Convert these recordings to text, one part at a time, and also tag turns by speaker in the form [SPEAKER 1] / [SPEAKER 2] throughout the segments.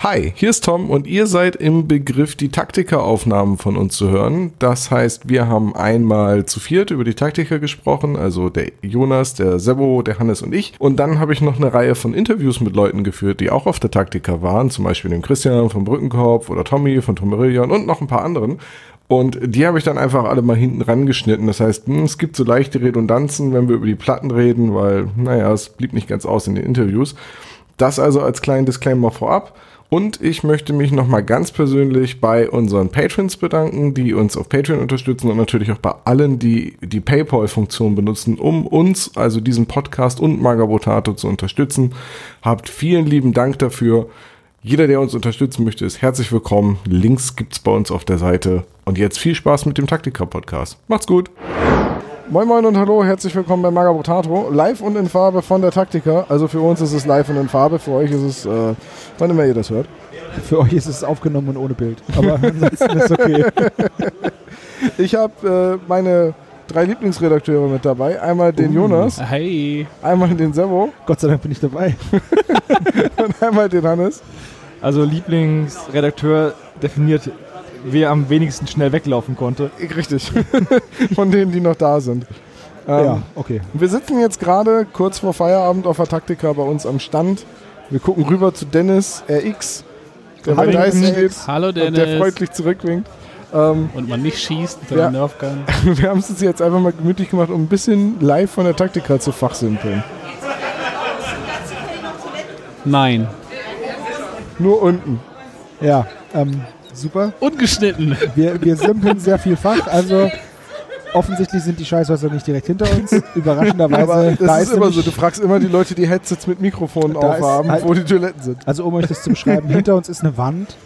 [SPEAKER 1] Hi, hier ist Tom und ihr seid im Begriff, die Taktika-Aufnahmen von uns zu hören. Das heißt, wir haben einmal zu viert über die Taktika gesprochen, also der Jonas, der Sebo, der Hannes und ich. Und dann habe ich noch eine Reihe von Interviews mit Leuten geführt, die auch auf der Taktika waren, zum Beispiel dem Christian vom Brückenkopf oder Tommy von Tomerillion und noch ein paar anderen. Und die habe ich dann einfach alle mal hinten rangeschnitten. Das heißt, es gibt so leichte Redundanzen, wenn wir über die Platten reden, weil, es blieb nicht ganz aus in den Interviews. Das also als kleinen Disclaimer vorab. Und ich möchte mich nochmal ganz persönlich bei unseren Patrons bedanken, die uns auf Patreon unterstützen und natürlich auch bei allen, die die PayPal-Funktion benutzen, um uns, also diesen Podcast und Magabotato zu unterstützen. Habt vielen lieben Dank dafür. Jeder, der uns unterstützen möchte, ist herzlich willkommen. Links gibt's bei uns auf der Seite. Und jetzt viel Spaß mit dem Taktika-Podcast. Macht's gut! Moin Moin und hallo, herzlich willkommen bei Magabotato. Live und in Farbe von der Taktika. Also für uns ist es live und in Farbe, für euch ist es, wann immer ihr das hört.
[SPEAKER 2] Für euch ist es aufgenommen und ohne Bild. Aber ansonsten ist okay.
[SPEAKER 1] Ich habe meine 3 Lieblingsredakteure mit dabei. Einmal den Jonas.
[SPEAKER 3] Hey.
[SPEAKER 1] Einmal den Sebo.
[SPEAKER 2] Gott sei Dank bin ich dabei.
[SPEAKER 1] Und einmal den Hannes.
[SPEAKER 3] Also Lieblingsredakteur definiert, wer am wenigsten schnell weglaufen konnte.
[SPEAKER 1] Richtig. Von denen, die noch da sind.
[SPEAKER 2] Ja, okay.
[SPEAKER 1] Wir sitzen jetzt gerade kurz vor Feierabend auf der Taktika bei uns am Stand. Wir gucken rüber zu Dennis RX, der bei Dice steht.
[SPEAKER 3] Hallo Dennis.
[SPEAKER 1] Und der freundlich zurückwinkt.
[SPEAKER 3] Und man nicht schießt mit seinem Nerfgun.
[SPEAKER 1] Wir haben es uns jetzt einfach mal gemütlich gemacht, um ein bisschen live von der Taktika zu fachsimpeln.
[SPEAKER 3] Nein.
[SPEAKER 1] Nur unten.
[SPEAKER 2] Ja, super.
[SPEAKER 3] Ungeschnitten.
[SPEAKER 2] Wir simpeln sehr viel Fach, also offensichtlich sind die Scheißhäuser nicht direkt hinter uns. Überraschenderweise.
[SPEAKER 1] Aber das
[SPEAKER 2] da
[SPEAKER 1] ist immer so, du fragst immer die Leute, die Headsets mit Mikrofonen aufhaben,
[SPEAKER 2] halt,
[SPEAKER 1] wo die Toiletten sind.
[SPEAKER 2] Also um euch das zu beschreiben, hinter uns ist eine Wand,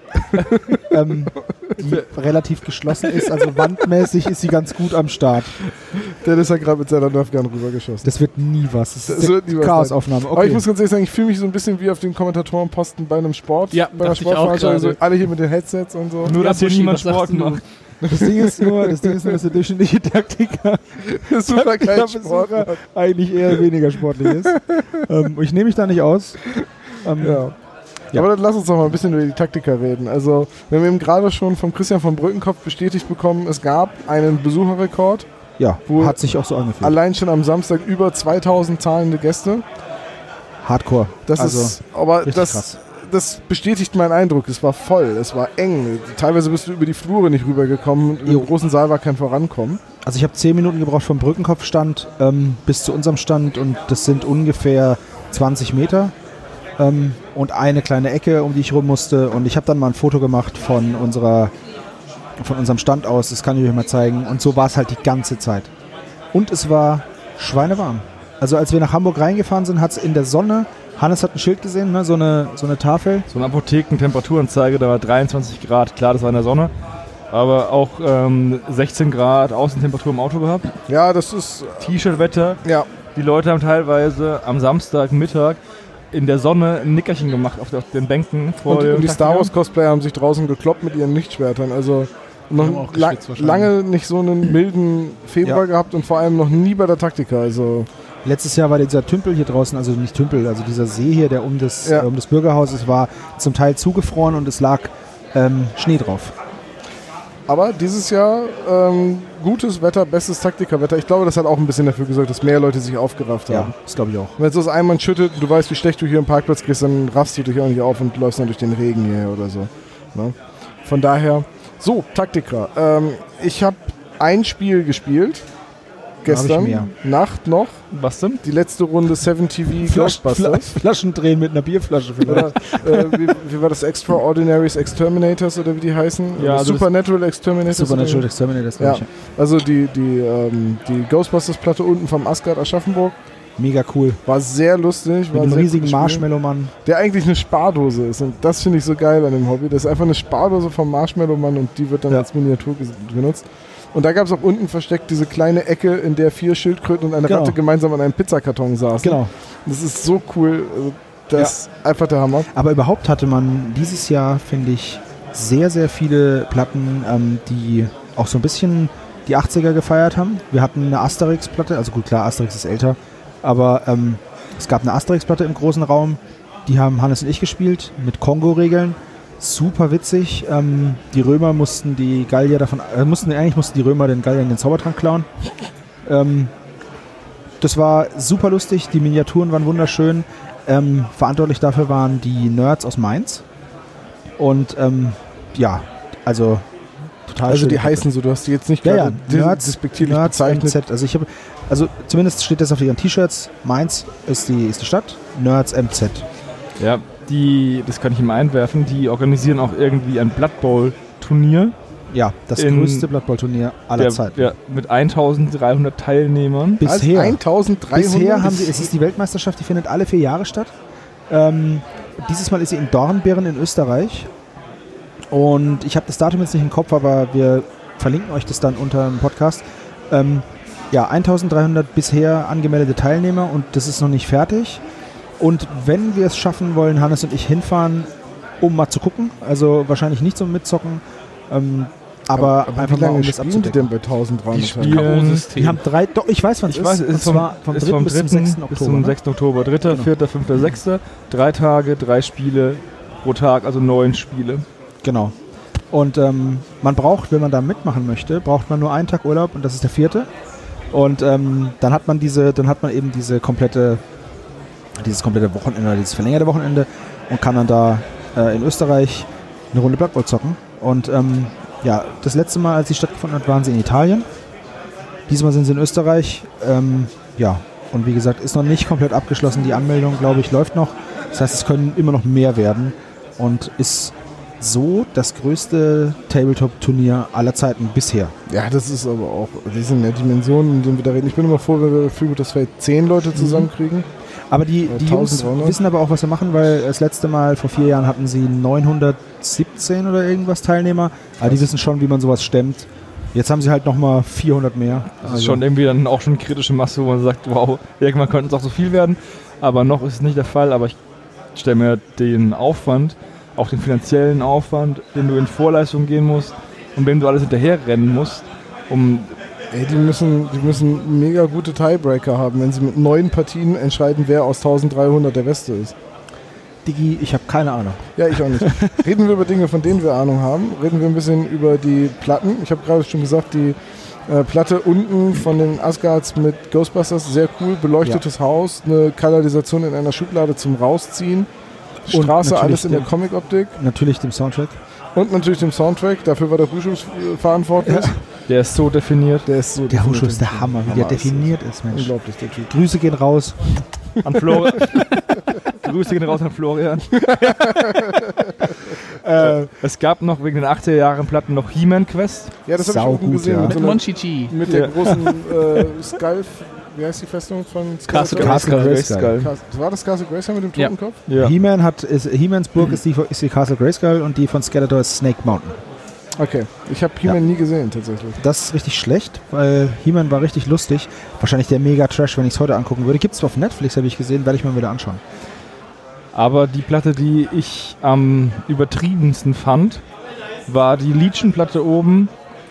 [SPEAKER 2] die relativ geschlossen ist, also wandmäßig ist sie ganz gut am Start.
[SPEAKER 1] Der ist ja gerade mit seiner Nerfgun rübergeschossen.
[SPEAKER 2] Das wird nie was. Das ist
[SPEAKER 1] eine
[SPEAKER 2] Chaosaufnahme. Okay.
[SPEAKER 1] Aber ich muss ganz ehrlich sagen, ich fühle mich so ein bisschen wie auf den Kommentatorenposten bei einem Sport.
[SPEAKER 3] Ja,
[SPEAKER 1] bei einer Sportveranstaltung. Also alle hier mit den Headsets und so.
[SPEAKER 3] Nur, dass hier niemand Sport macht.
[SPEAKER 2] Das Ding ist nur, dass der durchschnittliche Taktiker
[SPEAKER 1] super kein Sport
[SPEAKER 2] eigentlich eher weniger sportlich ist. Ich nehme mich da nicht aus.
[SPEAKER 1] Ja. Aber dann lass uns doch mal ein bisschen über die Taktika reden. Also, wir haben eben gerade schon vom Christian vom Brückenkopf bestätigt bekommen, es gab einen Besucherrekord.
[SPEAKER 2] Ja, hat sich auch so angefühlt.
[SPEAKER 1] Allein schon am Samstag über 2000 zahlende Gäste.
[SPEAKER 2] Hardcore.
[SPEAKER 1] Das bestätigt meinen Eindruck. Es war voll, es war eng. Teilweise bist du über die Flure nicht rübergekommen. Im großen Saal war kein Vorankommen.
[SPEAKER 2] Also ich habe 10 Minuten gebraucht vom Brückenkopfstand bis zu unserem Stand und das sind ungefähr 20 Meter. Und eine kleine Ecke, um die ich rum musste. Und ich habe dann mal ein Foto gemacht von unserem Stand aus. Das kann ich euch mal zeigen. Und so war es halt die ganze Zeit. Und es war schweinewarm. Also als wir nach Hamburg reingefahren sind, hat es in der Sonne, Hannes hat ein Schild gesehen, ne? so eine Tafel.
[SPEAKER 3] So eine Apotheken-Temperaturanzeige, da war 23 Grad. Klar, das war in der Sonne. Aber auch 16 Grad Außentemperatur im Auto gehabt.
[SPEAKER 1] Ja, das ist...
[SPEAKER 3] T-Shirt-Wetter.
[SPEAKER 1] Ja.
[SPEAKER 3] Die Leute haben teilweise am Samstagmittag in der Sonne ein Nickerchen gemacht auf den Bänken.
[SPEAKER 1] Und die Star Wars Cosplayer haben sich draußen gekloppt mit ihren Lichtschwertern. Also noch lange nicht so einen milden Februar gehabt und vor allem noch nie bei der Taktika. Also
[SPEAKER 2] letztes Jahr war dieser Tümpel hier draußen, also nicht Tümpel, also dieser See hier, der um das Bürgerhaus ist, war zum Teil zugefroren und es lag Schnee drauf.
[SPEAKER 1] Aber dieses Jahr gutes Wetter, bestes Taktika-Wetter. Ich glaube, das hat auch ein bisschen dafür gesorgt, dass mehr Leute sich aufgerafft haben.
[SPEAKER 2] Ja, das glaube ich auch.
[SPEAKER 1] Wenn es aus einem schüttet und du weißt, wie schlecht du hier im Parkplatz kriegst, dann raffst du dich auch nicht auf und läufst dann durch den Regen hier oder so. Ne? Von daher, so, Taktika. Ich habe ein Spiel gespielt. Gestern Nacht noch.
[SPEAKER 3] Was denn?
[SPEAKER 1] Die letzte Runde 7TV Ghostbusters.
[SPEAKER 2] Flaschen drehen mit einer Bierflasche vielleicht.
[SPEAKER 1] Wie war das? Extraordinaries Exterminators oder wie die heißen?
[SPEAKER 3] Ja, also
[SPEAKER 1] Supernatural Exterminators.
[SPEAKER 2] Supernatural Exterminators,
[SPEAKER 1] ja. Also die Ghostbusters-Platte unten vom Asgard Aschaffenburg.
[SPEAKER 2] Mega cool.
[SPEAKER 1] War sehr lustig.
[SPEAKER 2] Mit einem riesigen Marshmallow-Mann.
[SPEAKER 1] Der eigentlich eine Spardose ist. Und das finde ich so geil an dem Hobby. Das ist einfach eine Spardose vom Marshmallow-Mann und die wird dann als Miniatur benutzt. Und da gab es auch unten versteckt diese kleine Ecke, in der 4 Schildkröten und eine Ratte gemeinsam an einem Pizzakarton saßen.
[SPEAKER 2] Genau.
[SPEAKER 1] Das ist so cool. Das ist einfach der Hammer.
[SPEAKER 2] Aber überhaupt hatte man dieses Jahr, finde ich, sehr, sehr viele Platten, die auch so ein bisschen die 80er gefeiert haben. Wir hatten eine Asterix-Platte, also gut, klar, Asterix ist älter, aber es gab eine Asterix-Platte im großen Raum. Die haben Hannes und ich gespielt mit Kongo-Regeln. Super witzig. Die Römer mussten die Gallier mussten die Römer den Galliern den Zaubertrank klauen. Das war super lustig. Die Miniaturen waren wunderschön. Verantwortlich dafür waren die Nerds aus Mainz. Und also total
[SPEAKER 1] Also
[SPEAKER 2] schön.
[SPEAKER 1] die heißen so, du hast die jetzt nicht
[SPEAKER 2] Ja,
[SPEAKER 1] gerade despektierlich bezeichnet.
[SPEAKER 2] MZ. Also zumindest steht das auf ihren T-Shirts. Mainz ist die Stadt. Nerds MZ.
[SPEAKER 3] Ja, das kann ich ihm einwerfen, die organisieren auch irgendwie ein Blood Bowl-Turnier.
[SPEAKER 2] Ja, das größte Blood Bowl Turnier aller Zeiten.
[SPEAKER 3] Ja, mit 1300 Teilnehmern.
[SPEAKER 2] Bisher.
[SPEAKER 1] Also 1300?
[SPEAKER 2] Bisher haben sie, es ist die Weltmeisterschaft, die findet alle 4 Jahre statt. Dieses Mal ist sie in Dornbirn in Österreich. Und ich habe das Datum jetzt nicht im Kopf, aber wir verlinken euch das dann unter dem Podcast. 1300 bisher angemeldete Teilnehmer und das ist noch nicht fertig. Und wenn wir es schaffen wollen, Hannes und ich hinfahren, um mal zu gucken. Also wahrscheinlich nicht zum Mitzocken, aber einfach mal, um das abzudecken.
[SPEAKER 1] Die denn bei 1300?
[SPEAKER 3] Die spielen,
[SPEAKER 2] die haben 3, doch, ich weiß, wann es ist.
[SPEAKER 3] Es ist vom 3. bis zum 6. Oktober. Bis zum 6. Oktober. 3., genau. 4., 5., 6. 3 Tage, 3 Spiele pro Tag, also 9 Spiele.
[SPEAKER 2] Genau. Und man braucht, wenn man da mitmachen möchte, braucht man nur einen Tag Urlaub und das ist der 4. Und dann hat man eben dieses komplette Wochenende oder dieses verlängerte Wochenende und kann dann da in Österreich eine Runde Blood Bowl zocken. Und das letzte Mal, als sie stattgefunden hat, waren sie in Italien. Diesmal sind sie in Österreich. Und wie gesagt, ist noch nicht komplett abgeschlossen. Die Anmeldung, glaube ich, läuft noch. Das heißt, es können immer noch mehr werden und ist so das größte Tabletop-Turnier aller Zeiten bisher.
[SPEAKER 1] Ja, das ist aber auch, die sind ja Dimensionen, in denen wir da reden. Ich bin immer froh, wenn wir für das Feld 10 Leute zusammenkriegen.
[SPEAKER 2] Aber die Jungs wissen aber auch, was sie machen, weil das letzte Mal vor 4 Jahren hatten sie 917 oder irgendwas Teilnehmer. Aber die wissen schon, wie man sowas stemmt. Jetzt haben sie halt nochmal 400 mehr.
[SPEAKER 3] Das ist schon irgendwie dann auch schon kritische Masse, wo man sagt, wow, irgendwann könnten es auch so viel werden. Aber noch ist es nicht der Fall. Aber ich stelle mir den Aufwand, auch den finanziellen Aufwand, den du in Vorleistung gehen musst und dem du alles hinterher rennen musst,
[SPEAKER 1] die müssen mega gute Tiebreaker haben, wenn sie mit 9 Partien entscheiden, wer aus 1300 der Beste ist.
[SPEAKER 2] Digi, ich habe keine Ahnung.
[SPEAKER 1] Ja, ich auch nicht. Reden wir über Dinge, von denen wir Ahnung haben. Reden wir ein bisschen über die Platten. Ich habe gerade schon gesagt, die Platte unten von den Asgards mit Ghostbusters, sehr cool, beleuchtetes Haus, eine Kanalisation in einer Schublade zum Rausziehen. Straße, alles in der Comic-Optik.
[SPEAKER 2] Natürlich dem Soundtrack.
[SPEAKER 1] Und natürlich dem Soundtrack. Dafür war der Huschus verantwortlich. Ja.
[SPEAKER 3] Der ist so definiert.
[SPEAKER 2] Der Huschus ist der Hammer, wie der definiert ist, Mensch.
[SPEAKER 1] Unglaublich, der Typ.
[SPEAKER 2] Grüße gehen raus.
[SPEAKER 3] An Florian. Grüße gehen raus an Florian. Es gab noch wegen den 80er Jahren Platten noch He-Man Quest.
[SPEAKER 1] Ja, das habe ich unten gesehen.
[SPEAKER 4] Ja. Mit Monchichi.
[SPEAKER 1] Mit der großen Skull. Wie heißt die Festung von
[SPEAKER 2] Castle Grayskull.
[SPEAKER 1] War das Castle Grayskull mit dem Totenkopf?
[SPEAKER 2] Ja. He-Mans Burg ist die Castle Grayskull und die von Skeletor ist Snake Mountain.
[SPEAKER 1] Okay, ich habe He-Man nie gesehen tatsächlich.
[SPEAKER 2] Das ist richtig schlecht, weil He-Man war richtig lustig. Wahrscheinlich der Mega-Trash, wenn ich es heute angucken würde. Gibt es auf Netflix, habe ich gesehen, werde ich mir wieder anschauen.
[SPEAKER 3] Aber die Platte, die ich am übertriebensten fand, war die Legion-Platte oben.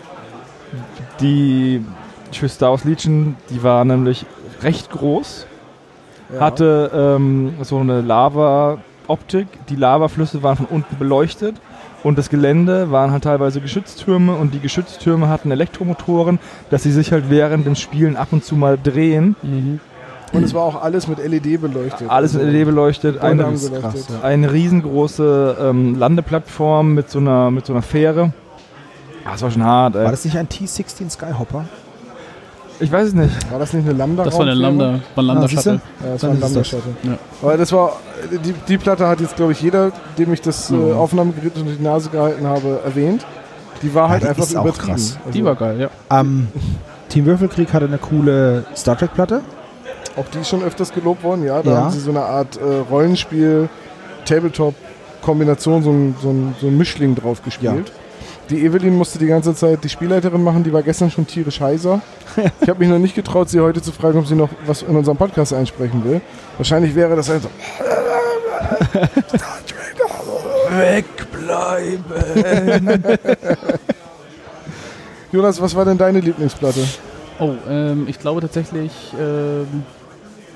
[SPEAKER 3] Die für Star Wars Legion, die war nämlich recht groß, hatte so eine Lava-Optik. Die Lavaflüsse waren von unten beleuchtet und das Gelände waren halt teilweise Geschütztürme und die Geschütztürme hatten Elektromotoren, dass sie sich halt während dem Spielen ab und zu mal drehen.
[SPEAKER 1] Mhm. Und es war auch alles mit LED beleuchtet.
[SPEAKER 3] Alles mit LED beleuchtet. Eine riesengroße Landeplattform mit so einer Fähre. Das war schon hart, ey.
[SPEAKER 2] War das nicht ein T-16 Skyhopper?
[SPEAKER 3] Ich weiß es nicht.
[SPEAKER 1] War das nicht eine Lambda?
[SPEAKER 4] Das war eine Lambda. War ein Lambda-Shuttle.
[SPEAKER 1] Ja, das war ein Lambda-Shuttle. Ja. Aber das war, die Platte hat jetzt, glaube ich, jeder, dem ich das Aufnahmegerät unter die Nase gehalten habe, erwähnt. Die war halt einfach übertrieben.
[SPEAKER 4] Krass. Also die war geil, ja.
[SPEAKER 2] Team Würfelkrieg hatte eine coole Star Trek-Platte.
[SPEAKER 1] Auch die ist schon öfters gelobt worden, ja. Da haben sie so eine Art Rollenspiel, Tabletop-Kombination, so ein Mischling drauf gespielt. Ja. Die Evelyn musste die ganze Zeit die Spielleiterin machen, die war gestern schon tierisch heiser. Ich habe mich noch nicht getraut, sie heute zu fragen, ob sie noch was in unserem Podcast einsprechen will. Wahrscheinlich wäre das halt so... Wegbleiben! Jonas, was war denn deine Lieblingsplatte?
[SPEAKER 4] Oh, ich glaube tatsächlich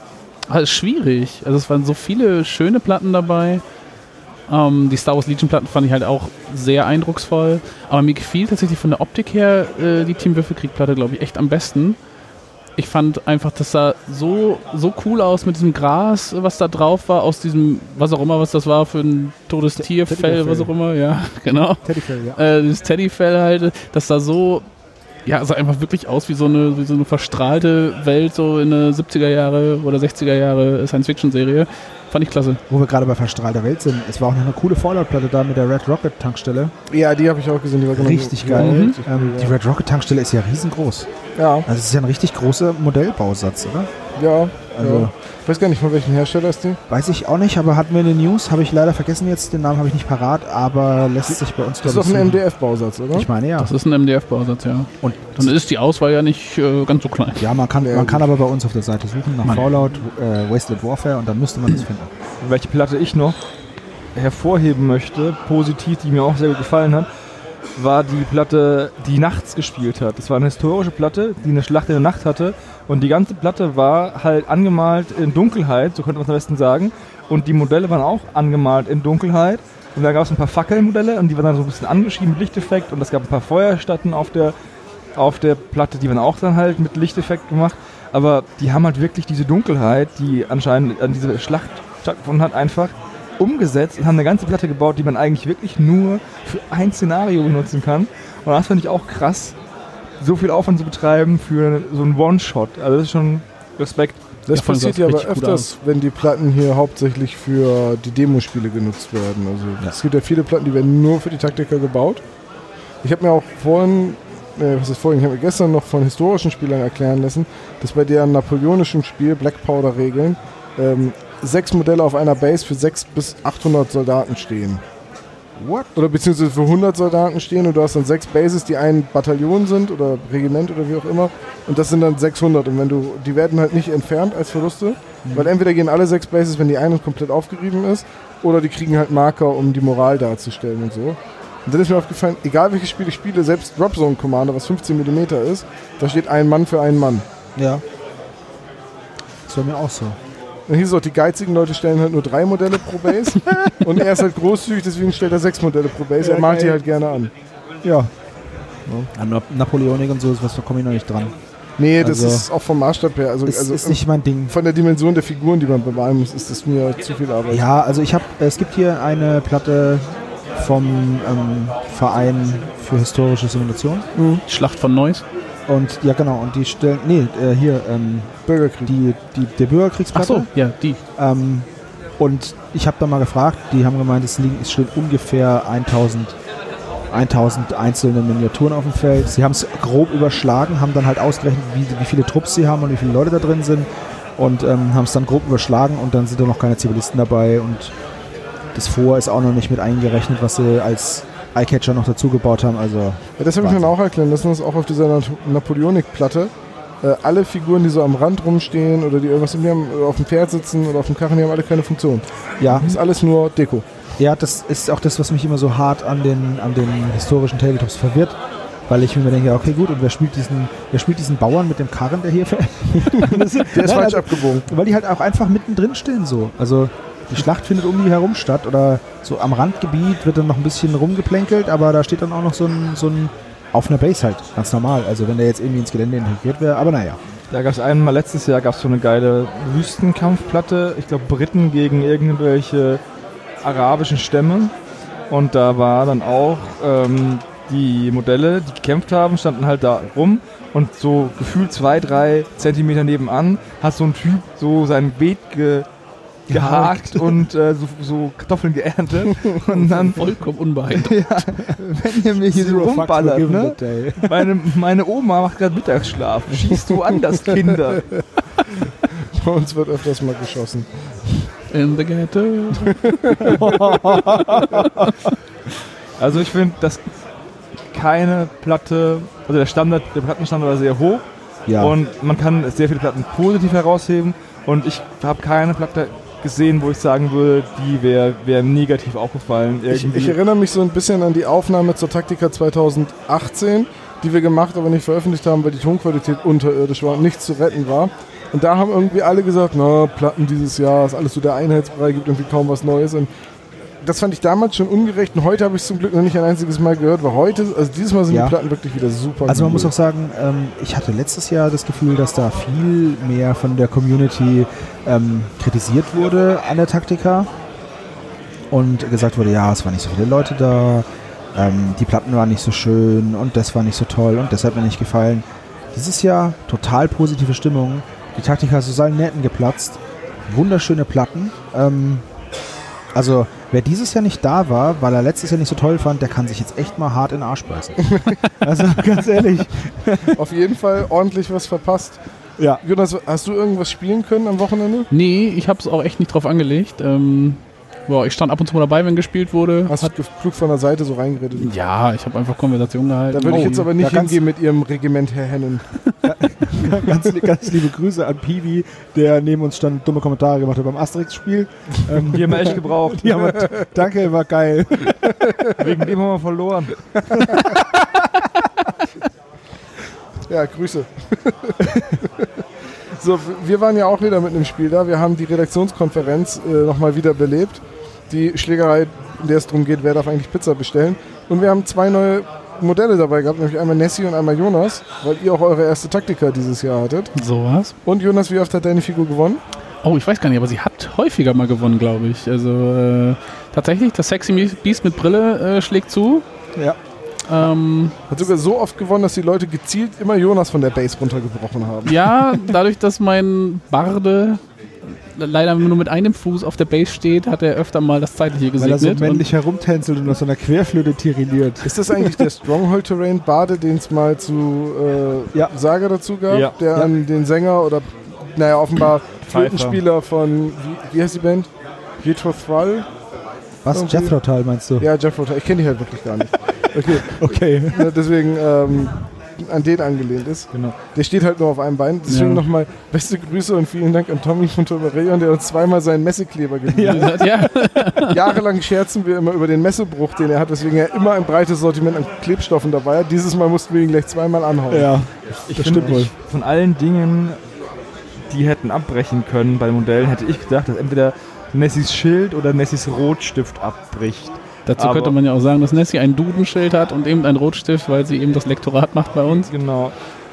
[SPEAKER 4] Aber es ist schwierig. Also es waren so viele schöne Platten dabei. Die Star Wars Legion Platten fand ich halt auch sehr eindrucksvoll. Aber mir gefiel tatsächlich von der Optik her die Team Würfelkrieg Platte, glaube ich, echt am besten. Ich fand einfach, das sah so cool aus mit diesem Gras, was da drauf war, aus diesem, was auch immer, was das war für ein totes Tierfell, was auch immer. Ja, genau.
[SPEAKER 2] Teddyfell, ja.
[SPEAKER 4] Dieses Teddyfell halt, das sah so... Ja, sah einfach wirklich aus wie so eine verstrahlte Welt, so in eine 70er Jahre oder 60er Jahre Science-Fiction-Serie. Fand ich klasse.
[SPEAKER 2] Wo wir gerade bei verstrahlter Welt sind, es war auch noch eine coole Fallout-Platte da mit der Red Rocket-Tankstelle.
[SPEAKER 1] Ja, die habe ich auch gesehen. Die war genau
[SPEAKER 2] Richtig geil. Die Red Rocket-Tankstelle ist ja riesengroß.
[SPEAKER 1] Ja.
[SPEAKER 2] Also es ist ja ein richtig großer Modellbausatz, oder?
[SPEAKER 1] Ja.
[SPEAKER 2] Also,
[SPEAKER 1] ja. Ich weiß gar nicht, von welchem Hersteller ist die?
[SPEAKER 2] Weiß ich auch nicht, aber hatten wir in den News, habe ich leider vergessen jetzt, den Namen habe ich nicht parat, aber lässt sich bei uns,
[SPEAKER 1] glaube ich... Das ist doch ein MDF-Bausatz, oder?
[SPEAKER 2] Ich meine, ja.
[SPEAKER 4] Das ist ein MDF-Bausatz, ja.
[SPEAKER 2] Und
[SPEAKER 4] dann ist die Auswahl ja nicht ganz so klein.
[SPEAKER 2] Ja, man kann aber bei uns auf der Seite suchen nach Fallout, Wasteland Warfare und dann müsste man das finden.
[SPEAKER 3] Welche Platte ich noch hervorheben möchte, positiv, die mir auch sehr gut gefallen hat, war die Platte, die nachts gespielt hat. Das war eine historische Platte, die eine Schlacht in der Nacht hatte und die ganze Platte war halt angemalt in Dunkelheit, so könnte man es am besten sagen, und die Modelle waren auch angemalt in Dunkelheit und da gab es ein paar Fackelmodelle und die waren dann so ein bisschen angeschrieben mit Lichteffekt und es gab ein paar Feuerstatten auf der Platte, die waren auch dann halt mit Lichteffekt gemacht, aber die haben halt wirklich diese Dunkelheit, die anscheinend an diese Schlacht stattgefunden hat, einfach umgesetzt und haben eine ganze Platte gebaut, die man eigentlich wirklich nur für ein Szenario benutzen kann. Und das fand ich auch krass, so viel Aufwand zu betreiben für so einen One-Shot. Also das ist schon Respekt.
[SPEAKER 1] Das passiert ja aber öfters, wenn die Platten hier hauptsächlich für die Demospiele genutzt werden. Also es gibt ja viele Platten, die werden nur für die Taktiker gebaut. Ich habe mir auch ich habe mir gestern noch von historischen Spielern erklären lassen, dass bei deren napoleonischen Spiel Black Powder Regeln 6 Modelle auf einer Base für 600 bis 800 Soldaten stehen.
[SPEAKER 2] What?
[SPEAKER 1] Oder beziehungsweise für 100 Soldaten stehen und du hast dann 6 Bases, die ein Bataillon sind oder Regiment oder wie auch immer und das sind dann 600 und die werden halt nicht entfernt als Verluste, weil entweder gehen alle 6 Bases, wenn die eine komplett aufgerieben ist, oder die kriegen halt Marker, um die Moral darzustellen und so. Und dann ist mir aufgefallen, egal welches Spiel ich spiele, selbst Drop Zone Commander, was 15 mm ist, da steht ein Mann für einen Mann.
[SPEAKER 2] Ja. Das war mir auch so.
[SPEAKER 1] Dann hieß es auch, die geizigen Leute stellen halt nur 3 Modelle pro Base und er ist halt großzügig, deswegen stellt er 6 Modelle pro Base. Er malt die halt gerne an.
[SPEAKER 2] Ja. An Napoleonik und so ist was, da komme ich noch nicht dran.
[SPEAKER 1] Nee, das ist auch vom Maßstab her. Also
[SPEAKER 2] ist nicht mein Ding.
[SPEAKER 1] Von der Dimension der Figuren, die man bemalen muss, ist das mir zu viel Arbeit.
[SPEAKER 2] Ja, also es gibt hier eine Platte vom Verein für historische Simulation.
[SPEAKER 4] Schlacht von Neuss.
[SPEAKER 2] Und ja genau, und die stellen,
[SPEAKER 1] Bürgerkrieg.
[SPEAKER 2] Der Bürgerkriegsplatte.
[SPEAKER 4] Ach so, ja, die.
[SPEAKER 2] Und ich habe da mal gefragt, die haben gemeint, es stehen ungefähr 1000 einzelne Miniaturen auf dem Feld. Sie haben es grob überschlagen, haben dann halt ausgerechnet, wie viele Trupps sie haben und wie viele Leute da drin sind und haben es dann grob überschlagen und dann sind da noch keine Zivilisten dabei und das Vor ist auch noch nicht mit eingerechnet, was sie als Eyecatcher noch dazu gebaut haben. Also
[SPEAKER 1] ja, das habe ich mir auch erklären lassen, dass auch auf dieser Napoleonik-Platte alle Figuren, die so am Rand rumstehen oder die irgendwas auf dem Pferd sitzen oder auf dem Karren, die haben alle keine Funktion.
[SPEAKER 2] Ja.
[SPEAKER 1] Das ist alles nur Deko.
[SPEAKER 2] Ja, das ist auch das, was mich immer so hart an den historischen Tabletops verwirrt, weil ich mir denke, okay gut, und wer spielt diesen Bauern mit dem Karren, der hier
[SPEAKER 1] der ist falsch abgebogen.
[SPEAKER 2] Weil die halt auch einfach mittendrin stehen so. Also die Schlacht findet um die herum statt oder so am Randgebiet wird dann noch ein bisschen rumgeplänkelt, aber da steht dann auch noch so ein auf einer Base halt, ganz normal. Also wenn der jetzt irgendwie ins Gelände integriert wäre, aber naja.
[SPEAKER 3] Da gab es letztes Jahr so eine geile Wüstenkampfplatte, ich glaube Briten gegen irgendwelche arabischen Stämme und da war dann auch die Modelle, die gekämpft haben, standen halt da rum und so gefühlt 2-3 Zentimeter nebenan hat so ein Typ so sein Beet gehakt und so Kartoffeln geerntet und dann
[SPEAKER 4] vollkommen unbeeindruckt.
[SPEAKER 3] Ja, wenn ihr mir hier so rumballert, ne? Meine Oma macht gerade Mittagsschlaf. Schießt du anders, Kinder?
[SPEAKER 1] Bei uns wird öfters mal geschossen.
[SPEAKER 4] In the ghetto.
[SPEAKER 3] Also ich finde, dass keine Platte, also der Plattenstandard war sehr hoch und man kann sehr viele Platten positiv herausheben und ich habe keine Platte gesehen, wo ich sagen würde, die wäre negativ aufgefallen.
[SPEAKER 1] Ich erinnere mich so ein bisschen an die Aufnahme zur Taktika 2018, die wir gemacht, aber nicht veröffentlicht haben, weil die Tonqualität unterirdisch war und nichts zu retten war. Und da haben irgendwie alle gesagt, na, Platten dieses Jahr, ist alles so der Einheitsbrei, gibt irgendwie kaum was Neues. Und das fand ich damals schon ungerecht und heute habe ich es zum Glück noch nicht ein einziges Mal gehört, weil heute, also dieses Mal sind die Platten wirklich wieder super.
[SPEAKER 2] Also man
[SPEAKER 1] cool.
[SPEAKER 2] muss auch sagen, ich hatte letztes Jahr das Gefühl, dass da viel mehr von der Community kritisiert wurde an der Taktika und gesagt wurde, ja, es waren nicht so viele Leute da, die Platten waren nicht so schön und das war nicht so toll und das hat mir nicht gefallen. Dieses Jahr total positive Stimmung, die Taktika ist total netten geplatzt, wunderschöne Platten, also wer dieses Jahr nicht da war, weil er letztes Jahr nicht so toll fand, der kann sich jetzt echt mal hart in den Arsch beißen. Also ganz ehrlich.
[SPEAKER 1] Auf jeden Fall ordentlich was verpasst.
[SPEAKER 2] Ja.
[SPEAKER 1] Jonas, hast du irgendwas spielen können am Wochenende?
[SPEAKER 4] Nee, ich habe es auch echt nicht drauf angelegt. Ich stand ab und zu mal dabei, wenn gespielt wurde.
[SPEAKER 1] Hast du klug von der Seite so reingeredet?
[SPEAKER 4] Ja, ich habe einfach Konversation gehalten.
[SPEAKER 1] Da würde ich jetzt aber nicht
[SPEAKER 2] da
[SPEAKER 1] hingehen mit ihrem Regiment Herr Hennen.
[SPEAKER 2] ganz liebe Grüße an Piwi, der neben uns stand und dumme Kommentare gemacht hat beim Asterix-Spiel.
[SPEAKER 3] Die haben wir echt gebraucht.
[SPEAKER 2] Danke, war geil.
[SPEAKER 3] Wegen dem haben wir verloren.
[SPEAKER 1] Ja, Grüße. So, wir waren ja auch wieder mit einem Spiel da. Wir haben die Redaktionskonferenz nochmal wieder belebt. Die Schlägerei, in der es darum geht, wer darf eigentlich Pizza bestellen. Und wir haben 2 neue Modelle dabei gehabt, nämlich einmal Nessie und einmal Jonas, weil ihr auch eure erste Taktika dieses Jahr hattet.
[SPEAKER 4] Sowas.
[SPEAKER 1] Und Jonas, wie oft hat deine Figur gewonnen?
[SPEAKER 4] Oh, ich weiß gar nicht, aber sie hat häufiger mal gewonnen, glaube ich. Also tatsächlich, das Sexy Beast mit Brille schlägt zu.
[SPEAKER 2] Ja.
[SPEAKER 1] Hat sogar so oft gewonnen, dass die Leute gezielt immer Jonas von der Base runtergebrochen haben.
[SPEAKER 4] Ja, dadurch, dass mein Barde leider nur mit einem Fuß auf der Base steht, hat er öfter mal das Zeitliche
[SPEAKER 2] Weil er
[SPEAKER 4] gesegnet.
[SPEAKER 2] so männlich herumtänzelt und aus so einer Querflöte tirilliert.
[SPEAKER 1] Ist das eigentlich der Stronghold-Terrain-Bade, den es mal zu Saga dazu gab?
[SPEAKER 3] Ja.
[SPEAKER 1] Der an den Sänger oder, naja, offenbar Flötenspieler von, wie heißt die Band? Jethro Thrall?
[SPEAKER 2] Was?
[SPEAKER 1] Irgendwie?
[SPEAKER 2] Jethro Tull meinst du?
[SPEAKER 1] Ja, Jethro Tull. Ich kenne die halt wirklich gar nicht.
[SPEAKER 2] Okay.
[SPEAKER 1] Ja, deswegen an den angelehnt ist.
[SPEAKER 3] Genau.
[SPEAKER 1] Der steht halt nur auf einem Bein. Deswegen
[SPEAKER 4] Ja.
[SPEAKER 1] nochmal beste Grüße und vielen Dank an Tommy von Tobereon, der uns zweimal seinen Messekleber gegeben hat.
[SPEAKER 4] Ja.
[SPEAKER 1] Jahrelang scherzen wir immer über den Messebruch, den er hat, weswegen er immer ein breites Sortiment an Klebstoffen dabei hat. Dieses Mal mussten wir ihn gleich zweimal anhauen.
[SPEAKER 2] Ja.
[SPEAKER 3] Ich
[SPEAKER 2] Das
[SPEAKER 3] finde,
[SPEAKER 2] stimmt wohl.
[SPEAKER 3] von allen Dingen, die hätten abbrechen können bei Modellen, hätte ich gedacht, dass entweder Nessies Schild oder Nessies Rotstift abbricht.
[SPEAKER 4] Dazu könnte man ja auch sagen, dass Nessie ein Dudenschild hat und eben ein Rotstift, weil sie eben das Lektorat macht bei uns.
[SPEAKER 3] Genau.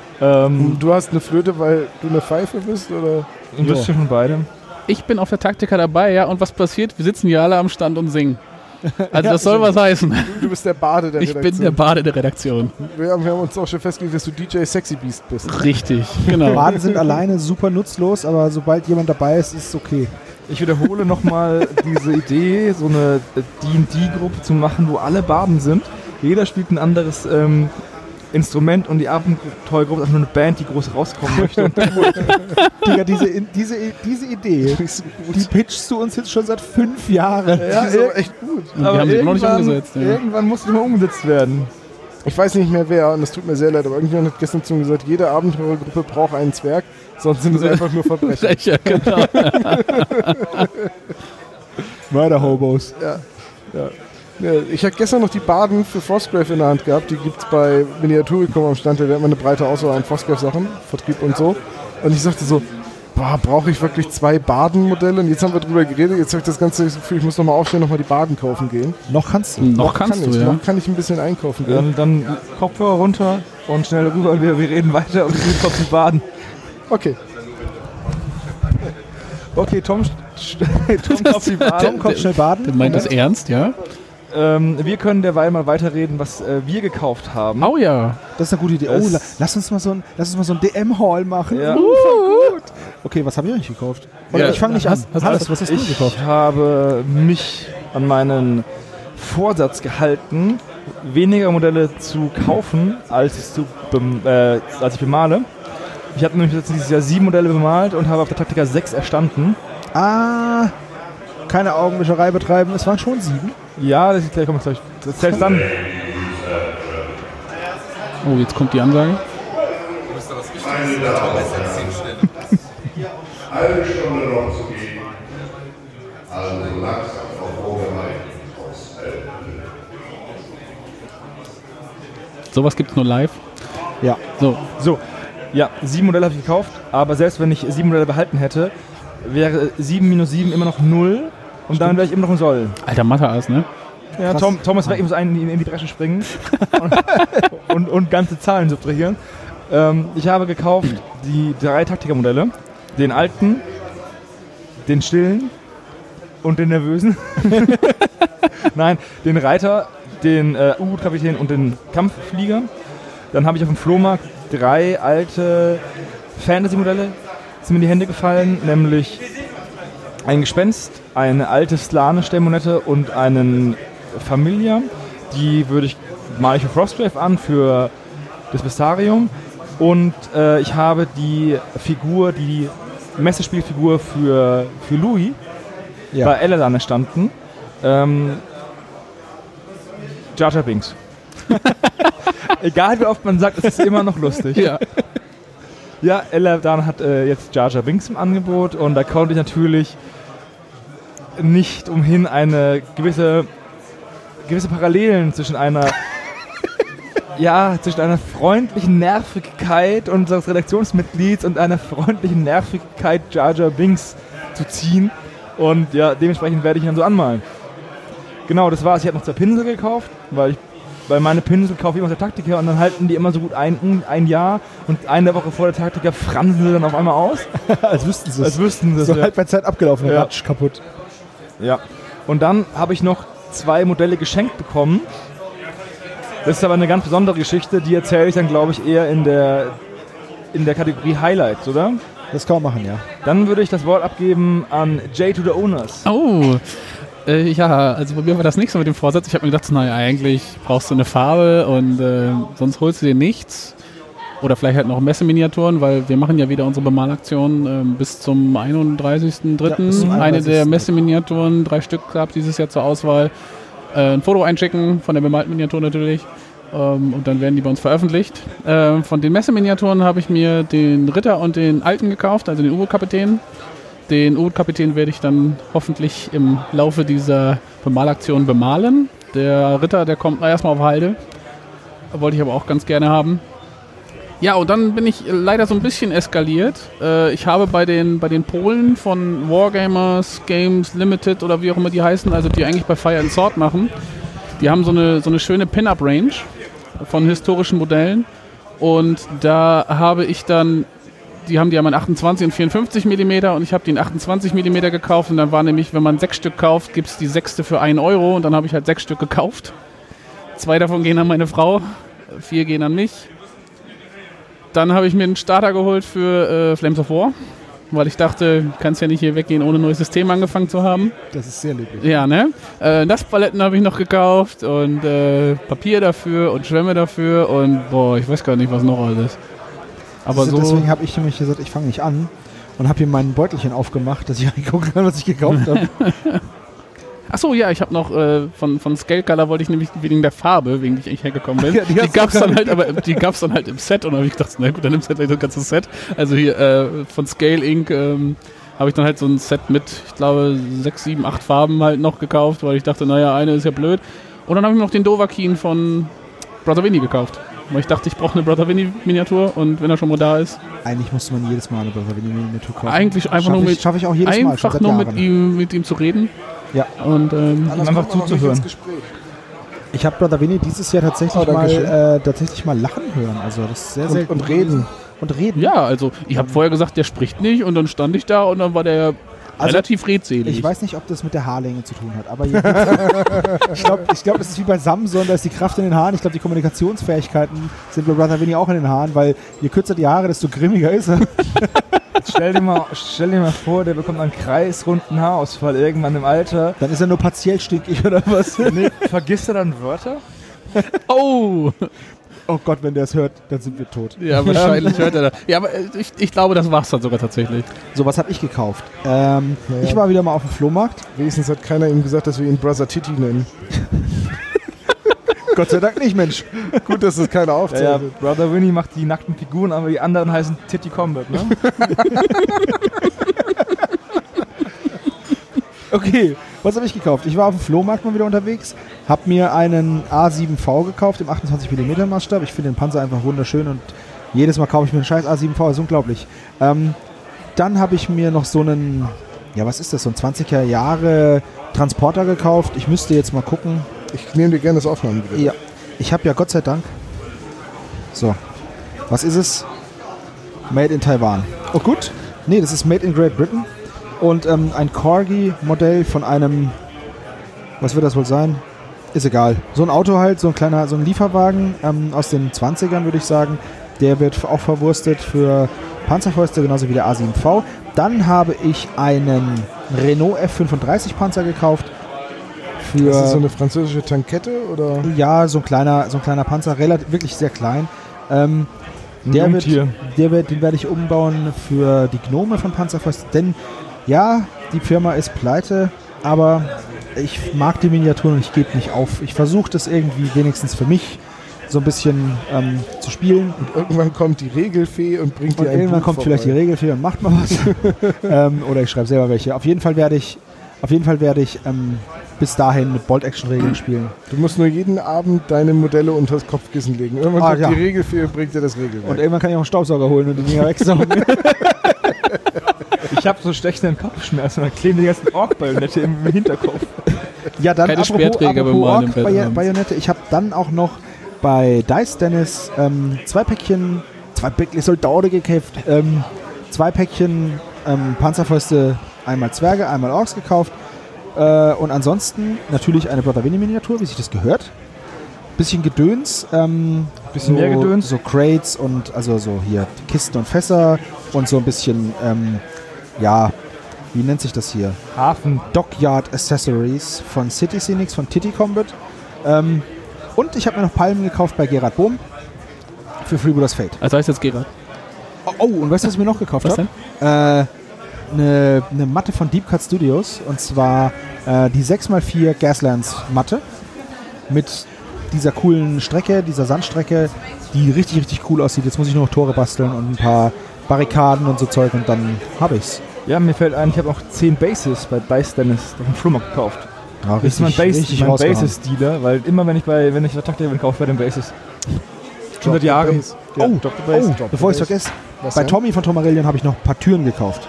[SPEAKER 1] Du hast eine Flöte, weil du eine Pfeife bist, oder?
[SPEAKER 3] Ein bisschen von beidem.
[SPEAKER 4] Ich bin auf der Taktika dabei, ja, und was passiert? Wir sitzen hier alle am Stand und singen. Also das soll was heißen.
[SPEAKER 1] Du bist der Bade der
[SPEAKER 4] Ich
[SPEAKER 1] Redaktion.
[SPEAKER 4] bin der Bade der Redaktion.
[SPEAKER 1] Wir haben uns auch schon festgelegt, dass du DJ Sexy Beast bist.
[SPEAKER 4] Richtig, genau.
[SPEAKER 2] Baden sind alleine super nutzlos, aber sobald jemand dabei ist, ist es okay.
[SPEAKER 3] Ich wiederhole nochmal diese Idee, so eine D&D-Gruppe zu machen, wo alle Baden sind. Jeder spielt ein anderes Instrument und die Abenteuergruppe ist einfach nur eine Band, die groß rauskommen möchte. Und
[SPEAKER 2] Digga, diese Idee, die pitchst du uns jetzt schon seit 5 Jahren.
[SPEAKER 1] Ja, ist aber echt gut.
[SPEAKER 4] Wir haben sie noch nicht umgesetzt. Ja.
[SPEAKER 3] Irgendwann muss die mal umgesetzt werden.
[SPEAKER 1] Ich weiß nicht mehr wer, und das tut mir sehr leid, aber irgendjemand hat gestern zu mir gesagt, jede Abenteurergruppe braucht einen Zwerg, sonst sind es einfach nur Verbrecher.
[SPEAKER 4] Ja, genau.
[SPEAKER 2] Mörder-Hobos.
[SPEAKER 1] Ja, ich habe gestern noch die Baden für Frostgrave in der Hand gehabt. Die gibt es bei Miniaturicum am Stand. Da hat man eine breite Auswahl an Frostgrave-Sachen, Vertrieb und so. Und ich sagte so, brauche ich wirklich 2 Baden-Modelle? Und jetzt haben wir drüber geredet. Jetzt habe ich das ganze Gefühl, ich muss nochmal aufstehen, nochmal die Baden kaufen gehen.
[SPEAKER 2] Noch kannst du.
[SPEAKER 4] Noch kannst du, ja.
[SPEAKER 1] Noch kann ich ein bisschen einkaufen gehen.
[SPEAKER 3] Dann Kopfhörer runter und schnell rüber und wir reden weiter und wir gehen trotzdem baden.
[SPEAKER 1] Okay.
[SPEAKER 3] Okay, Tom kommt die Baden.
[SPEAKER 2] Tom kommt schnell baden.
[SPEAKER 4] Der meint das ernst, ja?
[SPEAKER 3] Wir können derweil mal weiterreden, was wir gekauft haben.
[SPEAKER 4] Oh ja.
[SPEAKER 2] Das ist eine gute Idee. Oh, lass uns mal so ein DM-Haul machen.
[SPEAKER 3] Ja.
[SPEAKER 2] Gut. Okay, was habe ich eigentlich gekauft? Oder
[SPEAKER 3] Ja,
[SPEAKER 2] ich fange nicht an. Hannes, was hast du gekauft?
[SPEAKER 3] Ich habe mich an meinen Vorsatz gehalten, weniger Modelle zu kaufen, als ich bemale. Ich habe nämlich dieses Jahr 7 Modelle bemalt und habe auf der Taktika 6 erstanden.
[SPEAKER 2] Keine Augenwischerei betreiben. Es waren schon 7.
[SPEAKER 3] Ja, das kommt gleich. Das zählt dann.
[SPEAKER 4] Oh, jetzt kommt die Ansage.
[SPEAKER 5] Eine Stunde noch zu gehen. Also langsam auf Rogerei aushalten.
[SPEAKER 4] Sowas gibt es nur live.
[SPEAKER 2] Ja.
[SPEAKER 4] So.
[SPEAKER 3] So, ja, 7 Modelle habe ich gekauft. Aber selbst wenn ich 7 Modelle behalten hätte, wäre 7 minus 7 immer noch 0 und dann wäre ich immer noch ein Soll.
[SPEAKER 4] Alter Mathe-Ass, ne?
[SPEAKER 3] Ja, Thomas weg, ich muss einen in die Bresche springen und ganze Zahlen subtrahieren. Ich habe gekauft die 3 Taktiker-Modelle, den alten, den stillen und den nervösen. Nein, den Reiter, den U-Boot-Kapitän und den Kampfflieger. Dann habe ich auf dem Flohmarkt 3 alte Fantasy-Modelle sind mir in die Hände gefallen, nämlich ein Gespenst, eine alte Slane-Stellmonette und einen Familia. Die male ich für Frostgrave an, für das Vestarium. Und ich habe die Messespielfigur für Louis bei Elladan erstanden. Jar Jar Binks. Egal wie oft man sagt, es ist immer noch lustig. Ja, Elladan hat jetzt Jar Jar Binks im Angebot und da konnte ich natürlich nicht umhin, eine gewisse Parallelen zwischen einer freundlichen Nervigkeit unseres Redaktionsmitglieds und einer freundlichen Nervigkeit Jar Jar Binks zu ziehen. Und ja, dementsprechend werde ich ihn dann so anmalen. Genau, das war's. Ich habe noch 2 Pinsel gekauft, weil meine Pinsel kaufe ich immer aus der Taktiker und dann halten die immer so gut ein Jahr und eine Woche vor der Taktiker fransen sie dann auf einmal aus.
[SPEAKER 2] Als wüssten sie es.
[SPEAKER 3] So
[SPEAKER 2] halb bei Zeit abgelaufen, der Ratsch kaputt.
[SPEAKER 3] Ja. Und dann habe ich noch 2 Modelle geschenkt bekommen. Das ist aber eine ganz besondere Geschichte, die erzähle ich dann, glaube ich, eher in der Kategorie Highlights, oder?
[SPEAKER 2] Das kann man machen, ja.
[SPEAKER 3] Dann würde ich das Wort abgeben an Jay to the Owners.
[SPEAKER 4] Oh, ja, also bei mir war das nicht so mit dem Vorsatz. Ich habe mir gedacht, naja, eigentlich brauchst du eine Farbe und sonst holst du dir nichts. Oder vielleicht halt noch Messeminiaturen, weil wir machen ja wieder unsere Bemalaktion bis zum 31.03.
[SPEAKER 2] Ja,
[SPEAKER 4] eine der Messeminiaturen, 3 Stück gab dieses Jahr zur Auswahl. Ein Foto einschicken, von der bemalten Miniatur natürlich. Und dann werden die bei uns veröffentlicht. Von den Messeminiaturen habe ich mir den Ritter und den Alten gekauft, also den U-Boot-Kapitän. Den U-Boot-Kapitän werde ich dann hoffentlich im Laufe dieser Bemalaktion bemalen. Der Ritter, der kommt erstmal auf Halde. Wollte ich aber auch ganz gerne haben. Ja, und dann bin ich leider so ein bisschen eskaliert. Ich habe bei den Polen von Wargamers, Games Limited oder wie auch immer die heißen, also die eigentlich bei Fire and Sword machen, die haben so eine schöne Pin-Up-Range von historischen Modellen. Und da habe ich dann, die haben in 28 und 54 mm und ich habe die in 28 mm gekauft. Und dann war nämlich, wenn man 6 Stück kauft, gibt es die 6. für 1 Euro. Und dann habe ich halt 6 Stück gekauft. 2 davon gehen an meine Frau, 4 gehen an mich. Dann habe ich mir einen Starter geholt für Flames of War, weil ich dachte, du kannst ja nicht hier weggehen, ohne ein neues System angefangen zu haben.
[SPEAKER 2] Das ist sehr löblich.
[SPEAKER 4] Ja, ne? Nasspaletten habe ich noch gekauft und Papier dafür und Schwämme dafür und ich weiß gar nicht, was noch alles. Aber so.
[SPEAKER 2] Deswegen habe ich nämlich gesagt, ich fange nicht an und habe hier mein Beutelchen aufgemacht, dass ich reingucken kann, was ich gekauft habe.
[SPEAKER 4] Achso, ja, ich habe noch von Scale Color wollte ich nämlich wegen der Farbe, wegen die ich eigentlich hergekommen bin.
[SPEAKER 2] Ja,
[SPEAKER 4] die gab's dann halt im Set und dann habe ich gedacht, na gut, dann nimmst du halt das ganze Set. Also hier von Scale Inc. Habe ich dann halt so ein Set mit, ich glaube, 6, 7, 8 Farben halt noch gekauft, weil ich dachte, naja, eine ist ja blöd. Und dann habe ich noch den Dovahkiin von Brother Vinny gekauft. Weil ich dachte, ich brauche eine Brother Vinny Miniatur und wenn er schon mal da ist.
[SPEAKER 2] Eigentlich musste man jedes Mal eine Brother Vinny Miniatur kaufen.
[SPEAKER 4] Eigentlich einfach nur mit,
[SPEAKER 2] schaffe ich auch jedes Mal,
[SPEAKER 4] einfach nur mit ihm zu reden.
[SPEAKER 2] Ja.
[SPEAKER 4] Und
[SPEAKER 3] einfach zuzuhören.
[SPEAKER 2] Ich habe Brother Vinny dieses Jahr tatsächlich mal lachen hören. Also das ist sehr selten.
[SPEAKER 1] Und reden.
[SPEAKER 2] Und reden.
[SPEAKER 4] Ja, also ich habe vorher gesagt, der spricht nicht und dann stand ich da und dann war der relativ redselig.
[SPEAKER 2] Ich weiß nicht, ob das mit der Haarlänge zu tun hat, aber ich glaube, das ist wie bei Samson, da ist die Kraft in den Haaren. Ich glaube, die Kommunikationsfähigkeiten sind bei Brother Vinny auch in den Haaren, weil je kürzer die Haare, desto grimmiger ist er.
[SPEAKER 3] Stell dir mal vor, der bekommt einen kreisrunden Haarausfall irgendwann im Alter.
[SPEAKER 2] Dann ist er nur partiell stinkig oder was?
[SPEAKER 3] Nee, vergisst er dann Wörter?
[SPEAKER 2] Oh Gott, wenn der es hört, dann sind wir tot.
[SPEAKER 4] Ja, wahrscheinlich hört er das. Ja, aber ich glaube, das war's dann sogar tatsächlich.
[SPEAKER 2] So, was habe ich gekauft? Ich war wieder mal auf dem Flohmarkt.
[SPEAKER 1] Wenigstens hat keiner ihm gesagt, dass wir ihn Brother Titi nennen.
[SPEAKER 2] Gott sei Dank nicht, Mensch.
[SPEAKER 1] Gut, dass das keiner aufzählt.
[SPEAKER 3] Ja, Brother Vinny macht die nackten Figuren, aber die anderen heißen Titty Combat, ne?
[SPEAKER 2] Okay, was habe ich gekauft? Ich war auf dem Flohmarkt mal wieder unterwegs, habe mir einen A7V gekauft im 28 mm Maßstab. Ich finde den Panzer einfach wunderschön und Jedes Mal kaufe ich mir einen scheiß A7V, das ist unglaublich. Dann habe ich mir noch so einen, ja was ist das, so ein 20er Jahre Transporter gekauft. Ich müsste jetzt mal gucken.
[SPEAKER 1] Ich nehme dir gerne das Aufnahmegerät.
[SPEAKER 2] Ja, ich habe ja Gott sei Dank. So, was ist es? Made in Taiwan. Oh gut. Nee, das ist Made in Great Britain. Und ein Corgi-Modell von einem, was wird das wohl sein? Ist egal. So ein Auto halt, so ein Lieferwagen aus den 20ern, würde ich sagen. Der wird auch verwurstet für Panzerfäuste, genauso wie der A7V. Dann habe ich einen Renault F35 Panzer gekauft. Für,
[SPEAKER 1] das ist so eine französische Tankette, oder?
[SPEAKER 2] Ja, so ein kleiner Panzer, wirklich sehr klein. Den werde ich umbauen für die Gnome von Panzerfäuste. Denn ja, die Firma ist pleite, aber ich mag die Miniaturen und ich gebe nicht auf. Ich versuche das irgendwie wenigstens für mich so ein bisschen zu spielen.
[SPEAKER 1] Und irgendwann kommt die Regelfee und bringt dir ein
[SPEAKER 2] irgendwann
[SPEAKER 1] Buch
[SPEAKER 2] kommt
[SPEAKER 1] vorbei.
[SPEAKER 2] vielleicht die Regelfee und macht mal was. Oder ich schreibe selber welche. Auf jeden Fall werde ich bis dahin mit Bolt-Action-Regeln spielen.
[SPEAKER 1] Du musst nur jeden Abend deine Modelle unter das Kopfkissen legen. Irgendwann kommt die Regelfee und bringt dir das Regelwerk.
[SPEAKER 2] Und irgendwann kann ich auch einen Staubsauger holen und die Dinger wegsaugen.
[SPEAKER 3] Ich habe so stechenden Kopfschmerzen und dann kleben die ganzen Ork-Bajonette im Hinterkopf.
[SPEAKER 2] Ja, dann
[SPEAKER 4] Keine Speerträger beim
[SPEAKER 2] Bajonette. Ich habe dann auch noch bei Dice Dennis zwei Päckchen Soldaten gekauft, 2 Päckchen Panzerfäuste, einmal Zwerge, einmal Orks gekauft. Und ansonsten natürlich eine Brother Winnie Miniatur, wie sich das gehört. Bisschen Gedöns.
[SPEAKER 3] Bisschen mehr Gedöns.
[SPEAKER 2] So Crates und also so hier Kisten und Fässer und so ein bisschen, wie nennt sich das hier?
[SPEAKER 3] Hafen.
[SPEAKER 2] Dockyard Accessories von City Scenics, von Titty Combat. Und ich habe mir noch Palmen gekauft bei Gerard Bohm für Freebooters Fate.
[SPEAKER 4] Also heißt jetzt Gerard.
[SPEAKER 2] Oh, und weißt du, was ich mir noch gekauft habe? Eine Matte von Deep Cut Studios, und zwar die 6x4 Gaslands Matte mit dieser coolen Strecke, dieser Sandstrecke, die richtig, richtig cool aussieht. Jetzt muss ich nur noch Tore basteln und ein paar Barrikaden und so Zeug und dann habe ich's.
[SPEAKER 3] Ja, mir fällt ein, ich habe auch 10 Bases bei Dice Dennis auf dem Flohmarkt gekauft.
[SPEAKER 2] Ja,
[SPEAKER 3] Das ist mein Bases-Dealer, weil immer wenn ich Taktik kaufe bei den Bases. 100 Jahre.
[SPEAKER 2] Bevor ich es vergesse, bei Tommy von Tomarillion habe ich noch ein paar Türen gekauft.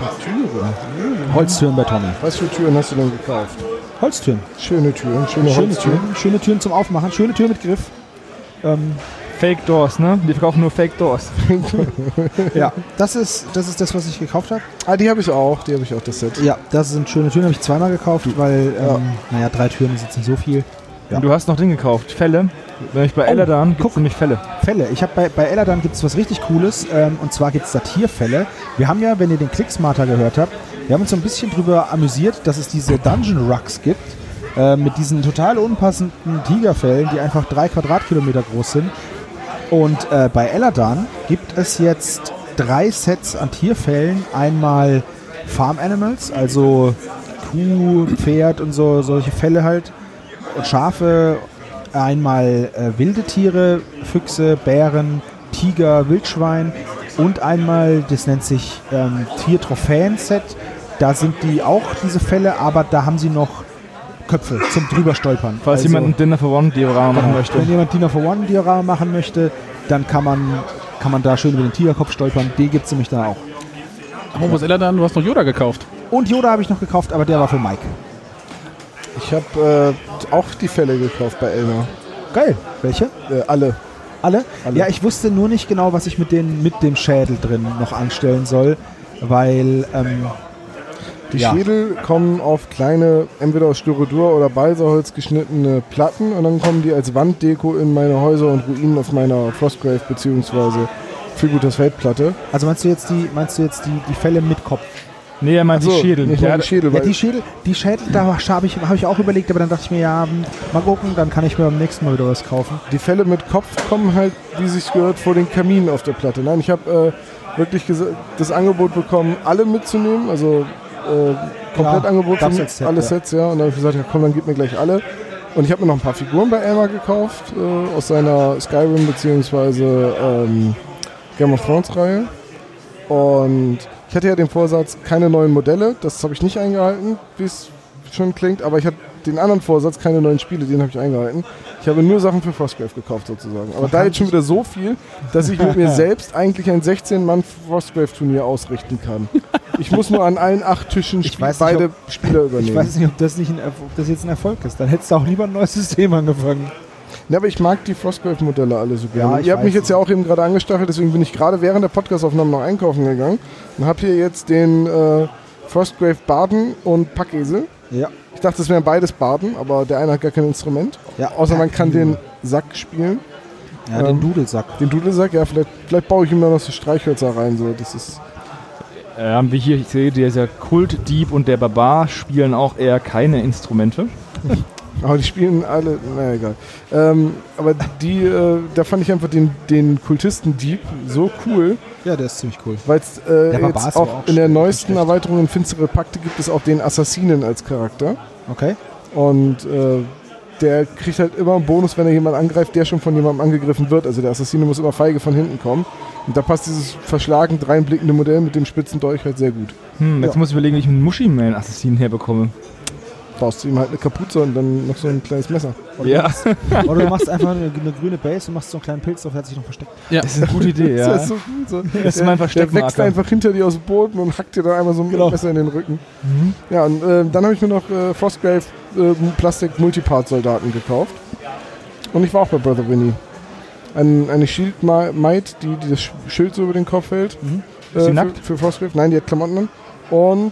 [SPEAKER 1] Türen?
[SPEAKER 2] Holztüren bei Tommy.
[SPEAKER 1] Was für Türen hast du denn gekauft?
[SPEAKER 2] Holztüren.
[SPEAKER 1] Schöne Türen, schöne Holztüren.
[SPEAKER 2] Schöne Türen zum Aufmachen, schöne Türen mit Griff.
[SPEAKER 3] Fake Doors, ne? Die verkaufen nur Fake Doors.
[SPEAKER 2] Ja, das ist das, was ich gekauft habe.
[SPEAKER 1] Ah, die habe ich auch, das Set.
[SPEAKER 2] Ja, das sind schöne Türen, habe ich zweimal gekauft, weil, 3 Türen sind nicht so viel. Ja.
[SPEAKER 3] Und du hast noch Ding gekauft, Fälle. Wenn ich bei Eladan gibt es nämlich Fälle.
[SPEAKER 2] Ich habe bei Eladan gibt es was richtig Cooles, und zwar gibt es Satirfälle. Wir haben ja, wenn ihr den Clicksmarter gehört habt, wir haben uns so ein bisschen drüber amüsiert, dass es diese Dungeon Rucks gibt, mit diesen total unpassenden Tigerfällen, die einfach 3 Quadratkilometer groß sind. Und bei Eladan gibt es jetzt 3 Sets an Tierfällen. Einmal Farm Animals, also Kuh, Pferd und so, solche Fälle halt. Und Schafe, einmal wilde Tiere, Füchse, Bären, Tiger, Wildschwein und einmal, das nennt sich Tier-Trophäen-Set. Da sind die auch, diese Fälle, aber da haben sie noch Köpfe zum drüberstolpern.
[SPEAKER 3] Falls jemand ein Dinner for One Diorama machen möchte.
[SPEAKER 2] Wenn jemand Dinner for One Diorama machen möchte, dann kann man da schön über den Tigerkopf stolpern. Die gibt es nämlich da auch.
[SPEAKER 4] Apropos Eladan, du hast noch Yoda gekauft.
[SPEAKER 2] Und Yoda habe ich noch gekauft, aber der war für Mike.
[SPEAKER 1] Ich habe auch die Fälle gekauft bei Elmar.
[SPEAKER 2] Geil. Welche?
[SPEAKER 1] Alle.
[SPEAKER 2] Alle? Ja, ich wusste nur nicht genau, was ich mit dem Schädel drin noch anstellen soll, weil
[SPEAKER 1] die Schädel kommen auf kleine, entweder aus Styrodur oder Balsaholz geschnittene Platten, und dann kommen die als Wanddeko in meine Häuser und Ruinen auf meiner Frostgrave bzw. Freebooters Fate-Platte.
[SPEAKER 2] Also meinst du jetzt die Fälle mit Kopf?
[SPEAKER 3] Nee, er meint die Schädel.
[SPEAKER 1] Die Schädel,
[SPEAKER 2] ja, die Schädel, da habe ich auch überlegt, aber dann dachte ich mir, ja, mal gucken, dann kann ich mir beim nächsten Mal wieder was kaufen.
[SPEAKER 1] Die Fälle mit Kopf kommen halt, wie sich gehört, vor den Kamin auf der Platte. Nein, ich habe wirklich das Angebot bekommen, alle mitzunehmen, also komplett Angebot für alle Sets, ja. Und dann habe ich gesagt, ja komm, dann gib mir gleich alle. Und ich habe mir noch ein paar Figuren bei Elmar gekauft, aus seiner Skyrim bzw. Game of Thrones Reihe. Und ich hatte ja den Vorsatz, keine neuen Modelle, das habe ich nicht eingehalten, wie es schon klingt, aber ich hatte den anderen Vorsatz, keine neuen Spiele, den habe ich eingehalten. Ich habe nur Sachen für Frostgrave gekauft sozusagen. Aber da jetzt schon wieder so viel, dass ich mit mir selbst eigentlich ein 16-Mann-Frostgrave-Turnier ausrichten kann. Ich muss nur an allen 8 Tischen beide Spieler übernehmen.
[SPEAKER 2] Ich weiß nicht, ob das jetzt ein Erfolg ist. Dann hättest du auch lieber ein neues System angefangen.
[SPEAKER 1] Ja, aber ich mag die Frostgrave-Modelle alle so gerne.
[SPEAKER 2] Ja,
[SPEAKER 1] Ihr habt mich jetzt ja auch eben gerade angestachelt, deswegen bin ich gerade während der Podcast-Aufnahme noch einkaufen gegangen und habe hier jetzt den Frostgrave Barden und Packesel.
[SPEAKER 2] Ja.
[SPEAKER 1] Ich dachte, das wären beides Barden, aber der eine hat gar kein Instrument.
[SPEAKER 2] Ja.
[SPEAKER 1] Außer man kann den Sack spielen.
[SPEAKER 2] Ja, den Dudelsack.
[SPEAKER 1] Den Dudelsack, ja, vielleicht baue ich ihm da noch so Streichhölzer rein. So. Das ist
[SPEAKER 3] Haben wir hier, ich sehe, dieser Kultdieb und der Barbar spielen auch eher keine Instrumente.
[SPEAKER 1] aber die spielen alle, naja, egal. Aber da fand ich einfach den Kultisten-Dieb so cool,
[SPEAKER 2] Ja, der ist ziemlich cool.
[SPEAKER 1] weil es jetzt auch in der neuesten Erweiterung in Finstere Pakte gibt es auch den Assassinen als Charakter.
[SPEAKER 2] Okay.
[SPEAKER 1] Und der kriegt halt immer einen Bonus, wenn er jemanden angreift, der schon von jemandem angegriffen wird. Also der Assassine muss immer feige von hinten kommen. Und da passt dieses verschlagen dreinblickende Modell mit dem spitzen Dolch halt sehr gut.
[SPEAKER 3] Jetzt muss ich überlegen, wie ich einen Mushiman-Assassinen herbekomme.
[SPEAKER 1] Baust du ihm halt eine Kapuze und dann noch so ein kleines Messer.
[SPEAKER 3] Ja,
[SPEAKER 2] Oder du machst einfach eine grüne Base und machst so einen kleinen Pilz drauf, der hat sich noch versteckt.
[SPEAKER 3] das ist eine gute Idee, ja.
[SPEAKER 1] Das ist so gut. So.
[SPEAKER 3] Das ist mein
[SPEAKER 1] Der wächst
[SPEAKER 3] Versteckmarker.
[SPEAKER 1] einfach hinter dir aus dem Boden und hackt dir da einmal so ein Messer in den Rücken. Ja, und dann habe ich mir noch Frostgrave Plastik-Multipart-Soldaten gekauft. Und ich war auch bei Brother Winnie. Eine Shield Might, die das Schild so über den Kopf hält.
[SPEAKER 3] Ist die nackt?
[SPEAKER 1] Für Frostgrave. Nein, die hat Klamotten an. Und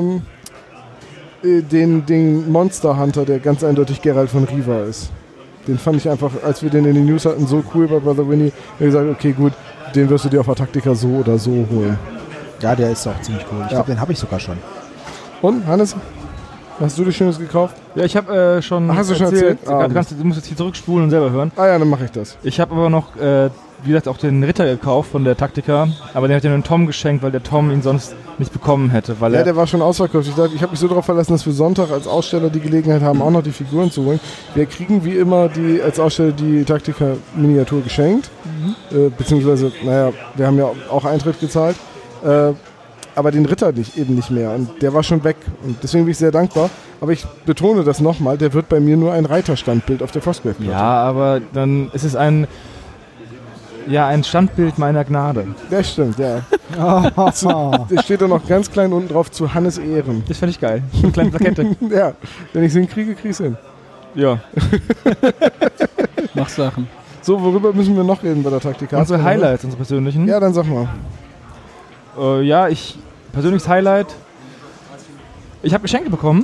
[SPEAKER 1] den Monster Hunter, der ganz eindeutig Geralt von Riva ist. Den fand ich einfach, als wir den in den News hatten, so cool bei Brother Winnie. Ich habe gesagt, okay, gut, den wirst du dir auf der Taktika so oder so holen.
[SPEAKER 2] Ja, der ist auch ziemlich cool. Ich glaube, den habe ich sogar schon.
[SPEAKER 1] Und, Hannes, hast du dir Schönes gekauft?
[SPEAKER 3] Ja, ich habe schon
[SPEAKER 1] Hast du schon erzählt?
[SPEAKER 3] Du musst jetzt hier zurückspulen und selber hören.
[SPEAKER 1] Ah ja, dann mache ich das.
[SPEAKER 3] Ich habe aber noch, wie gesagt, auch den Ritter gekauft von der Taktika, aber den hat ja nur Tom geschenkt, weil der Tom ihn sonst nicht bekommen hätte. Weil
[SPEAKER 1] Ja, der war schon ausverkauft. Ich habe mich so darauf verlassen, dass wir Sonntag als Aussteller die Gelegenheit haben, auch noch die Figuren zu holen. Wir kriegen wie immer als Aussteller die Taktika-Miniatur geschenkt. Beziehungsweise, naja, wir haben ja auch Eintritt gezahlt. Aber den Ritter eben nicht mehr. Und der war schon weg. Und deswegen bin ich sehr dankbar. Aber ich betone das nochmal, der wird bei mir nur ein Reiterstandbild auf der Frostgrave-Platte.
[SPEAKER 3] Ja, aber dann ist es ein Standbild meiner Gnade.
[SPEAKER 1] Das stimmt, ja. Der steht da noch ganz klein unten drauf zu Hannes Ehren.
[SPEAKER 3] Das fände ich geil. Eine kleine Plakette.
[SPEAKER 1] Ja, wenn ich es hinkriege, kriege ich es hin.
[SPEAKER 3] Ja.
[SPEAKER 4] Mach Sachen.
[SPEAKER 1] So, worüber müssen wir noch reden bei der Taktika?
[SPEAKER 3] Unsere Highlights, unsere persönlichen.
[SPEAKER 1] Ja, dann sag mal.
[SPEAKER 3] Persönliches Highlight. Ich habe Geschenke bekommen.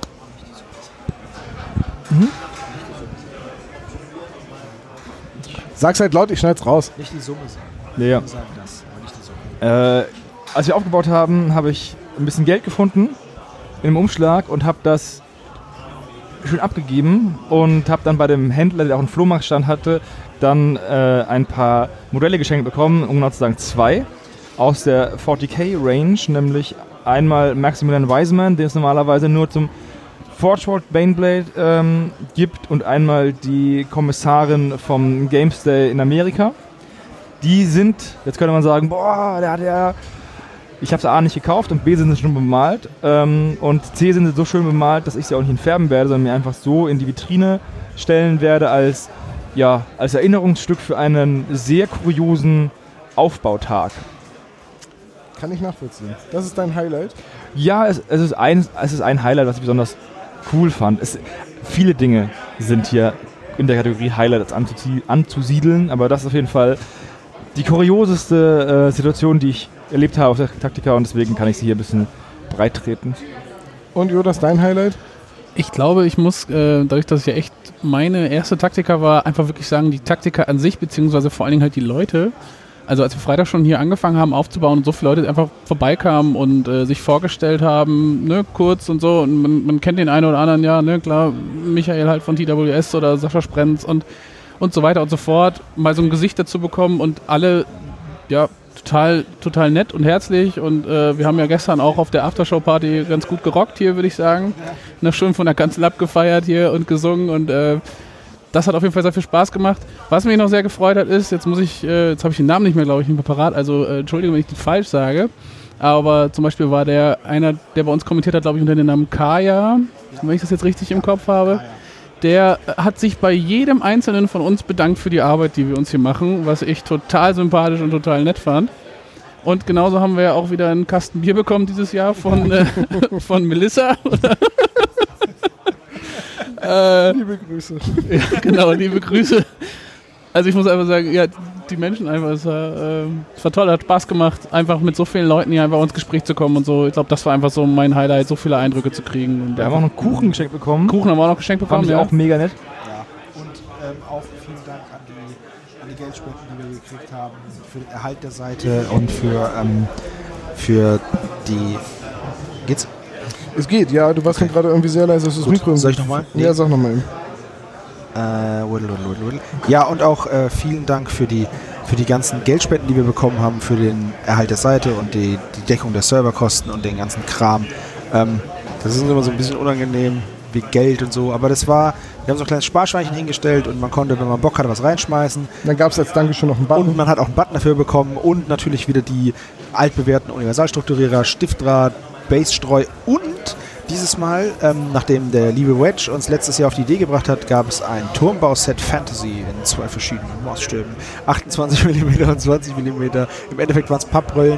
[SPEAKER 1] Sag's halt laut, ich schneid's raus.
[SPEAKER 2] Nicht die Summe sagen.
[SPEAKER 3] Ja.
[SPEAKER 2] Die sagen das, aber nicht die Summe.
[SPEAKER 3] Als wir aufgebaut haben, habe ich ein bisschen Geld gefunden in einem Umschlag und habe das schön abgegeben und habe dann bei dem Händler, der auch einen Flohmarktstand hatte, dann ein paar Modelle geschenkt bekommen, um genau zu sagen 2 aus der 40k-Range, nämlich einmal Maximilian Wiseman, den es normalerweise nur zum Forgeword Baneblade gibt, und einmal die Kommissarin vom Games Day in Amerika. Die sind, jetzt könnte man sagen, boah, ich habe sie A nicht gekauft und B sind sie schon bemalt und C sind sie so schön bemalt, dass ich sie auch nicht entfärben werde, sondern mir einfach so in die Vitrine stellen werde als Erinnerungsstück für einen sehr kuriosen Aufbautag.
[SPEAKER 1] Kann ich nachvollziehen. Das ist dein Highlight?
[SPEAKER 3] Ja, es ist ein Highlight, was ich besonders cool fand. Viele Dinge sind hier in der Kategorie Highlights anzusiedeln, aber das ist auf jeden Fall die kurioseste Situation, die ich erlebt habe auf der Taktika, und deswegen kann ich sie hier ein bisschen breit treten.
[SPEAKER 1] Und Jonas, dein Highlight?
[SPEAKER 4] Ich glaube, ich muss, dadurch, dass es ja echt meine erste Taktika war, einfach wirklich sagen, die Taktika an sich, beziehungsweise vor allen Dingen halt die Leute. Also als wir Freitag schon hier angefangen haben aufzubauen und so viele Leute einfach vorbeikamen und sich vorgestellt haben, ne, kurz und so, und man kennt den einen oder anderen, ja, ne, klar, Michael halt von TWS oder Sascha Sprenz und so weiter und so fort, mal so ein Gesicht dazu bekommen und alle, ja, total nett und herzlich, und wir haben ja gestern auch auf der Aftershow-Party ganz gut gerockt hier, würde ich sagen. Noch schön von der Kanzel abgefeiert hier und gesungen, und das hat auf jeden Fall sehr viel Spaß gemacht. Was mich noch sehr gefreut hat, ist, jetzt habe ich den Namen nicht mehr, glaube ich, nicht mehr parat, also entschuldige, wenn ich das falsch sage, Aber zum Beispiel war einer, der bei uns kommentiert hat, glaube ich, unter dem Namen Kaya, wenn ich das jetzt richtig im Kopf habe, der hat sich bei jedem Einzelnen von uns bedankt für die Arbeit, die wir uns hier machen, was ich total sympathisch und total nett fand. Und genauso haben wir ja auch wieder einen Kasten Bier bekommen dieses Jahr von Melissa.
[SPEAKER 1] Liebe Grüße.
[SPEAKER 4] Ja, genau, liebe Grüße. Also ich muss einfach sagen, ja, die Menschen einfach, es war toll, hat Spaß gemacht, einfach mit so vielen Leuten hier einfach ins Gespräch zu kommen und so. Ich glaube, das war einfach so mein Highlight, so viele Eindrücke zu kriegen. Und
[SPEAKER 3] wir haben auch noch Kuchen geschenkt bekommen.
[SPEAKER 4] Kuchen haben wir auch noch geschenkt bekommen.
[SPEAKER 3] Fand ich auch mega nett.
[SPEAKER 2] Ja, und auch vielen Dank an die Geldspenden, die wir gekriegt haben, für den Erhalt der Seite und für die... Geht's?
[SPEAKER 1] Es geht, ja, du warst mir gerade irgendwie sehr leise, das Mikro.
[SPEAKER 2] Soll ich nochmal? Nee.
[SPEAKER 1] Ja, sag nochmal eben.
[SPEAKER 2] Ja, und auch vielen Dank für die ganzen Geldspenden, die wir bekommen haben, für den Erhalt der Seite und die Deckung der Serverkosten und den ganzen Kram. Das ist immer so ein bisschen unangenehm, wie Geld und so, aber wir haben so ein kleines Sparschweinchen hingestellt und man konnte, wenn man Bock hatte, was reinschmeißen.
[SPEAKER 1] Dann gab es als Dankeschön noch einen Button.
[SPEAKER 2] Und man hat auch einen Button dafür bekommen und natürlich wieder die altbewährten Universalstrukturierer, Stiftdraht, Base-Streu und dieses Mal, nachdem der liebe Wedge uns letztes Jahr auf die Idee gebracht hat, gab es ein Turmbauset Fantasy in 2 verschiedenen Maßstäben. 28 mm und 20 mm. Im Endeffekt waren es Papprollen,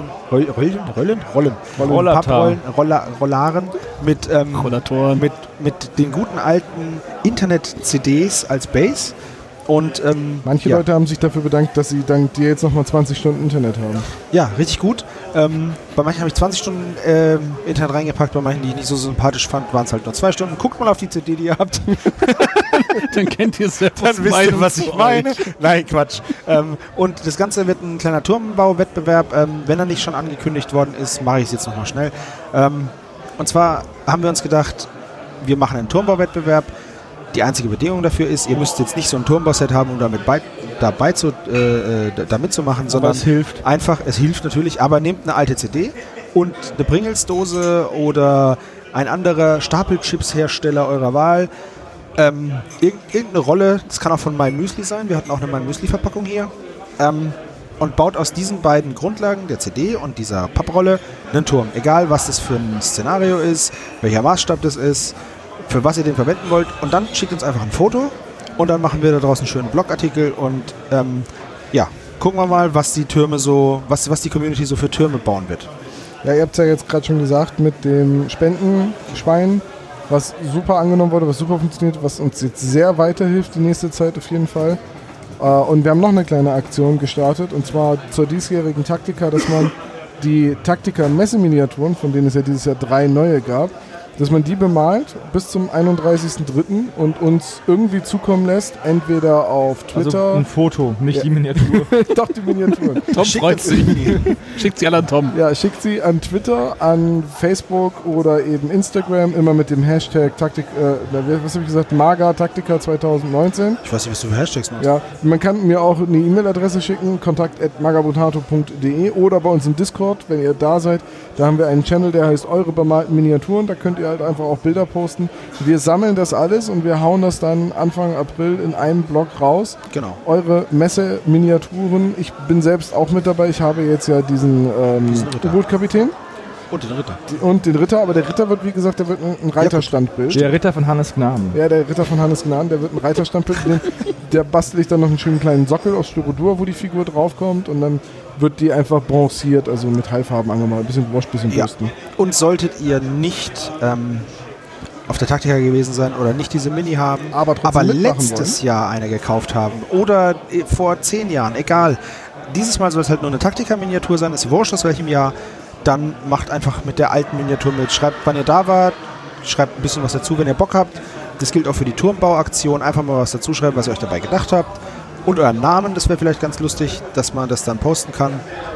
[SPEAKER 2] Rollaren mit
[SPEAKER 4] Rollatoren.
[SPEAKER 2] mit den guten alten Internet-CDs als Base. Und
[SPEAKER 1] manche Leute haben sich dafür bedankt, dass sie dank dir jetzt nochmal 20 Stunden Internet haben.
[SPEAKER 2] Ja, richtig gut. Bei manchen habe ich 20 Stunden Internet reingepackt, bei manchen, die ich nicht so sympathisch fand, waren es halt nur 2 Stunden. Guckt mal auf die CD, die ihr habt.
[SPEAKER 4] Dann kennt ihr es selbst.
[SPEAKER 2] Dann wisst ihr, was ich meine. Nein, Quatsch. Und das Ganze wird ein kleiner Turmbauwettbewerb. Wenn er nicht schon angekündigt worden ist, mache ich es jetzt nochmal schnell. Und zwar haben wir uns gedacht, wir machen einen Turmbauwettbewerb. Die einzige Bedingung dafür ist, ihr müsst jetzt nicht so ein Turmbauset haben, um da mitzumachen, sondern
[SPEAKER 3] es hilft.
[SPEAKER 2] Einfach, es hilft natürlich, aber nehmt eine alte CD und eine Pringles-Dose oder ein anderer Stapelchips-Hersteller eurer Wahl. Irgendeine Rolle, das kann auch von My Müsli sein, wir hatten auch eine My Müsli-Verpackung hier. Und baut aus diesen beiden Grundlagen, der CD und dieser Papprolle, einen Turm. Egal, was das für ein Szenario ist, welcher Maßstab das ist, für was ihr den verwenden wollt. Und dann schickt uns einfach ein Foto und dann machen wir da draußen einen schönen Blogartikel und gucken wir mal, was die Türme so, was die Community so für Türme bauen wird.
[SPEAKER 1] Ja, ihr habt es ja jetzt gerade schon gesagt mit dem Spendenschwein, was super angenommen wurde, was super funktioniert, was uns jetzt sehr weiterhilft die nächste Zeit auf jeden Fall. Und wir haben noch eine kleine Aktion gestartet und zwar zur diesjährigen Taktika, dass man die Taktika-Messeminiaturen, von denen es ja dieses Jahr 3 neue gab, dass man die bemalt bis zum 31.03. und uns irgendwie zukommen lässt, entweder auf Twitter...
[SPEAKER 3] Also ein Foto, nicht die Miniatur.
[SPEAKER 1] Doch, die Miniaturen.
[SPEAKER 4] Tom freut sich. Schickt sie alle an Tom.
[SPEAKER 1] Ja, schickt sie an Twitter, an Facebook oder eben Instagram, immer mit dem Hashtag Taktik, was habe ich gesagt, Maga Taktika 2019.
[SPEAKER 2] Ich weiß nicht, was du für Hashtags machst.
[SPEAKER 1] Ja, man kann mir auch eine E-Mail-Adresse schicken, kontakt@magabotato.de oder bei uns im Discord, wenn ihr da seid. Da haben wir einen Channel, der heißt Eure bemalten Miniaturen. Da könnt ihr halt einfach auch Bilder posten. Wir sammeln das alles und wir hauen das dann Anfang April in einem Blog raus.
[SPEAKER 2] Genau.
[SPEAKER 1] Eure Messe-Miniaturen. Ich bin selbst auch mit dabei. Ich habe jetzt ja diesen U-Boot-Kapitän.
[SPEAKER 2] Und den Ritter.
[SPEAKER 1] Und den Ritter, aber der Ritter wird, wie gesagt, der wird ein Reiterstandbild.
[SPEAKER 3] Der Ritter von Hannes Gnaden.
[SPEAKER 1] Ja, der Ritter von Hannes Gnaden, der wird ein Reiterstandbild. Der bastel ich dann noch einen schönen kleinen Sockel aus Styrodur, wo die Figur draufkommt und dann wird die einfach bronziert, also mit Heilfarben angemalt. Ein bisschen Wasch, ein bisschen Bürsten.
[SPEAKER 2] Und solltet ihr nicht auf der Taktika gewesen sein oder nicht diese Mini haben, aber letztes Jahr eine gekauft haben oder vor 10 Jahren, egal. Dieses Mal soll es halt nur eine Taktika-Miniatur sein, ist wurscht aus welchem Jahr. Dann macht einfach mit der alten Miniatur mit. Schreibt, wann ihr da wart, schreibt ein bisschen was dazu, wenn ihr Bock habt. Das gilt auch für die Turmbauaktion. Einfach mal was dazu schreiben, was ihr euch dabei gedacht habt. Und euren Namen, das wäre vielleicht ganz lustig, dass man das dann posten kann.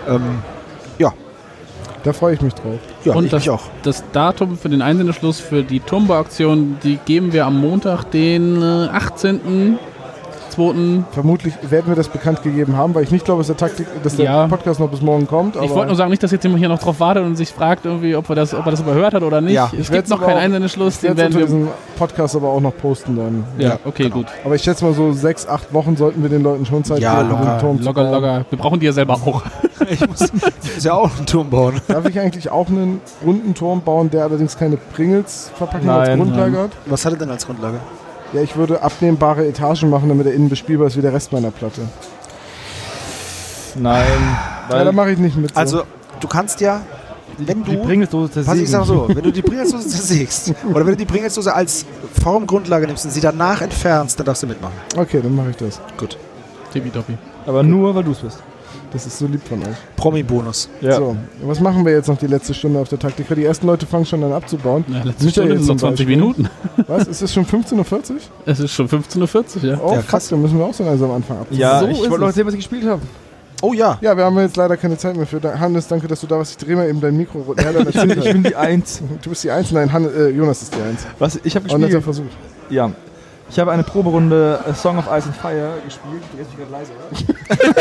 [SPEAKER 1] Da freue ich mich drauf.
[SPEAKER 2] Ja,
[SPEAKER 4] und
[SPEAKER 2] ich mich auch.
[SPEAKER 4] Das Datum für den Einsendeschluss für die Turmbauaktion, die geben wir am Montag, den 18.12. 2.
[SPEAKER 1] Vermutlich werden wir das bekannt gegeben haben, weil ich nicht glaube, dass der
[SPEAKER 4] Ja.
[SPEAKER 1] Podcast noch bis morgen kommt.
[SPEAKER 4] Ich wollte nur sagen, nicht, dass jetzt jemand hier noch drauf wartet und sich fragt, irgendwie, ob er das überhört hat oder nicht.
[SPEAKER 2] Ja.
[SPEAKER 4] Es gibt noch keinen Einsendeschluss,
[SPEAKER 1] Ich
[SPEAKER 4] den
[SPEAKER 1] werde
[SPEAKER 4] werden wir.
[SPEAKER 1] diesen Podcast aber auch noch posten dann.
[SPEAKER 4] Ja, okay, gut.
[SPEAKER 1] Aber ich schätze mal so 6-8 Wochen sollten wir den Leuten schon Zeit
[SPEAKER 2] Ja,
[SPEAKER 1] geben,
[SPEAKER 2] locker.
[SPEAKER 1] den Turm zu
[SPEAKER 4] Locker,
[SPEAKER 1] bauen.
[SPEAKER 4] locker. Wir brauchen die ja selber auch.
[SPEAKER 2] Ich muss ja auch einen Turm bauen.
[SPEAKER 1] Darf ich eigentlich auch einen runden Turm bauen, der allerdings keine Pringles-Verpackung als
[SPEAKER 3] Nein,
[SPEAKER 1] Grundlage hat?
[SPEAKER 2] Was hat er denn als Grundlage?
[SPEAKER 1] Ja, ich würde abnehmbare Etagen machen, damit er innen bespielbar ist wie der Rest meiner Platte.
[SPEAKER 3] Nein,
[SPEAKER 1] Ja, da mache ich nicht mit. So.
[SPEAKER 2] Also, du kannst ja, wenn
[SPEAKER 3] die
[SPEAKER 2] du...
[SPEAKER 3] Pringles-Dose
[SPEAKER 2] Pass,
[SPEAKER 3] zersägen.
[SPEAKER 2] ich sag so, wenn du die Pringelsdose zersägst oder wenn du die Pringelsdose als Formgrundlage nimmst und sie danach entfernst, dann darfst du mitmachen.
[SPEAKER 1] Okay, dann mache ich das.
[SPEAKER 2] Gut.
[SPEAKER 4] Tippitoppi.
[SPEAKER 3] Aber nur, weil du es bist.
[SPEAKER 1] Das ist so lieb von euch.
[SPEAKER 2] Promi-Bonus.
[SPEAKER 3] Ja.
[SPEAKER 1] So, was machen wir jetzt noch die letzte Stunde auf der Taktika? Die ersten Leute fangen schon dann abzubauen.
[SPEAKER 4] Ja, letzte
[SPEAKER 1] Michael
[SPEAKER 4] Stunde sind
[SPEAKER 1] zum
[SPEAKER 4] noch 20
[SPEAKER 1] Beispiel.
[SPEAKER 4] Minuten.
[SPEAKER 1] Was? Ist es schon 15.40 Uhr?
[SPEAKER 4] Es ist schon 15.40 Uhr, ja.
[SPEAKER 1] Oh,
[SPEAKER 2] Ja,
[SPEAKER 1] krass,
[SPEAKER 2] krass.
[SPEAKER 1] dann müssen wir auch so langsam anfangen abzubauen.
[SPEAKER 3] Ja,
[SPEAKER 4] So
[SPEAKER 3] ich
[SPEAKER 4] ist
[SPEAKER 3] wollte noch
[SPEAKER 4] es.
[SPEAKER 3] sehen, was ich gespielt habe.
[SPEAKER 2] Oh ja.
[SPEAKER 1] Ja, wir haben jetzt leider keine Zeit mehr für. Hannes, danke, dass du da warst. Ich drehe mal eben dein Mikro runter. Ja, dann erzähl
[SPEAKER 3] Ich bin die Eins.
[SPEAKER 1] Du bist die Eins, nein, Jonas ist die Eins.
[SPEAKER 3] Was, ich habe
[SPEAKER 1] Und jetzt
[SPEAKER 3] gespielt.
[SPEAKER 1] er versucht.
[SPEAKER 3] Ja. Ich habe eine Proberunde Song of Ice and Fire gespielt. Die ist gerade leise.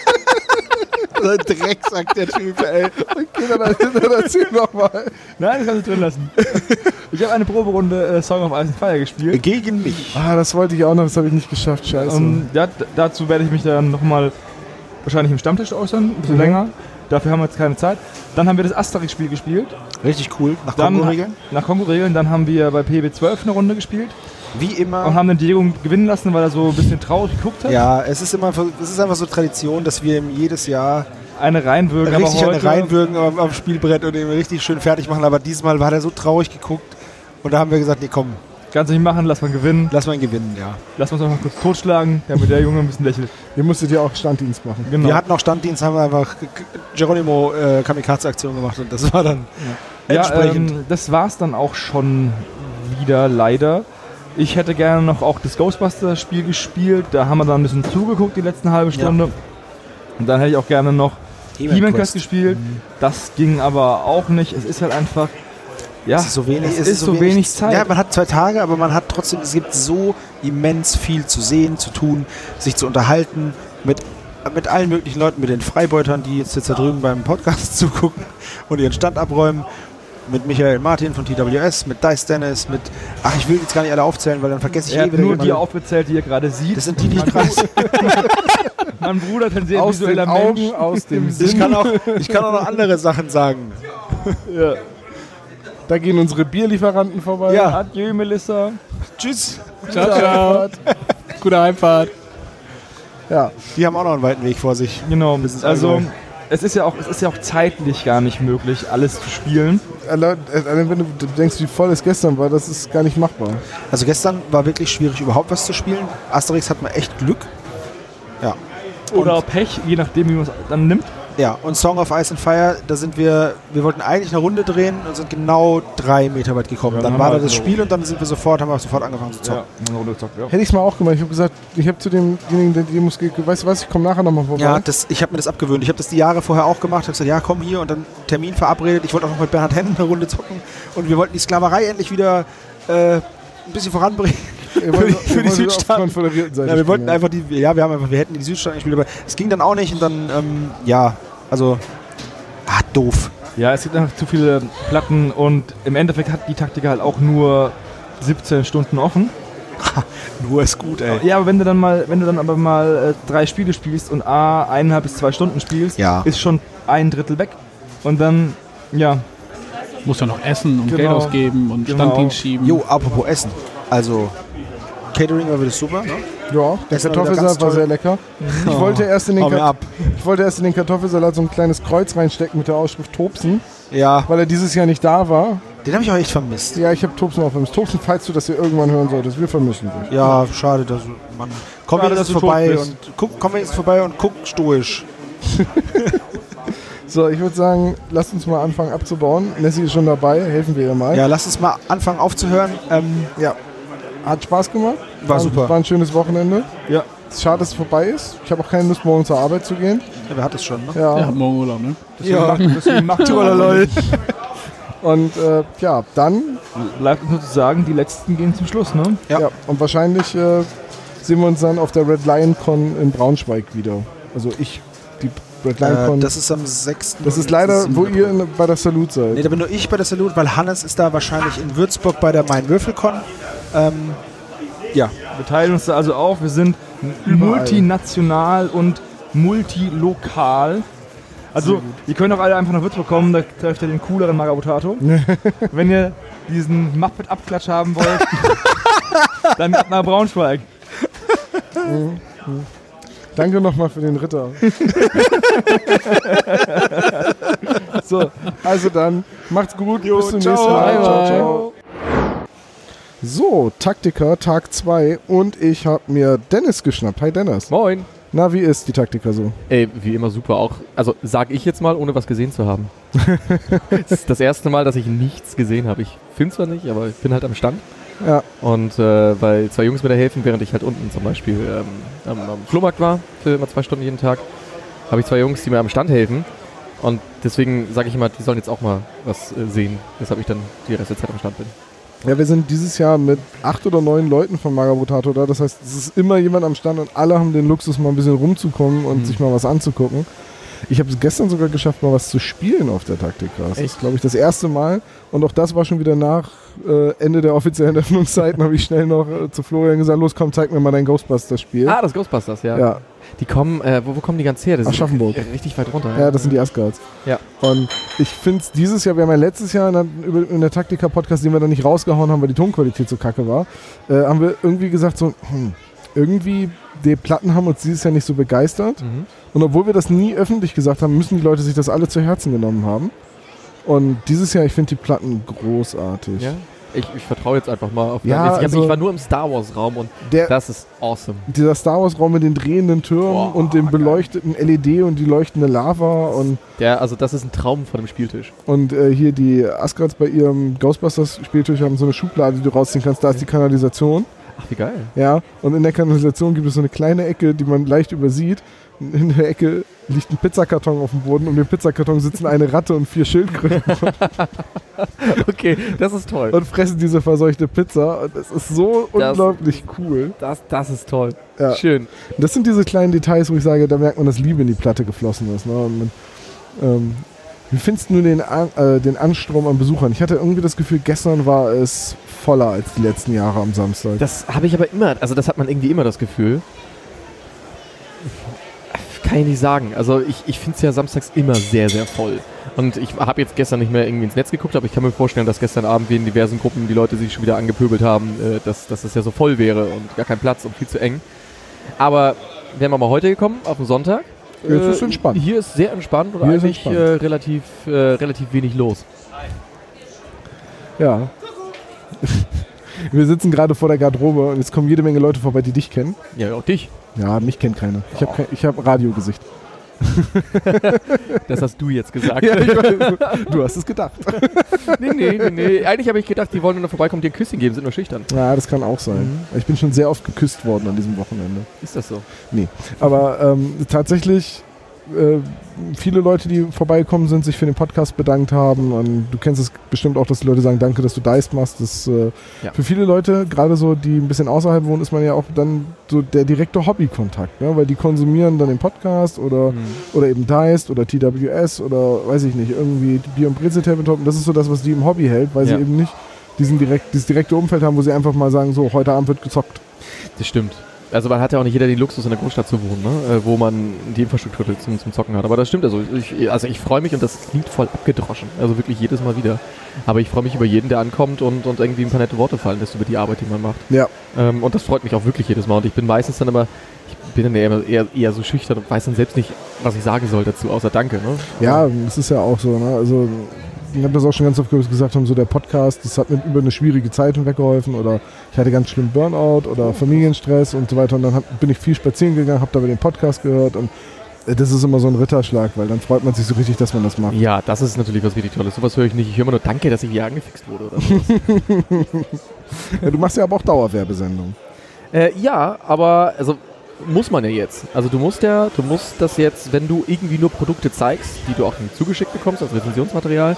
[SPEAKER 2] Dreck, sagt der Typ, ey.
[SPEAKER 1] Okay, dann erzähl nochmal.
[SPEAKER 3] Nein, das kannst du drin lassen. Ich habe eine Proberunde Song of Ice and Fire gespielt.
[SPEAKER 2] Gegen mich.
[SPEAKER 1] Ah, das wollte ich auch noch, das habe ich nicht geschafft, scheiße.
[SPEAKER 3] Ja, dazu werde ich mich dann nochmal wahrscheinlich im Stammtisch äußern, ein bisschen länger. Dafür haben wir jetzt keine Zeit. Dann haben wir das Asterix-Spiel gespielt.
[SPEAKER 2] Richtig cool. Nach
[SPEAKER 3] Dann
[SPEAKER 2] Kongo-Regeln.
[SPEAKER 3] Nach Kongo-Regeln. Dann haben wir bei PB12 eine Runde gespielt.
[SPEAKER 2] Wie
[SPEAKER 3] Und
[SPEAKER 2] immer.
[SPEAKER 3] haben den Diego gewinnen lassen, weil er so ein bisschen traurig geguckt hat.
[SPEAKER 2] Ja, es ist einfach so Tradition, dass wir ihm jedes Jahr
[SPEAKER 3] Eine reinwürgen, aber
[SPEAKER 2] richtig
[SPEAKER 3] heute...
[SPEAKER 2] eine reinwürgen am Spielbrett und ihn richtig schön fertig machen. Aber diesmal hat er so traurig geguckt. Und da haben wir gesagt, nee, komm,
[SPEAKER 3] Kannst du nicht machen, lass mal gewinnen.
[SPEAKER 2] lass mal ihn gewinnen, ja.
[SPEAKER 3] Lass uns auch mal kurz totschlagen, damit der Junge ein bisschen lächelt.
[SPEAKER 1] Ihr musstet ja auch Standdienst machen.
[SPEAKER 3] Genau.
[SPEAKER 2] Wir hatten auch Standdienst, haben wir einfach Geronimo Kamikaze-Aktion gemacht und das war dann entsprechend.
[SPEAKER 3] Das war's dann auch schon wieder, leider. Ich hätte gerne noch auch das Ghostbusters-Spiel gespielt. Da haben wir dann ein bisschen zugeguckt, die letzten halbe Stunde. Und dann hätte ich auch gerne noch He-Man Quest gespielt. Das ging aber auch nicht. Es ist halt einfach... Ja,
[SPEAKER 2] Es ist so wenig,
[SPEAKER 3] es ist so wenig Zeit.
[SPEAKER 2] Ja, man hat 2 Tage, aber man hat trotzdem, es gibt so immens viel zu sehen, zu tun, sich zu unterhalten mit allen möglichen Leuten, mit den Freibeutern, die jetzt da drüben beim Podcast zugucken und ihren Stand abräumen, mit Michael Martin von TWS, mit Dice Dennis, mit, ach, ich will jetzt gar nicht alle aufzählen, weil dann vergesse ich
[SPEAKER 3] Er hat
[SPEAKER 2] wieder
[SPEAKER 3] nur die
[SPEAKER 2] jemanden.
[SPEAKER 3] aufgezählt, die ihr gerade sieht.
[SPEAKER 2] Das sind die, die ich gerade
[SPEAKER 3] Mein Bruder ist ein sehr
[SPEAKER 1] Aus den
[SPEAKER 3] visueller Mensch.
[SPEAKER 1] Augen, aus dem
[SPEAKER 2] ich
[SPEAKER 1] Sinn.
[SPEAKER 2] kann auch noch andere Sachen sagen.
[SPEAKER 3] Ja.
[SPEAKER 1] Da gehen unsere Bierlieferanten vorbei.
[SPEAKER 2] Ja.
[SPEAKER 3] Adieu, Melissa.
[SPEAKER 2] Tschüss.
[SPEAKER 4] Ciao, ciao. Gute Heimfahrt.
[SPEAKER 1] Ja.
[SPEAKER 2] Die haben auch noch einen weiten Weg vor sich.
[SPEAKER 3] Genau.
[SPEAKER 2] ist
[SPEAKER 3] Also
[SPEAKER 2] allgemein.
[SPEAKER 3] es ist ja auch zeitlich gar nicht möglich, alles zu spielen.
[SPEAKER 1] Wenn du denkst, wie voll es gestern war, das ist gar nicht machbar.
[SPEAKER 2] Also gestern war wirklich schwierig, überhaupt was zu spielen. Asterix hat mal echt Glück. Ja.
[SPEAKER 3] Oder Pech, je nachdem, wie man es dann nimmt.
[SPEAKER 2] Ja, und Song of Ice and Fire, da sind wir wollten eigentlich eine Runde drehen und sind genau 3 Meter weit gekommen.
[SPEAKER 3] Ja,
[SPEAKER 2] dann
[SPEAKER 3] dann
[SPEAKER 2] war
[SPEAKER 3] haben
[SPEAKER 2] da
[SPEAKER 3] wir
[SPEAKER 2] das
[SPEAKER 3] so-
[SPEAKER 2] Spiel und dann haben wir sofort angefangen zu zocken.
[SPEAKER 3] eine Runde gezockt, ja.
[SPEAKER 1] Hätte ich es mal auch gemacht. Ich habe gesagt, ich habe zu demjenigen, der die Demos weißt du was, ich komme nachher nochmal vorbei.
[SPEAKER 2] Ja, ich habe mir das abgewöhnt. Ich habe das die Jahre vorher auch gemacht. Ich habe gesagt, ja, komm hier und dann Termin verabredet. Ich wollte auch noch mit Bernhard Hennen eine Runde zocken und wir wollten die Sklaverei endlich wieder ein bisschen voranbringen.
[SPEAKER 1] Ihr wollt-
[SPEAKER 2] für
[SPEAKER 1] ihr
[SPEAKER 2] die
[SPEAKER 1] wolltet auf der
[SPEAKER 2] Südstaaten.
[SPEAKER 1] konföderierten Seite
[SPEAKER 2] Ja, wir wollten
[SPEAKER 1] spielen,
[SPEAKER 2] einfach wir hätten die Südstaaten gespielt, aber es ging dann auch nicht und dann, doof.
[SPEAKER 3] Ja, es gibt einfach zu viele Platten und im Endeffekt hat die Taktik halt auch nur 17 Stunden offen.
[SPEAKER 2] Nur ist gut, ey.
[SPEAKER 3] Ja, aber wenn du dann aber mal 3 Spiele spielst und 1,5 bis 2 Stunden spielst,
[SPEAKER 2] Ja.
[SPEAKER 3] ist schon 1/3 weg. Und dann, ja,
[SPEAKER 4] Muss ja noch essen und
[SPEAKER 3] Genau.
[SPEAKER 4] Geld ausgeben und
[SPEAKER 3] Genau.
[SPEAKER 4] Standdienst schieben.
[SPEAKER 2] Jo, apropos Essen. Also, Catering war wieder super, ne?
[SPEAKER 1] Ja, der
[SPEAKER 2] Das war wieder
[SPEAKER 1] Kartoffelsalat
[SPEAKER 2] ganz
[SPEAKER 1] war
[SPEAKER 2] toll.
[SPEAKER 1] sehr lecker. Ich wollte erst in den
[SPEAKER 2] Hau mir ab.
[SPEAKER 1] Kartoffelsalat so ein kleines Kreuz reinstecken mit der Ausschrift Tobsen,
[SPEAKER 2] Ja,
[SPEAKER 1] weil er dieses Jahr nicht da war.
[SPEAKER 2] den habe ich auch echt vermisst.
[SPEAKER 1] Ja, ich habe Tobsen auch vermisst. Tobsen, falls du das hier irgendwann hören solltest, wir vermissen dich.
[SPEAKER 2] Ja, schade, dass man. Komm
[SPEAKER 3] Schade,
[SPEAKER 2] wenigstens
[SPEAKER 3] dass du
[SPEAKER 2] vorbei
[SPEAKER 3] tot bist.
[SPEAKER 2] komm wenigstens vorbei und guck stoisch.
[SPEAKER 1] So, ich würde sagen, lasst uns mal anfangen abzubauen. Nessie ist schon dabei, helfen wir ihr mal.
[SPEAKER 2] Ja, lass uns mal anfangen aufzuhören.
[SPEAKER 1] Ja. Hat Spaß gemacht.
[SPEAKER 2] War super.
[SPEAKER 1] War ein schönes Wochenende.
[SPEAKER 3] ja.
[SPEAKER 1] Es ist schade, dass es vorbei ist. Ich habe auch keine Lust, morgen zur Arbeit zu gehen.
[SPEAKER 2] Ja, wer hat es schon, ne?
[SPEAKER 1] Ja.
[SPEAKER 4] Ja, morgen Urlaub, ne?
[SPEAKER 3] Deswegen macht
[SPEAKER 1] Und dann
[SPEAKER 3] Bleibt uns nur zu sagen, die letzten gehen zum Schluss, ne?
[SPEAKER 2] Ja.
[SPEAKER 1] Ja, und wahrscheinlich sehen wir uns dann auf der Red Lion Con in Braunschweig wieder. Also die Red Lion Con.
[SPEAKER 2] Das ist am 6.
[SPEAKER 1] Das ist leider, wo ihr bei der Salute seid.
[SPEAKER 2] Nee, da bin nur ich bei der Salute, weil Hannes ist da wahrscheinlich in Würzburg bei der Main-Würfel-Con. Ja.
[SPEAKER 3] Wir teilen uns da also auf. Wir sind multinational und multilokal. Also, ihr könnt auch alle einfach nach Würzburg kommen, da trefft ihr den cooleren Magabotato. Wenn ihr diesen Muppet-Abklatsch haben wollt, dann nach Braunschweig.
[SPEAKER 1] Danke nochmal für den Ritter. So, also dann, macht's gut, bis zum nächsten Mal. Ciao, ciao. So, Taktika, Tag 2 und ich habe mir Dennis geschnappt. Hi Dennis.
[SPEAKER 6] Moin.
[SPEAKER 1] Na, wie ist die Taktika so?
[SPEAKER 6] Ey, wie immer super auch. Also sag ich jetzt mal, ohne was gesehen zu haben. Das ist das erste Mal, dass ich nichts gesehen habe. Ich filme zwar nicht, aber ich bin halt am Stand.
[SPEAKER 1] Ja.
[SPEAKER 6] Und weil zwei Jungs mir da helfen, während ich halt unten zum Beispiel am Flohmarkt war, für immer 2 Stunden jeden Tag, habe ich 2 Jungs, die mir am Stand helfen. Und deswegen sage ich immer, die sollen jetzt auch mal was sehen, weshalb ich dann die Rest der Zeit am Stand bin.
[SPEAKER 1] Ja, wir sind dieses Jahr mit 8 oder 9 Leuten von Magabotato da. Das heißt, es ist immer jemand am Stand und alle haben den Luxus, mal ein bisschen rumzukommen und sich mal was anzugucken. Ich habe es gestern sogar geschafft, mal was zu spielen auf der Taktika. Das ist, glaube ich, das erste Mal. Und auch das war schon wieder nach Ende der offiziellen Öffnungszeiten. Habe ich schnell noch zu Florian gesagt, los komm, zeig mir mal dein Ghostbusters-Spiel.
[SPEAKER 6] Ah, das Ghostbusters, ja.
[SPEAKER 1] Ja.
[SPEAKER 6] Die kommen, wo kommen die ganz her? Das
[SPEAKER 1] Aschaffenburg.
[SPEAKER 6] Ist richtig weit runter.
[SPEAKER 1] Ja, das sind die Asgards.
[SPEAKER 6] Ja.
[SPEAKER 1] Und ich finde es dieses Jahr, wir haben ja letztes Jahr in der Taktika-Podcast, den wir dann nicht rausgehauen haben, weil die Tonqualität so kacke war, haben wir irgendwie gesagt so, irgendwie, die Platten haben uns dieses Jahr nicht so begeistert.
[SPEAKER 6] Mhm.
[SPEAKER 1] Und obwohl wir das nie öffentlich gesagt haben, müssen die Leute sich das alle zu Herzen genommen haben. Und dieses Jahr, ich finde die Platten großartig.
[SPEAKER 6] Ja? Ich vertraue jetzt einfach mal auf
[SPEAKER 1] Ja,
[SPEAKER 6] ich
[SPEAKER 1] also
[SPEAKER 6] war nur im Star Wars Raum und das ist awesome.
[SPEAKER 1] Dieser Star Wars Raum mit den drehenden Türmen und dem beleuchteten LED und die leuchtende Lava und
[SPEAKER 6] also das ist ein Traum von dem Spieltisch.
[SPEAKER 1] Und hier die Asgards bei ihrem Ghostbusters-Spieltisch haben so eine Schublade, die du rausziehen kannst. Da ist die Kanalisation.
[SPEAKER 6] Ach, wie geil.
[SPEAKER 1] Ja, und in der Kanalisation gibt es so eine kleine Ecke, die man leicht übersieht. In der Ecke liegt ein Pizzakarton auf dem Boden. Um den Pizzakarton sitzen eine Ratte und 4 Schildkröten.
[SPEAKER 6] Okay, das ist toll.
[SPEAKER 1] Und fressen diese verseuchte Pizza. Und das ist so unglaublich cool.
[SPEAKER 6] Das ist toll.
[SPEAKER 1] Ja.
[SPEAKER 6] Schön.
[SPEAKER 1] Und das sind diese kleinen Details, wo ich sage, da merkt man, dass Liebe in die Platte geflossen ist. Ne? Und wie findest du den Anstrom an Besuchern? Ich hatte irgendwie das Gefühl, gestern war es voller als die letzten Jahre am Samstag.
[SPEAKER 6] Das habe ich aber immer, also das hat man irgendwie immer das Gefühl. Kann ich nicht sagen. Also ich finde es ja samstags immer sehr, sehr voll. Und ich habe jetzt gestern nicht mehr irgendwie ins Netz geguckt, aber ich kann mir vorstellen, dass gestern Abend wie in diversen Gruppen die Leute sich schon wieder angepöbelt haben, dass es ja so voll wäre und gar kein Platz und viel zu eng. Aber wären wir mal heute gekommen, auf den Sonntag.
[SPEAKER 1] Jetzt ist entspannt.
[SPEAKER 6] Hier ist sehr entspannt und
[SPEAKER 1] Hier ist
[SPEAKER 6] eigentlich
[SPEAKER 1] entspannt.
[SPEAKER 6] relativ wenig los.
[SPEAKER 1] Ja. Wir sitzen gerade vor der Garderobe und jetzt kommen jede Menge Leute vorbei, die dich kennen.
[SPEAKER 6] Ja, auch dich.
[SPEAKER 1] Ja, mich kennt keiner. Ich hab Radiogesicht.
[SPEAKER 6] Das hast du jetzt gesagt.
[SPEAKER 1] Ja, ich weiß. Du hast es gedacht.
[SPEAKER 6] Nee. Eigentlich habe ich gedacht, die wollen nur noch vorbeikommen, dir ein Küsschen geben, sind nur schüchtern.
[SPEAKER 1] Ja, das kann auch sein. Ich bin schon sehr oft geküsst worden an diesem Wochenende.
[SPEAKER 6] Ist das so?
[SPEAKER 1] Nee. Aber tatsächlich viele Leute, die vorbeigekommen sind, sich für den Podcast bedankt haben. Und du kennst es bestimmt auch, dass die Leute sagen, danke, dass du Dice machst. Das, Für viele Leute, gerade so, die ein bisschen außerhalb wohnen, ist man ja auch dann so der direkte Hobbykontakt. Ne? Weil die konsumieren dann den Podcast oder eben Dice oder TWS oder weiß ich nicht, irgendwie Bier- und Brezel-Tabletop. Und das ist so das, was die im Hobby hält, weil sie eben nicht dieses direkte Umfeld haben, wo sie einfach mal sagen, so, heute Abend wird gezockt.
[SPEAKER 6] Das stimmt. Also man hat ja auch nicht jeder den Luxus, in der Großstadt zu wohnen, ne? Wo man die Infrastruktur zum Zocken hat. Aber das stimmt, also ich freue mich und das klingt voll abgedroschen. Also wirklich jedes Mal wieder. Aber ich freue mich über jeden, der ankommt und irgendwie ein paar nette Worte fallen lässt über die Arbeit, die man macht.
[SPEAKER 1] Ja.
[SPEAKER 6] Und das freut mich auch wirklich jedes Mal. Und ich bin meistens dann immer, ich bin dann eher so schüchtern und weiß dann selbst nicht, was ich sagen soll dazu, außer Danke. Ne?
[SPEAKER 1] Ja, das ist ja auch so. Ne? Also ich habe das auch schon ganz oft gesagt, haben so der Podcast, das hat mir über eine schwierige Zeit hinweggeholfen oder ich hatte ganz schlimm Burnout oder Familienstress und so weiter und dann bin ich viel spazieren gegangen, habe dabei den Podcast gehört und das ist immer so ein Ritterschlag, weil dann freut man sich so richtig, dass man das macht.
[SPEAKER 6] Ja, das ist natürlich was richtig Tolles. Sowas höre ich nicht. Ich höre immer nur Danke, dass ich hier angefixt wurde oder sowas.
[SPEAKER 1] Ja, du machst ja aber auch Dauerwerbesendungen.
[SPEAKER 6] Ja, aber also muss man ja jetzt. Also du musst das jetzt, wenn du irgendwie nur Produkte zeigst, die du auch zugeschickt bekommst als Rezensionsmaterial,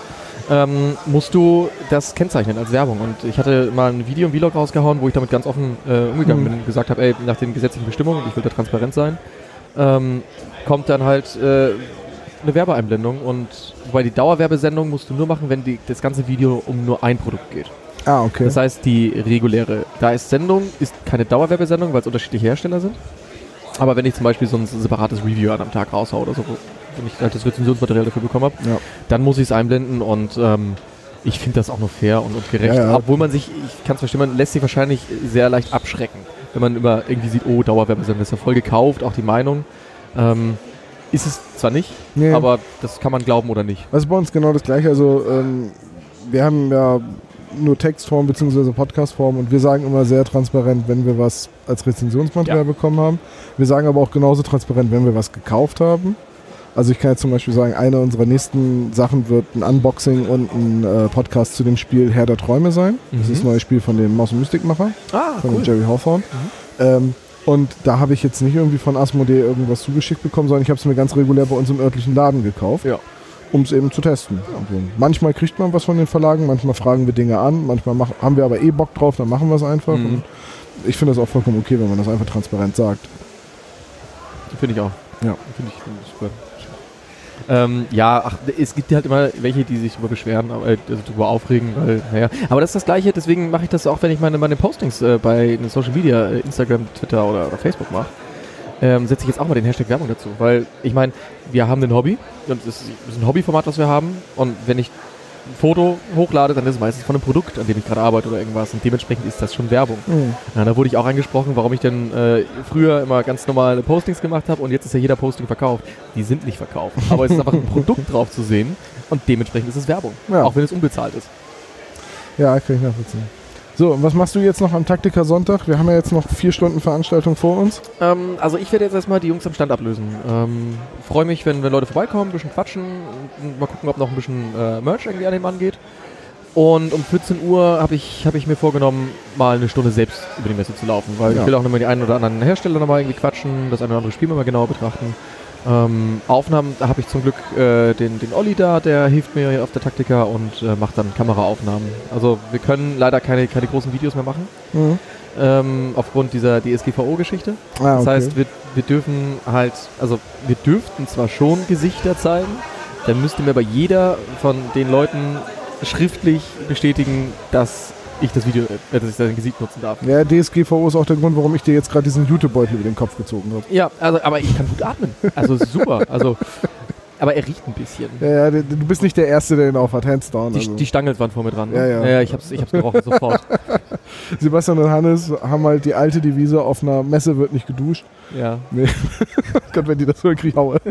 [SPEAKER 6] musst du das kennzeichnen als Werbung. Und ich hatte mal ein Video, ein Vlog rausgehauen, wo ich damit ganz offen umgegangen bin und gesagt habe, ey, nach den gesetzlichen Bestimmungen, ich will da transparent sein, kommt dann halt eine Werbeeinblendung. Und bei die Dauerwerbesendung musst du nur machen, wenn das ganze Video um nur ein Produkt geht.
[SPEAKER 2] Ah, okay.
[SPEAKER 6] Das heißt, die reguläre, da ist Sendung, ist keine Dauerwerbesendung, weil es unterschiedliche Hersteller sind. Aber wenn ich zum Beispiel so ein separates Review am Tag raushau oder so, wenn ich halt das Rezensionsmaterial dafür bekommen habe, dann muss ich es einblenden und ich finde das auch nur fair und gerecht. Ja. Obwohl man sich, ich kann es verstehen, man lässt sich wahrscheinlich sehr leicht abschrecken, wenn man immer irgendwie sieht, oh, Dauerwerbesendung ist ja voll gekauft, auch die Meinung. Ist es zwar nicht, aber das kann man glauben oder nicht.
[SPEAKER 1] Das ist bei uns genau das Gleiche. Also wir haben ja nur Textform bzw. Podcastform und wir sagen immer sehr transparent, wenn wir was als Rezensionsmaterial bekommen haben. Wir sagen aber auch genauso transparent, wenn wir was gekauft haben. Also ich kann jetzt zum Beispiel sagen, eine unserer nächsten Sachen wird ein Unboxing und ein Podcast zu dem Spiel Herr der Träume sein. Das ist das neue Spiel von dem Maus- und Mystik-Macher, von dem Jerry Hawthorne. Und da habe ich jetzt nicht irgendwie von Asmodee irgendwas zugeschickt bekommen, sondern ich habe es mir ganz regulär bei uns im örtlichen Laden gekauft. Ja. Um es eben zu testen. Ja. Manchmal kriegt man was von den Verlagen, manchmal fragen wir Dinge an, manchmal haben wir aber Bock drauf, dann machen wir es einfach. Und ich finde das auch vollkommen okay, wenn man das einfach transparent sagt.
[SPEAKER 6] Finde ich auch.
[SPEAKER 1] Ja.
[SPEAKER 6] Finde ich super. Es gibt halt immer welche, die sich darüber beschweren, also darüber aufregen, weil, aber das ist das Gleiche, deswegen mache ich das auch, wenn ich meine Postings bei den Social Media, Instagram, Twitter oder Facebook mache. Setze ich jetzt auch mal den Hashtag Werbung dazu, weil ich meine, wir haben ein Hobby und das ist ein Hobbyformat, was wir haben und wenn ich ein Foto hochlade, dann ist es meistens von einem Produkt, an dem ich gerade arbeite oder irgendwas und dementsprechend ist das schon Werbung. Ja, da wurde ich auch angesprochen, warum ich denn früher immer ganz normale Postings gemacht habe und jetzt ist ja jeder Posting verkauft. Die sind nicht verkauft, aber es ist einfach ein Produkt drauf zu sehen und dementsprechend ist es Werbung, auch wenn es unbezahlt ist.
[SPEAKER 1] Ja, kann ich nachvollziehen. So, und was machst du jetzt noch am Taktiker Sonntag? Wir haben ja jetzt noch 4 Stunden Veranstaltung vor uns.
[SPEAKER 6] Also ich werde jetzt erstmal die Jungs am Stand ablösen. Freue mich, wenn Leute vorbeikommen, ein bisschen quatschen, mal gucken, ob noch ein bisschen Merch irgendwie an den Mann geht. Und um 14 Uhr habe ich mir vorgenommen, mal eine Stunde selbst über die Messe zu laufen, weil ich will auch nochmal die einen oder anderen Hersteller nochmal irgendwie quatschen, das eine oder andere Spiel mal genauer betrachten. Aufnahmen, da habe ich zum Glück den Olli da, der hilft mir auf der Taktika und macht dann Kameraaufnahmen. Also wir können leider keine großen Videos mehr machen, aufgrund dieser DSGVO-Geschichte. Das heißt, wir dürfen halt, also wir dürften zwar schon Gesichter zeigen, dann müsste mir aber jeder von den Leuten schriftlich bestätigen, dass ich das Video, dass ich sein Gesicht nutzen darf.
[SPEAKER 1] Ja, DSGVO ist auch der Grund, warum ich dir jetzt gerade diesen Jutebeutel über den Kopf gezogen habe.
[SPEAKER 6] Ja, also, aber ich kann gut atmen. Also super. Also, aber er riecht ein bisschen.
[SPEAKER 1] Ja, du bist nicht der Erste, der ihn aufhat. Hands down.
[SPEAKER 6] Die Stangen waren vor mir dran. Ne?
[SPEAKER 1] Ja.
[SPEAKER 6] Ich hab's gerochen, sofort.
[SPEAKER 1] Sebastian und Hannes haben halt die alte Devise, auf einer Messe wird nicht geduscht.
[SPEAKER 6] Ja.
[SPEAKER 1] Nee. Gott, wenn die das hören, krieg ich Haue.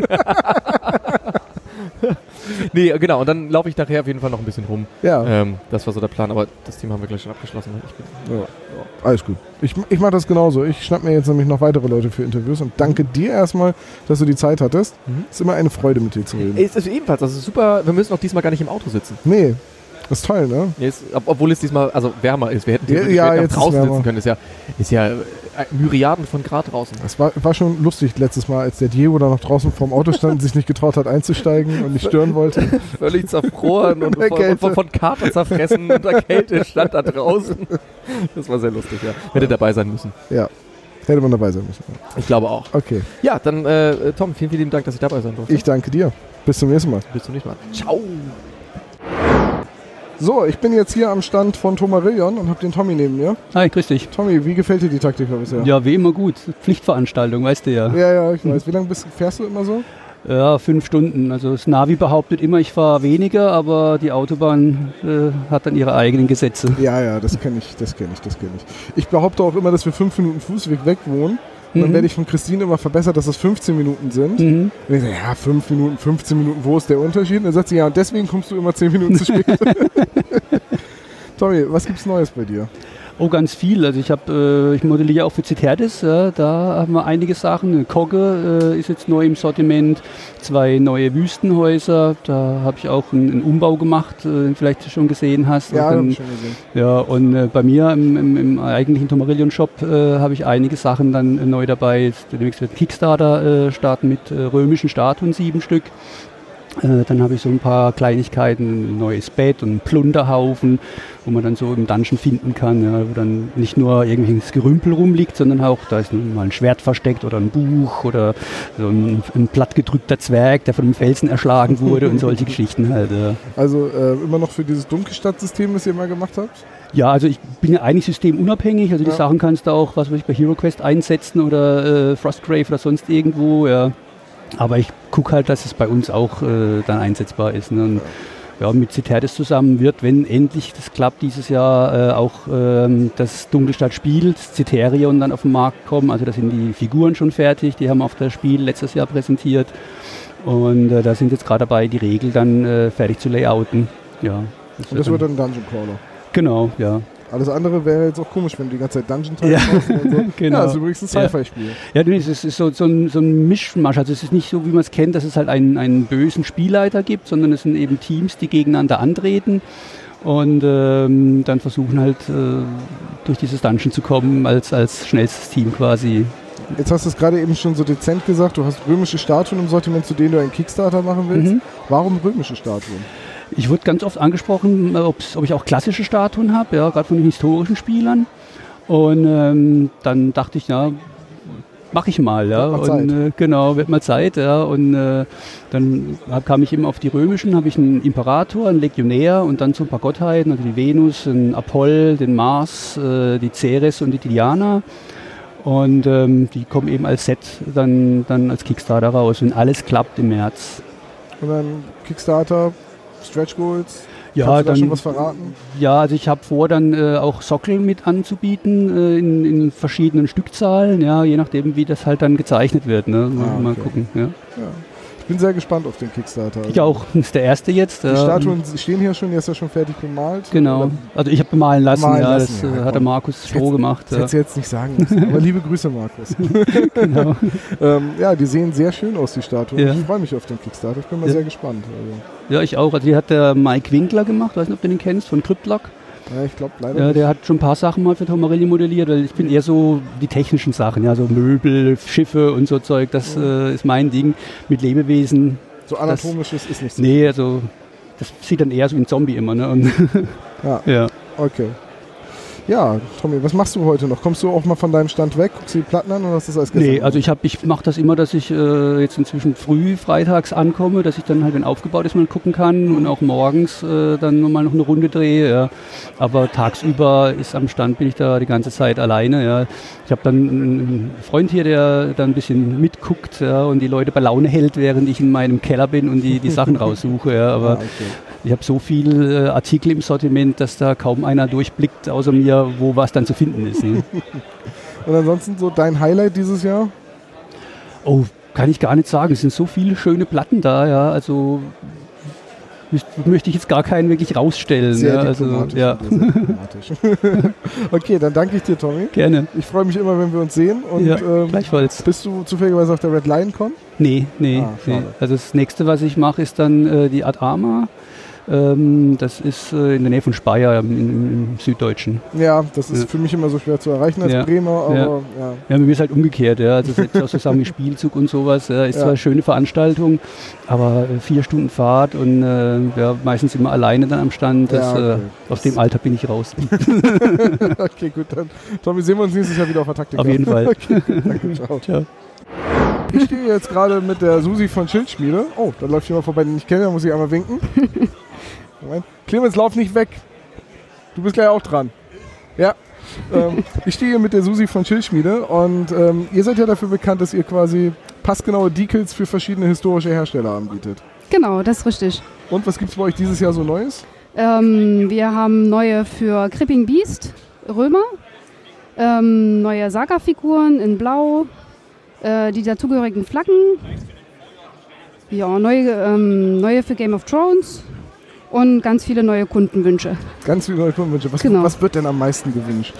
[SPEAKER 6] Nee, genau, und dann laufe ich nachher auf jeden Fall noch ein bisschen rum.
[SPEAKER 1] Ja.
[SPEAKER 6] Das war so der Plan, aber das Thema haben wir gleich schon abgeschlossen.
[SPEAKER 1] Alles gut. Ich mache das genauso. Ich schnapp mir jetzt nämlich noch weitere Leute für Interviews und danke dir erstmal, dass du die Zeit hattest. Ist immer eine Freude, mit dir zu reden.
[SPEAKER 6] Es ist ebenfalls, das ist super, wir müssen auch diesmal gar nicht im Auto sitzen.
[SPEAKER 1] Nee. Das ist toll, ne?
[SPEAKER 6] Obwohl es diesmal wärmer ist. Wir hätten
[SPEAKER 1] jetzt
[SPEAKER 6] draußen sitzen können. Ist ja Myriaden von Grad draußen.
[SPEAKER 1] Das war schon lustig letztes Mal, als der Diego da noch draußen vorm Auto stand und sich nicht getraut hat einzusteigen und nicht stören wollte.
[SPEAKER 6] Völlig zerfroren und von Kater zerfressen und der Kälte stand da draußen. Das war sehr lustig, ja. Hätte dabei sein müssen.
[SPEAKER 1] Ja, hätte man dabei sein müssen.
[SPEAKER 6] Ich glaube auch.
[SPEAKER 1] Okay.
[SPEAKER 6] Ja, dann Tom, vielen, vielen Dank, dass ich dabei sein durfte.
[SPEAKER 1] Ich danke dir. Bis zum nächsten Mal.
[SPEAKER 6] Bis zum nächsten Mal. Ciao.
[SPEAKER 1] So, ich bin jetzt hier am Stand von Tomarillion und habe den Tommy neben mir.
[SPEAKER 7] Hi, grüß dich.
[SPEAKER 1] Tommy, wie gefällt dir die Taktika bisher?
[SPEAKER 7] Ja, wie immer gut. Pflichtveranstaltung, weißt du ja.
[SPEAKER 1] Ja, ich weiß. Wie lange fährst du immer so?
[SPEAKER 7] Ja, 5 Stunden. Also das Navi behauptet immer, ich fahre weniger, aber die Autobahn hat dann ihre eigenen Gesetze.
[SPEAKER 1] Ja, das kenne ich. Ich behaupte auch immer, dass wir 5 Minuten Fußweg weg wohnen. Und dann werde ich von Christine immer verbessert, dass das 15 Minuten sind. Und ich sage, ja, 5 Minuten, 15 Minuten, wo ist der Unterschied? Und dann sagt sie, ja, und deswegen kommst du immer 10 Minuten zu spät. Tommy, was gibt's Neues bei dir?
[SPEAKER 7] Oh, ganz viel. Also ich modelliere auch für Citertis, ja, da haben wir einige Sachen. Kogge ist jetzt neu im Sortiment, 2 neue Wüstenhäuser, da habe ich auch einen Umbau gemacht, den vielleicht schon gesehen hast.
[SPEAKER 1] Ja, habe ich schon gesehen.
[SPEAKER 7] Ja, und bei mir im eigentlichen Tomarillion-Shop habe ich einige Sachen dann neu dabei. Demnächst wird Kickstarter starten mit römischen Statuen, 7 Stück. Dann habe ich so ein paar Kleinigkeiten, ein neues Bett und einen Plunderhaufen, wo man dann so im Dungeon finden kann, ja, wo dann nicht nur irgendwelches Gerümpel rumliegt, sondern auch, da ist mal ein Schwert versteckt oder ein Buch oder so ein plattgedrückter Zwerg, der von einem Felsen erschlagen wurde und solche Geschichten halt. Ja.
[SPEAKER 1] Also immer noch für dieses Dunkelstadt-System, das ihr mal gemacht habt?
[SPEAKER 7] Ja, also ich bin ja eigentlich systemunabhängig, also die Sachen kannst du auch, was weiß ich, bei HeroQuest einsetzen oder Frostgrave oder sonst irgendwo, ja. Aber ich gucke halt, dass es bei uns auch dann einsetzbar ist. Ne? Und, ja, mit Citerdes zusammen wird, wenn endlich das klappt, dieses Jahr auch das Dunkelstadt-Spiel, das Citerion, dann auf den Markt kommen. Also da sind die Figuren schon fertig, die haben wir auf das Spiel letztes Jahr präsentiert. Und da sind jetzt gerade dabei, die Regel dann fertig zu layouten. Ja,
[SPEAKER 1] und das wird dann ein Dungeon Crawler.
[SPEAKER 7] Genau, ja.
[SPEAKER 1] Alles andere wäre jetzt auch komisch, wenn du die ganze Zeit Dungeon-Teile machst und so.
[SPEAKER 7] Genau.
[SPEAKER 1] Ja, das ist übrigens ein Sci-Fi-Spiel.
[SPEAKER 7] Ja, es ist so ein Mischmasch. Also es ist nicht so, wie man es kennt, dass es halt einen bösen Spielleiter gibt, sondern es sind eben Teams, die gegeneinander antreten und dann versuchen halt durch dieses Dungeon zu kommen als schnellstes Team quasi.
[SPEAKER 1] Jetzt hast du es gerade eben schon so dezent gesagt, du hast römische Statuen im Sortiment, zu denen du einen Kickstarter machen willst. Warum römische Statuen?
[SPEAKER 7] Ich wurde ganz oft angesprochen, ob ich auch klassische Statuen habe, ja, gerade von den historischen Spielern. Und dann dachte ich, ja, mache ich mal. Ja. Und genau, wird mal Zeit. Ja. Und dann kam ich eben auf die römischen, habe ich einen Imperator, einen Legionär und dann so ein paar Gottheiten, also die Venus, den Apoll, den Mars, die Ceres und die Diana. Und die kommen eben als Set dann als Kickstarter raus, wenn alles klappt im März.
[SPEAKER 1] Und dann Kickstarter, Stretch Goals?
[SPEAKER 7] Ja,
[SPEAKER 1] kannst du da
[SPEAKER 7] dann
[SPEAKER 1] schon was verraten? Ja,
[SPEAKER 7] also ich habe vor, dann auch Sockel mit anzubieten in verschiedenen Stückzahlen, ja, je nachdem, wie das halt dann gezeichnet wird. Ne? Mal gucken. Ja.
[SPEAKER 1] Ich bin sehr gespannt auf den Kickstarter.
[SPEAKER 7] Ich auch. Das ist der erste jetzt.
[SPEAKER 1] Die Statuen stehen hier schon, die ist ja schon fertig bemalt.
[SPEAKER 7] Genau. Oder? Also ich habe bemalen lassen, das hat der Markus
[SPEAKER 1] Stroh
[SPEAKER 7] gemacht.
[SPEAKER 1] Das hättest du jetzt nicht sagen müssen. Aber liebe Grüße, Markus.
[SPEAKER 7] Genau.
[SPEAKER 1] Ja, die sehen sehr schön aus, die Statuen. Ja. Ich freue mich auf den Kickstarter. Ich bin mal sehr gespannt. Also.
[SPEAKER 7] Ja, ich auch. Also die hat der Mike Winkler gemacht, weiß nicht, ob du den kennst, von Cryptlock.
[SPEAKER 1] Ja, ich glaube leider nicht.
[SPEAKER 7] Der hat schon ein paar Sachen mal für Tomarelli modelliert, weil ich bin eher so die technischen Sachen, ja, so Möbel, Schiffe und so Zeug, das ist mein Ding mit Lebewesen.
[SPEAKER 1] So anatomisches ist nicht so.
[SPEAKER 7] Nee, also das sieht dann eher so wie ein Zombie immer, ne? Und
[SPEAKER 1] ja. Okay. Ja, Tommy, was machst du heute noch? Kommst du auch mal von deinem Stand weg? Guckst du die Platten an oder hast du das alles gestern?
[SPEAKER 7] Nee, also ich mache das immer, dass ich jetzt inzwischen früh freitags ankomme, dass ich dann halt, wenn aufgebaut ist, mal gucken kann und auch morgens dann nochmal noch eine Runde drehe. Ja. Aber tagsüber am Stand bin ich da die ganze Zeit alleine. Ja. Ich habe dann einen Freund hier, der dann ein bisschen mitguckt, ja, und die Leute bei Laune hält, während ich in meinem Keller bin und die Sachen raussuche. Ja. Aber ich habe so viele Artikel im Sortiment, dass da kaum einer durchblickt, außer mir, wo was dann zu finden ist. Ne?
[SPEAKER 1] Und ansonsten so dein Highlight dieses Jahr?
[SPEAKER 7] Oh, kann ich gar nicht sagen. Es sind so viele schöne Platten da, ja. Also möchte ich jetzt gar keinen wirklich rausstellen.
[SPEAKER 1] Sehr
[SPEAKER 7] ja.
[SPEAKER 1] diplomatisch.
[SPEAKER 7] Also, ja.
[SPEAKER 1] Sehr diplomatisch. Okay, dann danke ich dir, Tommy.
[SPEAKER 7] Gerne.
[SPEAKER 1] Ich freue mich immer, wenn wir uns sehen. Und,
[SPEAKER 7] ja, gleichfalls.
[SPEAKER 1] Bist du zufälligerweise auf der Red Lion Con?
[SPEAKER 7] Nee. Also das nächste, was ich mache, ist dann die Ad Arma. Das ist in der Nähe von Speyer im Süddeutschen.
[SPEAKER 1] Ja, das ist für mich immer so schwer zu erreichen als Bremer, aber
[SPEAKER 7] ja, bei mir ist halt umgekehrt, ja. Also es ist auch so Sachen wie Spielzug und sowas. Ist zwar eine schöne Veranstaltung, aber 4 Stunden Fahrt und meistens immer alleine dann am Stand. Aus dem Alter bin ich raus.
[SPEAKER 1] Okay, gut, dann Tommy, sehen wir uns nächstes Jahr wieder auf der Taktik.
[SPEAKER 7] Auf jeden Fall.
[SPEAKER 1] Okay, danke, ciao. Ich stehe jetzt gerade mit der Susi von Schildschmiede. Oh, da läuft jemand vorbei, den ich kenne, da muss ich einmal winken. Moment. Clemens, lauf nicht weg. Du bist gleich auch dran. Ja. Ich stehe hier mit der Susi von Schildschmiede und ihr seid ja dafür bekannt, dass ihr quasi passgenaue Decals für verschiedene historische Hersteller anbietet.
[SPEAKER 8] Genau, das ist richtig.
[SPEAKER 1] Und was gibt es bei euch dieses Jahr so Neues?
[SPEAKER 8] Wir haben neue für Cripping Beast, Römer, neue Saga-Figuren in Blau, die dazugehörigen Flaggen, ja, neue für Game of Thrones und ganz viele neue Kundenwünsche.
[SPEAKER 1] Ganz viele neue Kundenwünsche. Was wird denn am meisten gewünscht?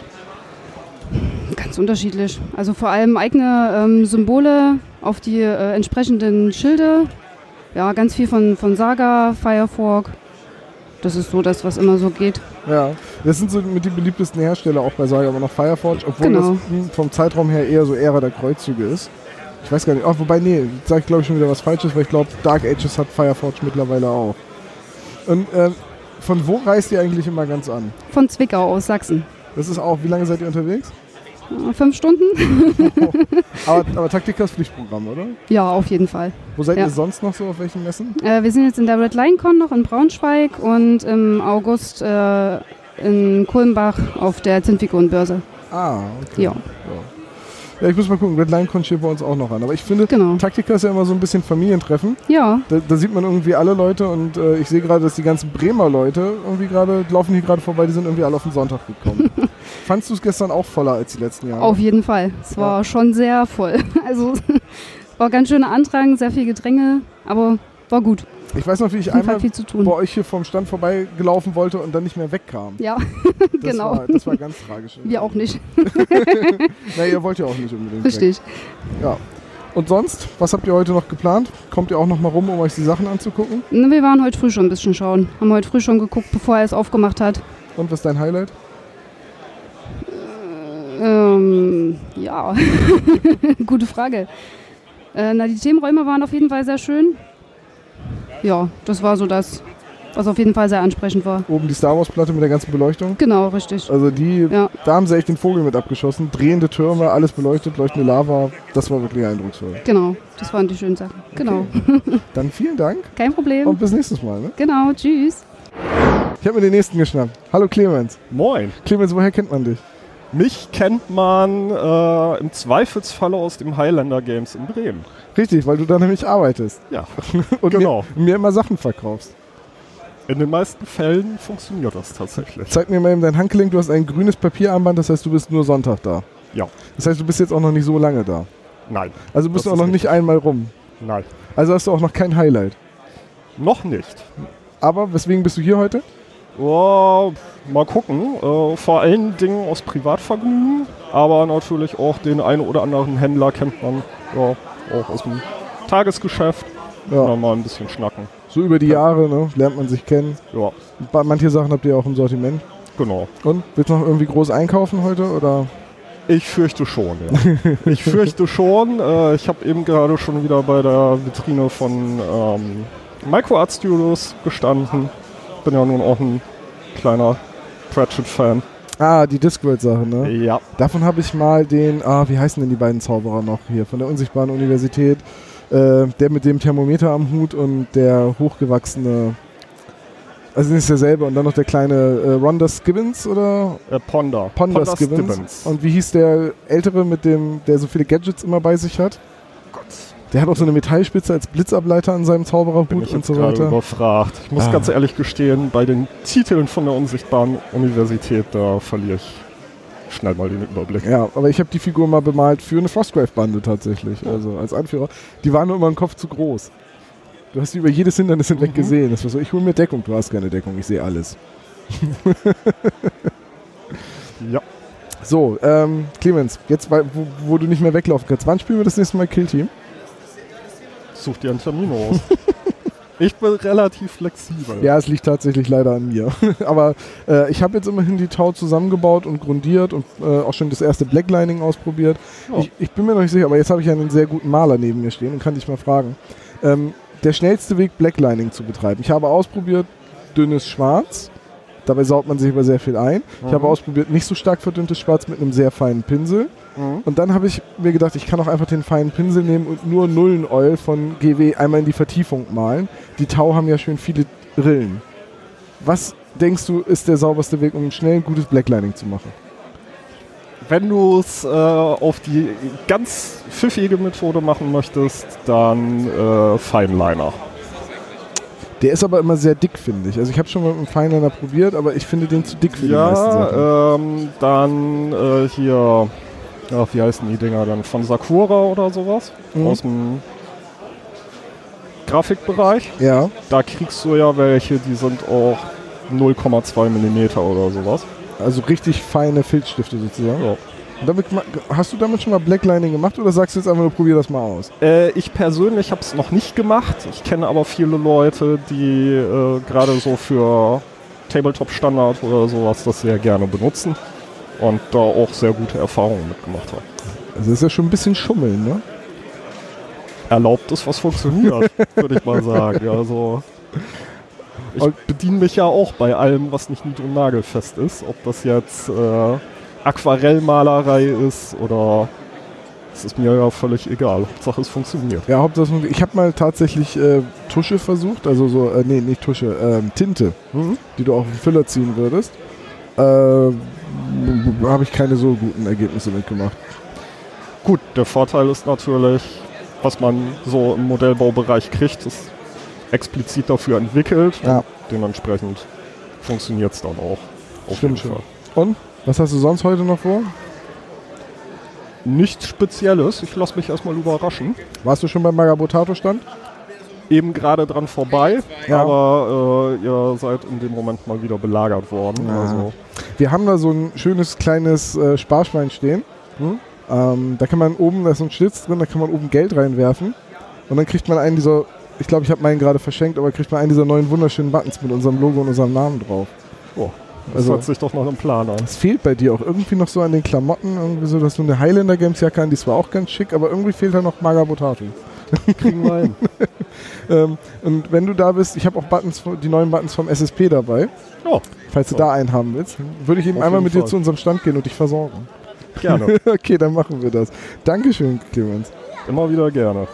[SPEAKER 8] Ganz unterschiedlich. Also vor allem eigene Symbole auf die entsprechenden Schilde. Ja, ganz viel von Saga, Firefork. Das ist so das, was immer so geht.
[SPEAKER 1] Ja, das sind so mit die beliebtesten Hersteller auch bei Saga, aber noch Fireforge, obwohl das vom Zeitraum her eher so Ära der Kreuzzüge ist.
[SPEAKER 2] Ich weiß gar nicht. Wobei, nee, sag ich glaube ich schon wieder was Falsches, weil ich glaube, Dark Ages hat Fireforge mittlerweile auch. Und von wo reist ihr eigentlich immer ganz an?
[SPEAKER 8] Von Zwickau aus Sachsen.
[SPEAKER 2] Das ist auch, wie lange seid ihr unterwegs?
[SPEAKER 8] 5 Stunden?
[SPEAKER 2] aber Taktika ist Pflichtprogramm, oder?
[SPEAKER 8] Ja, auf jeden Fall.
[SPEAKER 2] Wo seid
[SPEAKER 8] Ja.
[SPEAKER 2] ihr sonst noch so, auf welchen Messen?
[SPEAKER 8] Wir sind jetzt in der Red Lion Con noch in Braunschweig und im August in Kulmbach auf der Zinnfigurenbörse.
[SPEAKER 2] Ah, okay.
[SPEAKER 8] Ja.
[SPEAKER 2] Ja, ich muss mal gucken, Red Lion kommt hier bei uns auch noch an. Aber ich finde,
[SPEAKER 8] Genau.
[SPEAKER 2] Taktika ist ja immer so ein bisschen Familientreffen.
[SPEAKER 8] Ja,
[SPEAKER 2] Da sieht man irgendwie alle Leute und ich sehe gerade, dass die ganzen Bremer Leute irgendwie gerade, laufen hier gerade vorbei, die sind irgendwie alle auf den Sonntag gekommen. Fandst du es gestern auch voller als die letzten Jahre?
[SPEAKER 8] auf jeden Fall. Es war schon sehr voll. Also war ganz schöner Andrang, sehr viel Gedränge, aber war gut.
[SPEAKER 2] Ich weiß noch, wie ich
[SPEAKER 8] Auf jeden Fall
[SPEAKER 2] einmal
[SPEAKER 8] viel zu tun.
[SPEAKER 2] bei euch hier vom Stand vorbeigelaufen wollte und dann nicht mehr wegkam.
[SPEAKER 8] Ja,
[SPEAKER 2] Das
[SPEAKER 8] genau.
[SPEAKER 2] Das war ganz tragisch.
[SPEAKER 8] Wir auch nicht.
[SPEAKER 2] Na, ihr wollt ja auch nicht unbedingt
[SPEAKER 8] Richtig.
[SPEAKER 2] weg. Ja. Und sonst, was habt ihr heute noch geplant? Kommt ihr auch noch mal rum, um euch die Sachen anzugucken?
[SPEAKER 8] Wir waren heute früh schon ein bisschen schauen. Haben heute früh schon geguckt, bevor er es aufgemacht hat.
[SPEAKER 2] Und was ist dein Highlight?
[SPEAKER 8] Ja, gute Frage. Die Themenräume waren auf jeden Fall sehr schön. Ja, das war so das, was auf jeden Fall sehr ansprechend war.
[SPEAKER 2] Oben die Star Wars Platte mit der ganzen Beleuchtung.
[SPEAKER 8] Genau, richtig.
[SPEAKER 2] Also
[SPEAKER 8] Ja.
[SPEAKER 2] da haben sie echt den Vogel mit abgeschossen. Drehende Türme, alles beleuchtet, leuchtende Lava. Das war wirklich eindrucksvoll.
[SPEAKER 8] Genau, das waren die schönen Sachen. Genau,
[SPEAKER 2] Dann vielen Dank
[SPEAKER 8] kein Problem.
[SPEAKER 2] und bis nächstes Mal. Ne?
[SPEAKER 8] Genau, tschüss.
[SPEAKER 2] Ich habe mir den nächsten geschnappt. Hallo Clemens.
[SPEAKER 9] Moin.
[SPEAKER 2] Clemens, woher kennt man dich?
[SPEAKER 9] Mich kennt man im Zweifelsfalle aus dem Highlander Games in Bremen.
[SPEAKER 2] Richtig, weil du da nämlich arbeitest.
[SPEAKER 9] Ja,
[SPEAKER 2] Und
[SPEAKER 9] genau.
[SPEAKER 2] mir immer Sachen verkaufst.
[SPEAKER 9] In den meisten Fällen funktioniert das tatsächlich.
[SPEAKER 2] Zeig mir mal eben dein Handgelenk. Du hast ein grünes Papierarmband, das heißt, du bist nur Sonntag da.
[SPEAKER 9] Ja.
[SPEAKER 2] Das heißt, du bist jetzt auch noch nicht so lange da.
[SPEAKER 9] Nein.
[SPEAKER 2] Also bist
[SPEAKER 9] Das
[SPEAKER 2] du auch
[SPEAKER 9] ist
[SPEAKER 2] noch nicht
[SPEAKER 9] richtig.
[SPEAKER 2] einmal rum.
[SPEAKER 9] Nein.
[SPEAKER 2] Also hast du auch noch kein Highlight.
[SPEAKER 9] Noch nicht.
[SPEAKER 2] Aber weswegen bist du hier heute?
[SPEAKER 9] Oh, mal gucken. Vor allen Dingen aus Privatvergnügen, aber natürlich auch den einen oder anderen Händler kennt man ja, auch aus dem Tagesgeschäft.
[SPEAKER 2] Ja.
[SPEAKER 9] Mal ein bisschen schnacken.
[SPEAKER 2] So über die Jahre, ne? Lernt man sich kennen.
[SPEAKER 9] Ja,
[SPEAKER 2] Manche Sachen habt ihr auch im Sortiment.
[SPEAKER 9] genau.
[SPEAKER 2] Und? Willst du noch irgendwie groß einkaufen heute? Oder?
[SPEAKER 9] Ich fürchte schon, ja. Ich fürchte schon. Ich habe eben gerade schon wieder bei der Vitrine von Microart Studios gestanden. Bin ja nun auch ein kleiner Pratchett-Fan.
[SPEAKER 2] Ah, die Discworld-Sache, ne?
[SPEAKER 9] Ja.
[SPEAKER 2] Davon habe ich mal den, wie heißen denn die beiden Zauberer noch hier? Von der Unsichtbaren Universität. Der mit dem Thermometer am Hut und der hochgewachsene, also nicht derselbe, und dann noch der kleine Rhonda Skibbins, oder?
[SPEAKER 9] Ponda
[SPEAKER 2] Skibbins. Und wie hieß der ältere, mit dem, der so viele Gadgets immer bei sich hat? Der hat auch so eine Metallspitze als Blitzableiter an seinem Zaubererhut
[SPEAKER 9] Bin ich
[SPEAKER 2] und
[SPEAKER 9] jetzt
[SPEAKER 2] so
[SPEAKER 9] gerade
[SPEAKER 2] weiter.
[SPEAKER 9] überfragt. Ich muss ganz ehrlich gestehen, bei den Titeln von der Unsichtbaren Universität, da verliere ich schnell mal den Überblick.
[SPEAKER 2] Ja, aber ich habe die Figur mal bemalt für eine Frostgrave-Bande tatsächlich, also als Anführer. Die waren nur immer im Kopf zu groß. Du hast die über jedes Hindernis hinweg gesehen. Das war so, ich hole mir Deckung, du hast keine Deckung, ich sehe alles.
[SPEAKER 9] Ja.
[SPEAKER 2] So, Clemens, jetzt wo du nicht mehr weglaufen kannst, wann spielen wir das nächste Mal Kill Team?
[SPEAKER 9] Such dir einen Termin aus. Ich bin relativ flexibel.
[SPEAKER 2] Ja, es liegt tatsächlich leider an mir. Aber ich habe jetzt immerhin die Tau zusammengebaut und grundiert und auch schon das erste Blacklining ausprobiert.
[SPEAKER 9] Ja.
[SPEAKER 2] Ich bin mir noch nicht sicher, aber jetzt habe ich einen sehr guten Maler neben mir stehen und kann dich mal fragen. Der schnellste Weg, Blacklining zu betreiben. Ich habe ausprobiert, dünnes Schwarz. Dabei saut man sich aber sehr viel ein. Ich habe ausprobiert, nicht so stark verdünntes Schwarz mit einem sehr feinen Pinsel. Und dann habe ich mir gedacht, ich kann auch einfach den feinen Pinsel nehmen und nur Nullen-Oil von GW einmal in die Vertiefung malen. Die Tau haben ja schön viele Rillen. Was denkst du, ist der sauberste Weg, um schnell ein gutes Blacklining zu machen?
[SPEAKER 9] Wenn du es auf die ganz pfiffige Methode machen möchtest, dann Fineliner.
[SPEAKER 2] Der ist aber immer sehr dick, finde ich. Also ich habe schon mal mit einem Fineliner probiert, aber ich finde den zu dick für die meisten Sachen.
[SPEAKER 9] Dann hier, wie heißen die Dinger dann? Von Sakura oder sowas? Aus dem Grafikbereich.
[SPEAKER 2] Ja.
[SPEAKER 9] Da kriegst du ja welche, die sind auch 0,2 mm oder sowas.
[SPEAKER 2] Also richtig feine Filzstifte sozusagen.
[SPEAKER 9] Ja.
[SPEAKER 2] Und damit, hast du damit schon mal Blacklining gemacht oder sagst du jetzt einfach nur, probier das mal aus?
[SPEAKER 9] Ich persönlich habe es noch nicht gemacht. Ich kenne aber viele Leute, die gerade so für Tabletop-Standard oder sowas das sehr gerne benutzen und da auch sehr gute Erfahrungen mitgemacht haben.
[SPEAKER 2] Also das ist ja schon ein bisschen Schummeln, ne?
[SPEAKER 9] erlaubt ist, was funktioniert, würde ich mal sagen. Also ich bediene mich ja auch bei allem, was nicht nied- und nagelfest ist. Ob das jetzt Aquarellmalerei ist oder... Das ist mir ja völlig egal. Hauptsache es funktioniert.
[SPEAKER 1] Ja, Hauptsache ich habe mal tatsächlich Tusche versucht, also so, nee, nicht Tusche, Tinte, die du auf den Füller ziehen würdest. Habe ich keine so guten Ergebnisse mitgemacht.
[SPEAKER 9] Gut, der Vorteil ist natürlich, was man so im Modellbaubereich kriegt, ist explizit dafür entwickelt.
[SPEAKER 1] Ja.
[SPEAKER 9] Dementsprechend funktioniert es dann auch. Auf
[SPEAKER 1] Stimmt
[SPEAKER 9] jeden
[SPEAKER 1] schon.
[SPEAKER 9] Fall.
[SPEAKER 1] Und? Was hast du sonst heute noch vor?
[SPEAKER 9] Nichts Spezielles. Ich lasse mich erstmal überraschen.
[SPEAKER 1] Warst du schon beim Magabotato-Stand?
[SPEAKER 9] Eben gerade dran vorbei,
[SPEAKER 1] Ja.
[SPEAKER 9] aber ihr seid in dem Moment mal wieder belagert worden.
[SPEAKER 1] Ja.
[SPEAKER 9] Also,
[SPEAKER 1] Wir haben da so ein schönes kleines Sparschwein stehen. Da kann man oben, da ist so ein Schlitz drin, da kann man oben Geld reinwerfen. Und dann kriegt man einen dieser, ich glaube, ich habe meinen gerade verschenkt, aber kriegt man einen dieser neuen wunderschönen Buttons mit unserem Logo und unserem Namen drauf.
[SPEAKER 9] das hört sich doch noch im Plan an.
[SPEAKER 1] Es fehlt bei dir auch irgendwie noch so an den Klamotten, irgendwie so, dass du eine Highlander Games Jacke an, die ist zwar auch ganz schick, aber irgendwie fehlt da noch Magabotato.
[SPEAKER 9] Kriegen wir hin.
[SPEAKER 1] Und wenn du da bist, ich habe auch Buttons, die neuen Buttons vom SSP dabei.
[SPEAKER 9] Oh,
[SPEAKER 1] Falls du da einen haben willst, würde ich eben
[SPEAKER 9] Auf
[SPEAKER 1] einmal
[SPEAKER 9] jeden
[SPEAKER 1] mit dir
[SPEAKER 9] Fall.
[SPEAKER 1] zu unserem Stand gehen und dich versorgen.
[SPEAKER 9] gerne.
[SPEAKER 1] Okay, dann machen wir das. Dankeschön, Clemens.
[SPEAKER 9] Immer wieder gerne.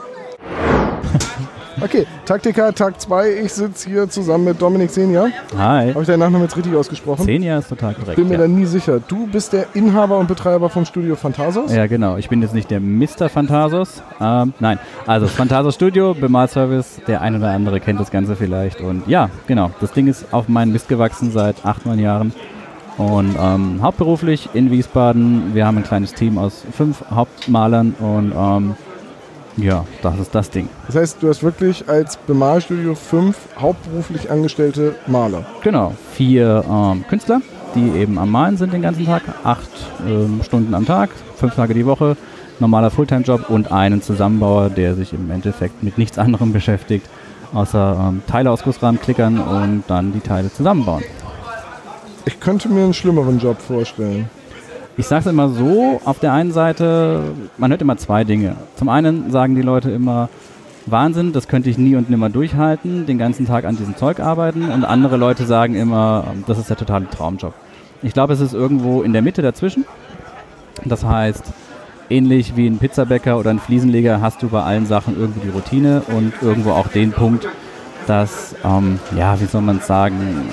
[SPEAKER 1] Okay, Taktika, Tag 2. Ich sitze hier zusammen mit Dominik Senja.
[SPEAKER 10] Hi.
[SPEAKER 1] Habe ich deinen Nachnamen jetzt richtig ausgesprochen?
[SPEAKER 10] Senja ist total korrekt.
[SPEAKER 1] Bin mir
[SPEAKER 10] ja.
[SPEAKER 1] da nie sicher. Du bist der Inhaber und Betreiber vom Studio Phantasos?
[SPEAKER 10] Ja, genau. Ich bin jetzt nicht der Mr. Phantasos. Nein, also Phantasos Studio, Bemalservice. Der ein oder andere kennt das Ganze vielleicht. Und ja, genau. Das Ding ist auf meinen Mist gewachsen seit 8, 9 Jahren. Und hauptberuflich in Wiesbaden. Wir haben ein kleines Team aus 5 Hauptmalern und ja, das ist das Ding.
[SPEAKER 1] Das heißt, du hast wirklich als Bemalstudio 5 hauptberuflich angestellte Maler.
[SPEAKER 10] Genau, 4 Künstler, die eben am Malen sind den ganzen Tag. 8 Stunden am Tag, 5 Tage die Woche. Normaler Fulltime-Job und einen Zusammenbauer, der sich im Endeffekt mit nichts anderem beschäftigt, außer Teile aus Gussrahmen klickern und dann die Teile zusammenbauen.
[SPEAKER 1] Ich könnte mir einen schlimmeren Job vorstellen.
[SPEAKER 10] Ich sage es immer so, auf der einen Seite, man hört immer 2 Dinge. Zum einen sagen die Leute immer, Wahnsinn, das könnte ich nie und nimmer durchhalten, den ganzen Tag an diesem Zeug arbeiten. Und andere Leute sagen immer, das ist der totale Traumjob. Ich glaube, es ist irgendwo in der Mitte dazwischen. Das heißt, ähnlich wie ein Pizzabäcker oder ein Fliesenleger hast du bei allen Sachen irgendwo die Routine und irgendwo auch den Punkt, dass, ja, wie soll man es sagen,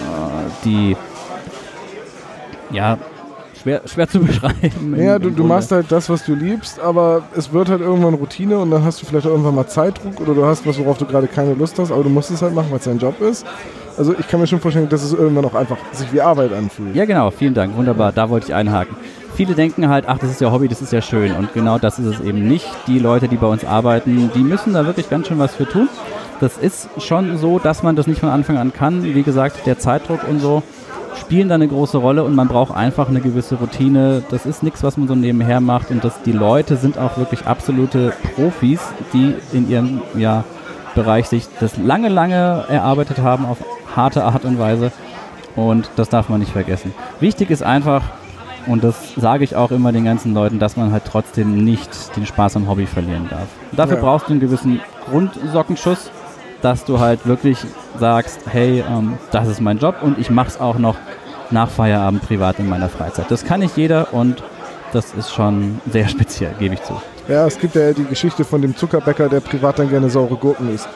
[SPEAKER 10] schwer zu beschreiben.
[SPEAKER 1] Ja, du machst halt das, was du liebst, aber es wird halt irgendwann Routine und dann hast du vielleicht auch irgendwann mal Zeitdruck oder du hast was, worauf du gerade keine Lust hast, aber du musst es halt machen, weil es dein Job ist. Also ich kann mir schon vorstellen, dass es irgendwann auch einfach sich wie Arbeit anfühlt.
[SPEAKER 10] Ja, genau, vielen Dank, wunderbar, da wollte ich einhaken. Viele denken halt, ach, das ist ja Hobby, das ist ja schön und genau das ist es eben nicht. Die Leute, die bei uns arbeiten, die müssen da wirklich ganz schön was für tun. Das ist schon so, dass man das nicht von Anfang an kann. Wie gesagt, der Zeitdruck und so spielen da eine große Rolle und man braucht einfach eine gewisse Routine. Das ist nichts, was man so nebenher macht und die Leute sind auch wirklich absolute Profis, die in ihrem Bereich sich das lange erarbeitet haben auf harte Art und Weise und das darf man nicht vergessen. Wichtig ist einfach, und das sage ich auch immer den ganzen Leuten, dass man halt trotzdem nicht den Spaß am Hobby verlieren darf. Dafür brauchst du einen gewissen Grundsockenschuss, dass du halt wirklich sagst, hey, das ist mein Job und ich mache es auch noch nach Feierabend privat in meiner Freizeit. Das kann nicht jeder und das ist schon sehr speziell, gebe ich zu.
[SPEAKER 1] Ja, es gibt ja die Geschichte von dem Zuckerbäcker, der privat dann gerne saure Gurken isst.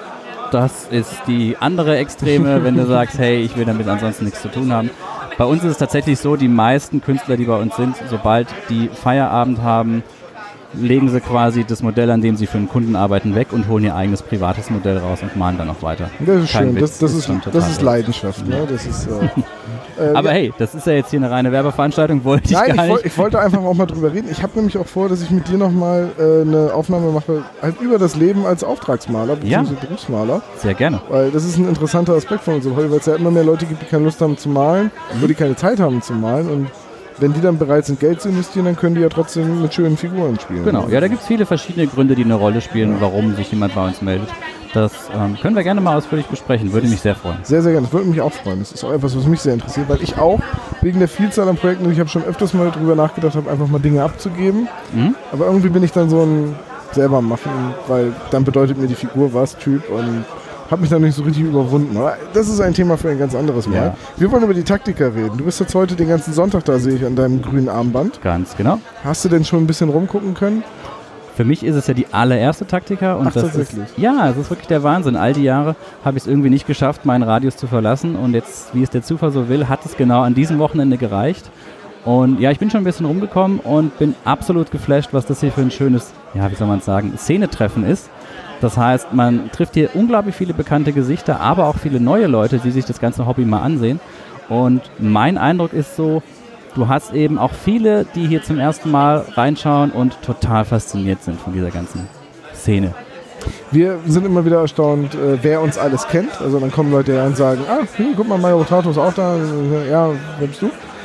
[SPEAKER 10] Das ist die andere Extreme, wenn du sagst, hey, ich will damit ansonsten nichts zu tun haben. Bei uns ist es tatsächlich so, die meisten Künstler, die bei uns sind, sobald die Feierabend haben, legen sie quasi das Modell, an dem sie für einen Kunden arbeiten, weg und holen ihr eigenes privates Modell raus und malen dann noch weiter.
[SPEAKER 1] Das ist
[SPEAKER 10] Kein
[SPEAKER 1] schön,
[SPEAKER 10] Witz,
[SPEAKER 1] das ist
[SPEAKER 10] total
[SPEAKER 1] Leidenschaft. Ne? Das ist,
[SPEAKER 10] aber hey, das ist ja jetzt hier eine reine Werbeveranstaltung, wollte ich gar nicht.
[SPEAKER 1] Ich wollte einfach auch mal drüber reden. Ich habe nämlich auch vor, dass ich mit dir nochmal eine Aufnahme mache, halt über das Leben als Auftragsmaler, bzw. Berufsmaler.
[SPEAKER 10] Sehr gerne.
[SPEAKER 1] Weil das ist ein interessanter Aspekt von unserem Hobby, weil es ja immer mehr Leute gibt, die keine Lust haben zu malen, oder die keine Zeit haben zu malen und wenn die dann bereit sind, Geld zu investieren, dann können die ja trotzdem mit schönen Figuren spielen.
[SPEAKER 10] Genau, ja, da gibt es viele verschiedene Gründe, die eine Rolle spielen, warum sich jemand bei uns meldet. Das können wir gerne mal ausführlich besprechen, würde mich sehr freuen.
[SPEAKER 1] Sehr, sehr gerne, das würde mich auch freuen. Das ist auch etwas, was mich sehr interessiert, weil ich auch wegen der Vielzahl an Projekten, und ich habe schon öfters mal darüber nachgedacht, habe einfach mal Dinge abzugeben. Aber irgendwie bin ich dann so ein selber machen, weil dann bedeutet mir die Figur was, Typ, und habe mich dann nicht so richtig überwunden. Aber das ist ein Thema für ein ganz anderes Mal.
[SPEAKER 10] Ja.
[SPEAKER 1] Wir wollen über die Taktiker reden. Du bist jetzt heute den ganzen Sonntag da, sehe ich, an deinem grünen Armband.
[SPEAKER 10] Ganz genau.
[SPEAKER 1] Hast du denn schon ein bisschen rumgucken können?
[SPEAKER 10] Für mich ist es ja die allererste Taktika. Und
[SPEAKER 1] Ach,
[SPEAKER 10] das
[SPEAKER 1] tatsächlich?
[SPEAKER 10] ist, ja, es ist wirklich der Wahnsinn. All die Jahre habe ich es irgendwie nicht geschafft, meinen Radius zu verlassen. Und jetzt, wie es der Zufall so will, hat es genau an diesem Wochenende gereicht. Und ja, ich bin schon ein bisschen rumgekommen und bin absolut geflasht, was das hier für ein schönes, ja, wie soll man es sagen, Szenetreffen ist. Das heißt, man trifft hier unglaublich viele bekannte Gesichter, aber auch viele neue Leute, die sich das ganze Hobby mal ansehen. Und mein Eindruck ist so, du hast eben auch viele, die hier zum ersten Mal reinschauen und total fasziniert sind von dieser ganzen Szene.
[SPEAKER 1] Wir sind immer wieder erstaunt, wer uns alles kennt. Also dann kommen Leute her und sagen, guck mal, Mario Rotato ist auch da. Ja, wer bist du?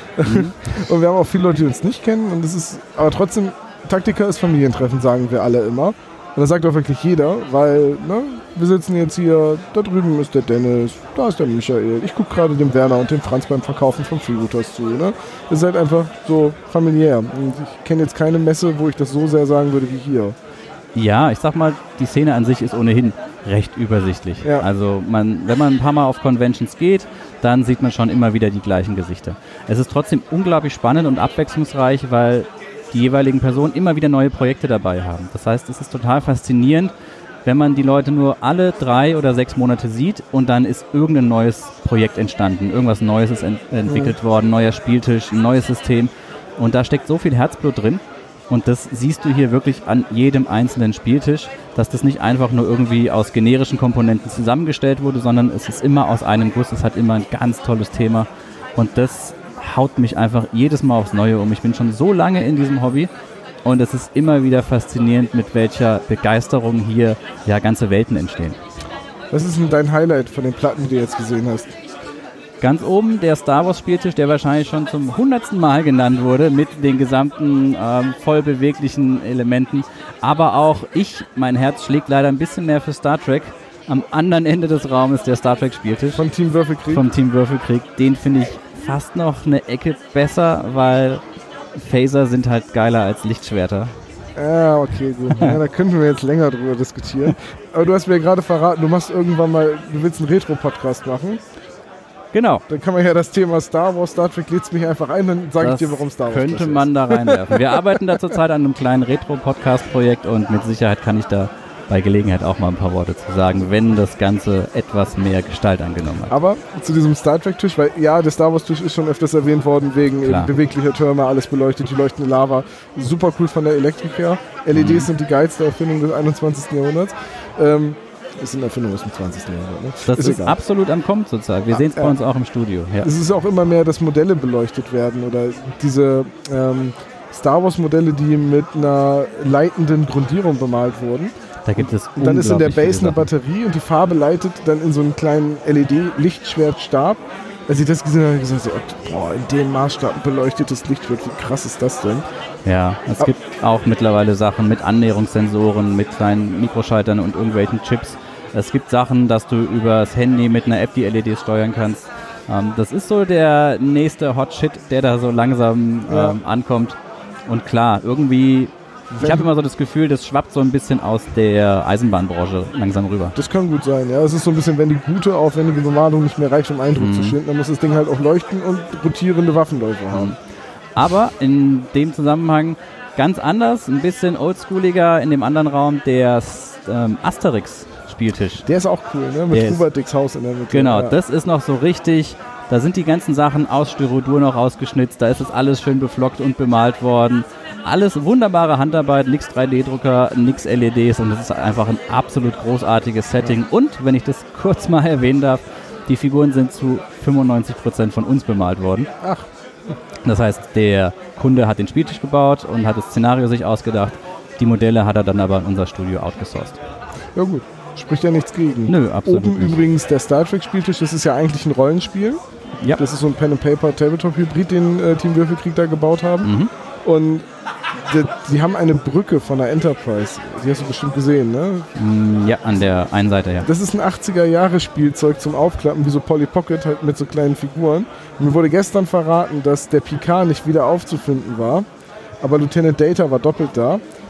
[SPEAKER 1] Und wir haben auch viele Leute, die uns nicht kennen. Und das ist, aber trotzdem, Taktika ist Familientreffen, sagen wir alle immer. Und das sagt auch wirklich jeder, weil wir sitzen jetzt hier, da drüben ist der Dennis, da ist der Michael. Ich gucke gerade dem Werner und dem Franz beim Verkaufen von Freebooters zu. Ne? Das ist halt einfach so familiär. Und ich kenne jetzt keine Messe, wo ich das so sehr sagen würde wie hier.
[SPEAKER 10] Ja, ich sag mal, die Szene an sich ist ohnehin recht übersichtlich.
[SPEAKER 1] Ja.
[SPEAKER 10] Also wenn man ein paar Mal auf Conventions geht, dann sieht man schon immer wieder die gleichen Gesichter. Es ist trotzdem unglaublich spannend und abwechslungsreich, weil die jeweiligen Personen immer wieder neue Projekte dabei haben. Das heißt, es ist total faszinierend, wenn man die Leute nur alle 3 oder 6 Monate sieht und dann ist irgendein neues Projekt entstanden. Irgendwas Neues ist entwickelt worden, neuer Spieltisch, ein neues System. Und da steckt so viel Herzblut drin. Und das siehst du hier wirklich an jedem einzelnen Spieltisch, dass das nicht einfach nur irgendwie aus generischen Komponenten zusammengestellt wurde, sondern es ist immer aus einem Guss, es hat immer ein ganz tolles Thema. Und das haut mich einfach jedes Mal aufs Neue um. Ich bin schon so lange in diesem Hobby und es ist immer wieder faszinierend, mit welcher Begeisterung hier ja ganze Welten entstehen.
[SPEAKER 1] Was ist denn dein Highlight von den Platten, die du jetzt gesehen hast?
[SPEAKER 10] Ganz oben der Star Wars Spieltisch, der wahrscheinlich schon zum 100. Mal genannt wurde, mit den gesamten voll beweglichen Elementen. Aber auch mein Herz schlägt leider ein bisschen mehr für Star Trek. Am anderen Ende des Raumes der Star Trek Spieltisch.
[SPEAKER 1] Vom Team Würfelkrieg?
[SPEAKER 10] Vom Team Würfelkrieg. Den finde ich fast noch eine Ecke besser, weil Phaser sind halt geiler als Lichtschwerter.
[SPEAKER 1] Ja, okay, gut. Ja, da könnten wir jetzt länger drüber diskutieren. Aber du hast mir gerade verraten, du willst einen Retro-Podcast machen.
[SPEAKER 10] Genau.
[SPEAKER 1] Dann kann man ja das Thema Star Wars, Star Trek, lädst mich einfach ein, dann sage ich dir, warum Star Wars
[SPEAKER 10] könnte
[SPEAKER 1] ist.
[SPEAKER 10] man da reinwerfen. Wir arbeiten da zurzeit an einem kleinen Retro-Podcast-Projekt und mit Sicherheit kann ich da bei Gelegenheit auch mal ein paar Worte zu sagen, wenn das Ganze etwas mehr Gestalt angenommen hat.
[SPEAKER 1] Aber zu diesem Star Trek-Tisch, weil ja, der Star Wars-Tisch ist schon öfters erwähnt worden, wegen eben beweglicher Türme, alles beleuchtet, die leuchtende Lava. Super cool von der Elektrik her. LEDs sind die geilste Erfindung des 21. Jahrhunderts. Ist eine Erfindung aus dem 20. Jahrhundert. Ne?
[SPEAKER 10] Das ist absolut am Kommen zurzeit. Wir sehen es bei uns auch im Studio. Ja.
[SPEAKER 1] Es ist auch immer mehr, dass Modelle beleuchtet werden oder diese Star Wars-Modelle, die mit einer leitenden Grundierung bemalt wurden.
[SPEAKER 10] Da gibt es
[SPEAKER 1] und dann ist in der Base eine Batterie und die Farbe leitet dann in so einen kleinen LED-Lichtschwertstab. Als ich das gesehen habe, habe ich gesagt, boah, in dem Maßstab beleuchtetes Lichtschwert, wie krass ist das denn?
[SPEAKER 10] Ja, es gibt auch mittlerweile Sachen mit Annäherungssensoren, mit kleinen Mikroschaltern und irgendwelchen Chips. Es gibt Sachen, dass du übers Handy mit einer App die LEDs steuern kannst. Das ist so der nächste Hot Shit, der da so langsam ankommt. Und klar, irgendwie... Ich habe immer so das Gefühl, das schwappt so ein bisschen aus der Eisenbahnbranche langsam rüber.
[SPEAKER 1] Das kann gut sein, ja. Es ist so ein bisschen, wenn die gute, aufwendige Bemalung nicht mehr reicht, um Eindruck zu schinden, dann muss das Ding halt auch leuchten und rotierende Waffenläufe haben.
[SPEAKER 10] Aber in dem Zusammenhang ganz anders, ein bisschen oldschooliger in dem anderen Raum, der Asterix-Spieltisch.
[SPEAKER 1] Der ist auch cool, ne? Mit Ruberdicks Haus in der Mitte.
[SPEAKER 10] Genau, das ist noch so richtig... Da sind die ganzen Sachen aus Styrodur noch ausgeschnitzt, da ist das alles schön beflockt und bemalt worden. Alles wunderbare Handarbeit, nix 3D-Drucker, nix LEDs und das ist einfach ein absolut großartiges Setting. Und, wenn ich das kurz mal erwähnen darf, die Figuren sind zu 95% von uns bemalt worden.
[SPEAKER 1] Ach.
[SPEAKER 10] Das heißt, der Kunde hat den Spieltisch gebaut und hat das Szenario sich ausgedacht. Die Modelle hat er dann aber in unser Studio outgesourced.
[SPEAKER 1] Ja gut, spricht ja nichts gegen.
[SPEAKER 10] Nö, absolut
[SPEAKER 1] Oben
[SPEAKER 10] nicht.
[SPEAKER 1] Übrigens der Star Trek Spieltisch, das ist ja eigentlich ein Rollenspiel.
[SPEAKER 10] Ja.
[SPEAKER 1] Das ist so ein Pen-and-Paper-Tabletop-Hybrid, den Team Würfelkrieg da gebaut haben. Und die haben eine Brücke von der Enterprise. Die hast du bestimmt gesehen, ne?
[SPEAKER 10] Ja, an der einen Seite, ja.
[SPEAKER 1] Das ist ein 80er-Jahre-Spielzeug zum Aufklappen, wie so Polly Pocket, halt mit so kleinen Figuren. Und mir wurde gestern verraten, dass der Picard nicht wieder aufzufinden war. Aber Lieutenant Data war doppelt da.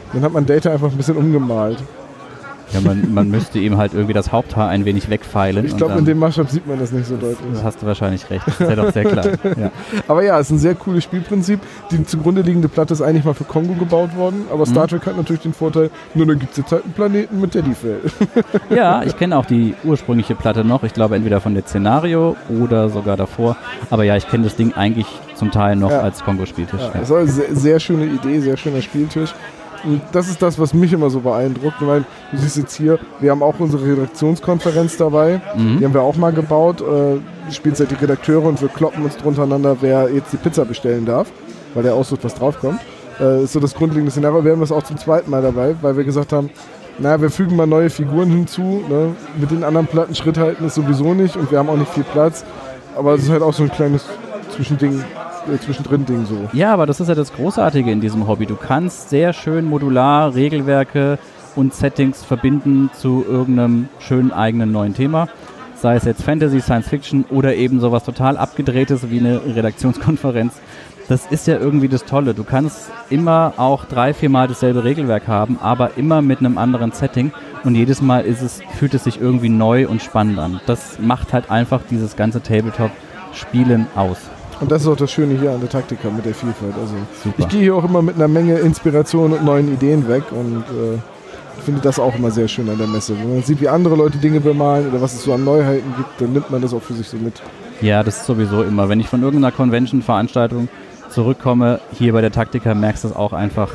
[SPEAKER 1] Dann hat man Data einfach ein bisschen umgemalt.
[SPEAKER 10] Ja, man müsste ihm halt irgendwie das Haupthaar ein wenig wegfeilen.
[SPEAKER 1] Ich glaube, in dem Maßstab sieht man das nicht so deutlich.
[SPEAKER 10] Da hast du wahrscheinlich recht. Das ist ja doch sehr klar. Ja.
[SPEAKER 1] Aber ja, es ist ein sehr cooles Spielprinzip. Die zugrunde liegende Platte ist eigentlich mal für Kongo gebaut worden, aber Star Trek hat natürlich den Vorteil, nur dann gibt es jetzt halt einen Planeten mit Daddyfell.
[SPEAKER 10] Ja, ich kenne auch die ursprüngliche Platte noch. Ich glaube entweder von der Szenario oder sogar davor. Aber ja, ich kenne das Ding eigentlich zum Teil noch als Kongo-Spieltisch.
[SPEAKER 1] Ja, das war eine sehr, sehr schöne Idee, sehr schöner Spieltisch. Und das ist das, was mich immer so beeindruckt. Ich meine, du siehst jetzt hier, wir haben auch unsere Redaktionskonferenz dabei. Die haben wir auch mal gebaut. Spielt halt die Redakteure und wir kloppen uns drunter einander, wer jetzt die Pizza bestellen darf, weil der aussucht, was draufkommt. Ist so das grundlegende Szenario. Wir haben das auch zum zweiten Mal dabei, weil wir gesagt haben, naja, wir fügen mal neue Figuren hinzu. Ne? Mit den anderen Platten Schritt halten ist sowieso nicht und wir haben auch nicht viel Platz. Aber es ist halt auch so ein kleines Zwischendrin-Ding so.
[SPEAKER 10] Ja, aber das ist ja das Großartige in diesem Hobby. Du kannst sehr schön modular Regelwerke und Settings verbinden zu irgendeinem schönen eigenen neuen Thema. Sei es jetzt Fantasy, Science Fiction oder eben sowas total Abgedrehtes wie eine Redaktionskonferenz. Das ist ja irgendwie das Tolle. Du kannst immer auch 3-4 Mal dasselbe Regelwerk haben, aber immer mit einem anderen Setting. Und jedes Mal fühlt es sich irgendwie neu und spannend an. Das macht halt einfach dieses ganze Tabletop-Spielen aus.
[SPEAKER 1] Und das ist auch das Schöne hier an der Taktika mit der Vielfalt. Also
[SPEAKER 10] super.
[SPEAKER 1] Ich gehe hier auch immer mit einer Menge Inspiration und neuen Ideen weg und finde das auch immer sehr schön an der Messe. Wenn man sieht, wie andere Leute Dinge bemalen oder was es so an Neuheiten gibt, dann nimmt man das auch für sich so mit.
[SPEAKER 10] Ja, das ist sowieso immer. Wenn ich von irgendeiner Convention-Veranstaltung zurückkomme, hier bei der Taktika merkst du es auch einfach.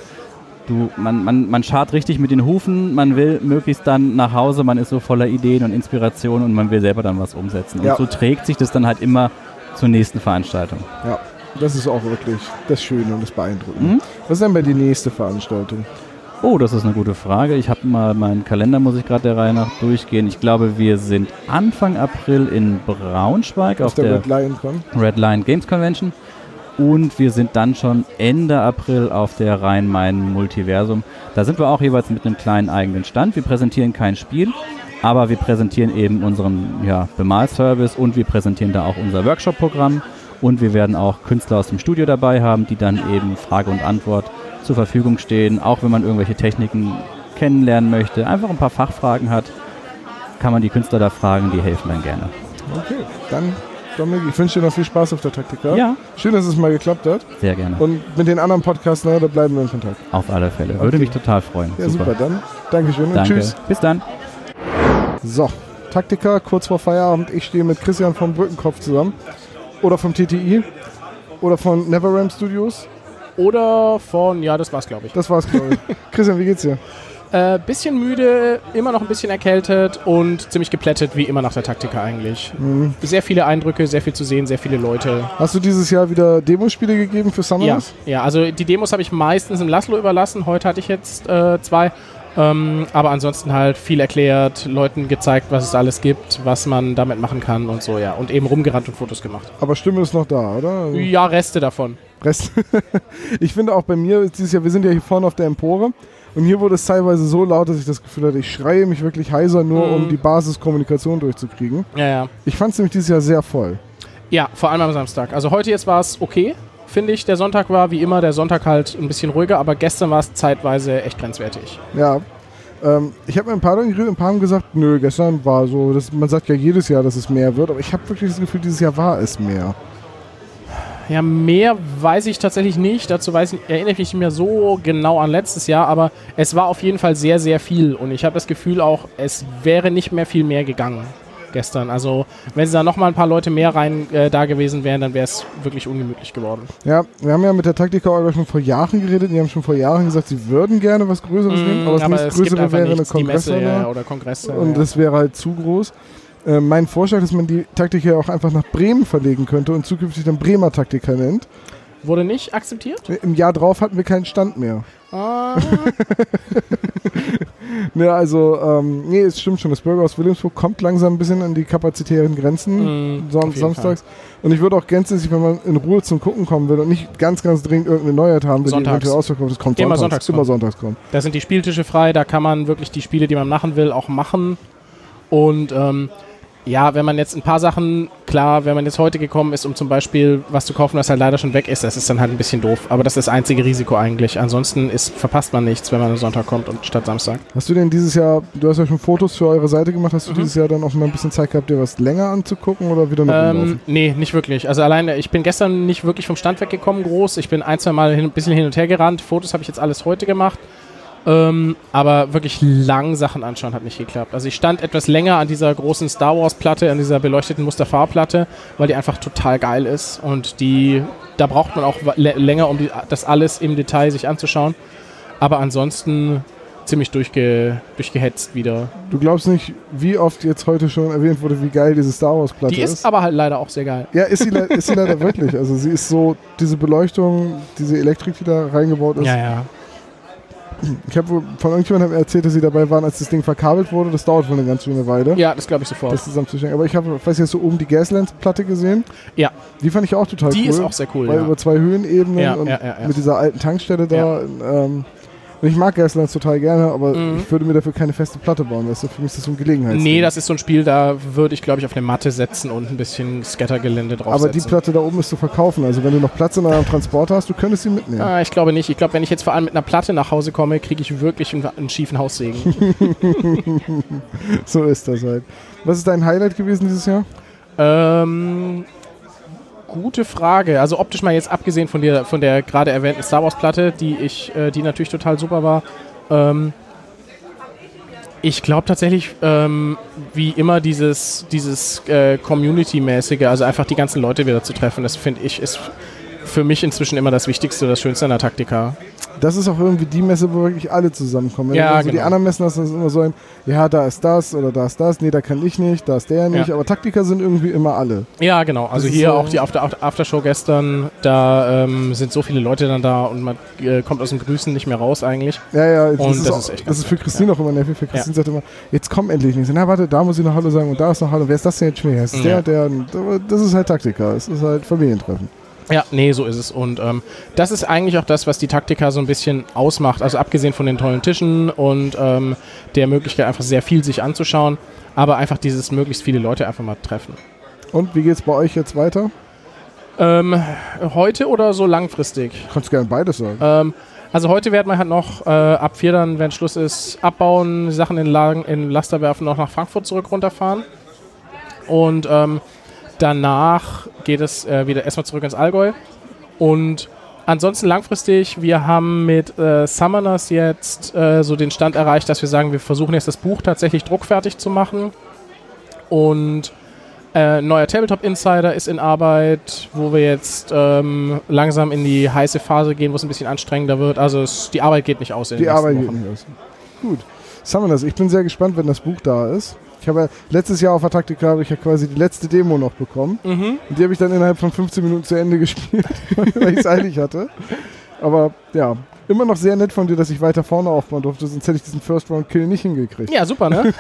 [SPEAKER 10] Man scharrt richtig mit den Hufen, man will möglichst dann nach Hause, man ist so voller Ideen und Inspiration und man will selber dann was umsetzen. Und so trägt sich das dann halt immer zur nächsten Veranstaltung.
[SPEAKER 1] Ja, das ist auch wirklich das Schöne und das Beeindruckende. Was ist denn bei die nächste Veranstaltung?
[SPEAKER 10] Oh, das ist eine gute Frage. Ich habe mal meinen Kalender, muss ich gerade der Reihe nach durchgehen. Ich glaube, wir sind Anfang April in Braunschweig auf der Red Lion Games Convention. Und wir sind dann schon Ende April auf der Rhein-Main Multiversum. Da sind wir auch jeweils mit einem kleinen eigenen Stand. Wir präsentieren kein Spiel, aber wir präsentieren eben unseren Bemalservice und wir präsentieren da auch unser Workshop-Programm. Und wir werden auch Künstler aus dem Studio dabei haben, die dann eben Frage und Antwort zur Verfügung stehen. Auch wenn man irgendwelche Techniken kennenlernen möchte, einfach ein paar Fachfragen hat, kann man die Künstler da fragen, die helfen dann gerne.
[SPEAKER 1] Okay, dann Dominik, ich wünsche dir noch viel Spaß auf der Taktika.
[SPEAKER 10] Ja.
[SPEAKER 1] Schön, dass es mal geklappt hat.
[SPEAKER 10] Sehr gerne.
[SPEAKER 1] Und mit den anderen Podcasts, da bleiben wir in Kontakt.
[SPEAKER 10] Auf alle Fälle. Würde mich total freuen.
[SPEAKER 1] Ja, super. Dann Dankeschön und
[SPEAKER 10] Danke.
[SPEAKER 1] Tschüss.
[SPEAKER 10] Bis dann.
[SPEAKER 1] So, Taktika, kurz vor Feierabend. Ich stehe mit Christian vom Brückenkopf zusammen. Oder vom TTI. Oder von NetherRealm Studios.
[SPEAKER 11] Oder von, ja, das war's, glaube ich.
[SPEAKER 1] Das war's, glaube ich. Christian, wie geht's dir?
[SPEAKER 11] Bisschen müde, immer noch ein bisschen erkältet und ziemlich geplättet, wie immer nach der Taktika eigentlich. Sehr viele Eindrücke, sehr viel zu sehen, sehr viele Leute.
[SPEAKER 1] Hast du dieses Jahr wieder Demospiele gegeben für Summers?
[SPEAKER 11] Ja, also die Demos habe ich meistens im Laszlo überlassen. Heute hatte ich jetzt 2. Aber ansonsten halt viel erklärt, Leuten gezeigt, was es alles gibt, was man damit machen kann und so, ja. Und eben rumgerannt und Fotos gemacht.
[SPEAKER 1] Aber Stimme ist noch da, oder? Also
[SPEAKER 11] ja, Reste davon.
[SPEAKER 1] Ich finde auch bei mir dieses Jahr, wir sind ja hier vorne auf der Empore und hier wurde es teilweise so laut, dass ich das Gefühl hatte, ich schreie mich wirklich heiser, nur um die Basiskommunikation durchzukriegen.
[SPEAKER 11] Ja.
[SPEAKER 1] Ich fand es nämlich dieses Jahr sehr voll.
[SPEAKER 11] Ja, vor allem am Samstag. Also heute jetzt war es okay, finde ich. Der Sonntag war wie immer, der Sonntag halt ein bisschen ruhiger, aber gestern war es zeitweise echt grenzwertig.
[SPEAKER 1] Ja. Ich habe mit ein paar Leuten geredet, ein paar haben gesagt, nö, gestern war so, man sagt ja jedes Jahr, dass es mehr wird, aber ich habe wirklich das Gefühl, dieses Jahr war es mehr.
[SPEAKER 11] Ja, mehr weiß ich tatsächlich nicht. Dazu erinnere ich mich nicht mehr so genau an letztes Jahr, aber es war auf jeden Fall sehr, sehr viel. Und ich habe das Gefühl auch, es wäre nicht mehr viel mehr gegangen gestern. Also wenn da nochmal ein paar Leute mehr da gewesen wären, dann wäre es wirklich ungemütlich geworden.
[SPEAKER 1] Ja, wir haben ja mit der Taktika schon vor Jahren geredet. Die haben schon vor Jahren gesagt, sie würden gerne was Größeres nehmen, aber das nächstgrößere wäre eine Kongresshalle.
[SPEAKER 11] Oder Kongresse.
[SPEAKER 1] Und das wäre halt zu groß. Mein Vorschlag, dass man die Taktika auch einfach nach Bremen verlegen könnte und zukünftig dann Bremer Taktika nennt.
[SPEAKER 11] Wurde nicht akzeptiert?
[SPEAKER 1] Im Jahr drauf hatten wir keinen Stand mehr.
[SPEAKER 11] Ah.
[SPEAKER 1] Ja, also, es stimmt schon, das Bürgerhaus Wilhelmsburg kommt langsam ein bisschen an die kapazitären Grenzen samstags. Und ich würde auch gänzlich, wenn man in Ruhe zum Gucken kommen will und nicht ganz, ganz dringend irgendeine Neuheit haben will, die eventuell ausverkauft ist, kommt
[SPEAKER 11] immer
[SPEAKER 1] sonntags kommen.
[SPEAKER 11] Da sind die Spieltische frei, da kann man wirklich die Spiele, die man machen will, auch machen. Und Ja, wenn man jetzt ein paar Sachen, klar, wenn man jetzt heute gekommen ist, um zum Beispiel was zu kaufen, was halt leider schon weg ist, das ist dann halt ein bisschen doof. Aber das ist das einzige Risiko eigentlich. Ansonsten verpasst man nichts, wenn man am Sonntag kommt und statt Samstag.
[SPEAKER 1] Hast du denn dieses Jahr, du hast ja schon Fotos für eure Seite gemacht, hast du dieses Jahr dann auch mal ein bisschen Zeit gehabt, dir was länger anzugucken oder wieder noch rumlaufen?
[SPEAKER 11] Nee, nicht wirklich. Also alleine, ich bin gestern nicht wirklich vom Stand weggekommen groß. Ich bin ein, zwei Mal ein bisschen hin und her gerannt. Fotos habe ich jetzt alles heute gemacht. Aber wirklich lang Sachen anschauen hat nicht geklappt. Also ich stand etwas länger an dieser großen Star Wars Platte, an dieser beleuchteten Mustafa-Platte, weil die einfach total geil ist und da braucht man auch länger, um das alles im Detail sich anzuschauen. Aber ansonsten ziemlich durchgehetzt wieder.
[SPEAKER 1] Du glaubst nicht, wie oft jetzt heute schon erwähnt wurde, wie geil diese Star Wars Platte ist?
[SPEAKER 11] Die ist aber halt leider auch sehr geil.
[SPEAKER 1] Ja, ist sie leider wirklich. Also sie ist so, diese Beleuchtung, diese Elektrik, die da reingebaut ist.
[SPEAKER 11] Ja.
[SPEAKER 1] Ich habe von irgendjemandem erzählt, dass sie dabei waren, als das Ding verkabelt wurde. Das dauert wohl eine ganz schöne Weile.
[SPEAKER 11] Ja, das glaube ich sofort.
[SPEAKER 1] Das zusammenzustellen. Aber ich habe, weiß ich, so oben die Gaslands-Platte gesehen.
[SPEAKER 11] Ja.
[SPEAKER 1] Die fand ich auch total cool.
[SPEAKER 11] Die ist auch sehr cool,
[SPEAKER 1] weil über 2 Höhenebenen und mit dieser alten Tankstelle da.
[SPEAKER 11] Ja.
[SPEAKER 1] Und ich mag Gaslands total gerne, aber ich würde mir dafür keine feste Platte bauen. Weißt du? Für mich ist das so ein Gelegenheitsding.
[SPEAKER 11] Nee, das ist so ein Spiel, da würde ich, glaube ich, auf eine Matte setzen und ein bisschen Scattergelände draufsetzen.
[SPEAKER 1] Aber die Platte da oben ist zu verkaufen. Also wenn du noch Platz in eurem Transporter hast, du könntest sie mitnehmen.
[SPEAKER 11] Ich glaube nicht. Ich glaube, wenn ich jetzt vor allem mit einer Platte nach Hause komme, kriege ich wirklich einen schiefen Haussegen.
[SPEAKER 1] So ist das halt. Was ist dein Highlight gewesen dieses Jahr?
[SPEAKER 11] Gute Frage. Also optisch mal jetzt abgesehen von der gerade erwähnten Star Wars Platte, die natürlich total super war. Ich glaube tatsächlich, wie immer dieses Community-mäßige, also einfach die ganzen Leute wieder zu treffen, das finde ich ist für mich inzwischen immer das Wichtigste, das Schönste an der Taktika.
[SPEAKER 1] Das ist auch irgendwie die Messe, wo wirklich alle zusammenkommen. Wenn
[SPEAKER 11] ja,
[SPEAKER 1] du die anderen Messen hast, dann ist es immer so ein, ja, da ist das oder da ist das, nee, da kann ich nicht, da ist der nicht, aber Taktiker sind irgendwie immer alle.
[SPEAKER 11] Ja, genau. Also hier so auch die Aftershow gestern, da sind so viele Leute dann da und man kommt aus dem Grüßen nicht mehr raus eigentlich.
[SPEAKER 1] Ja,
[SPEAKER 11] und das ist echt
[SPEAKER 1] das ist für Christine auch immer nervig. Für Christine sagt immer, jetzt komm endlich nicht. Na warte, da muss ich noch Hallo sagen und da ist noch Hallo. Wer ist das denn jetzt schon wieder? Das ist das ist halt Taktiker, es ist halt Familientreffen.
[SPEAKER 11] Ja, nee, so ist es. Und das ist eigentlich auch das, was die Taktika so ein bisschen ausmacht. Also abgesehen von den tollen Tischen und der Möglichkeit, einfach sehr viel sich anzuschauen, aber einfach dieses möglichst viele Leute einfach mal treffen.
[SPEAKER 1] Und wie geht's bei euch jetzt weiter?
[SPEAKER 11] Heute oder so langfristig?
[SPEAKER 1] Kannst gerne beides sagen.
[SPEAKER 11] Also heute werden wir halt noch ab 4 dann, wenn Schluss ist, abbauen, Sachen in Laster werfen, noch nach Frankfurt runterfahren. Und danach geht es wieder erstmal zurück ins Allgäu. Und ansonsten langfristig, wir haben mit Summoners jetzt so den Stand erreicht, dass wir sagen, wir versuchen jetzt das Buch tatsächlich druckfertig zu machen. Und neuer Tabletop Insider ist in Arbeit, wo wir jetzt langsam in die heiße Phase gehen, wo es ein bisschen anstrengender wird. Also die Arbeit geht nicht aus in den nächsten Wochen. Die Arbeit geht nicht aus.
[SPEAKER 1] Gut. Summoners, ich bin sehr gespannt, wenn das Buch da ist. Ich habe letztes Jahr auf der Taktika habe ich ja quasi die letzte Demo noch bekommen. Und die habe ich dann innerhalb von 15 Minuten zu Ende gespielt, weil ich es eilig hatte. Aber ja, immer noch sehr nett von dir, dass ich weiter vorne aufbauen durfte, sonst hätte ich diesen First-Round-Kill nicht hingekriegt.
[SPEAKER 11] Ja, super, ne?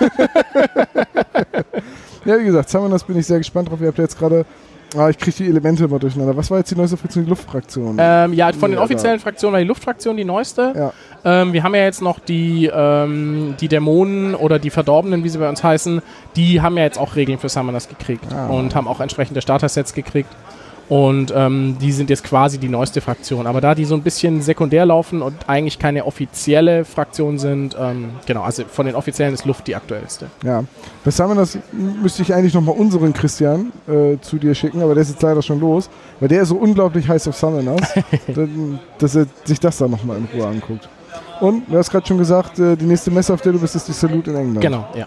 [SPEAKER 1] Ja, wie gesagt, Summoners bin ich sehr gespannt drauf. Ihr habt ja jetzt gerade... ich kriege die Elemente immer durcheinander. Was war jetzt die neueste Fraktion? Die Luftfraktion?
[SPEAKER 11] Ja, von den offiziellen Fraktionen war die Luftfraktion die neueste.
[SPEAKER 1] Ja.
[SPEAKER 11] Wir haben ja jetzt noch die Dämonen oder die Verdorbenen, wie sie bei uns heißen, die haben ja jetzt auch Regeln für Summoners gekriegt und haben auch entsprechende Starter-Sets gekriegt. Und die sind jetzt quasi die neueste Fraktion. Aber da die so ein bisschen sekundär laufen und eigentlich keine offizielle Fraktion sind, genau, also von den offiziellen ist Luft die aktuellste.
[SPEAKER 1] Ja, bei Summoners müsste ich eigentlich nochmal unseren Christian zu dir schicken, aber der ist jetzt leider schon los, weil der ist so unglaublich heiß auf Summoners, dass er sich das dann nochmal in Ruhe anguckt. Und, du hast gerade schon gesagt, die nächste Messe, auf der du bist, ist die Salute in England.
[SPEAKER 11] Genau, ja.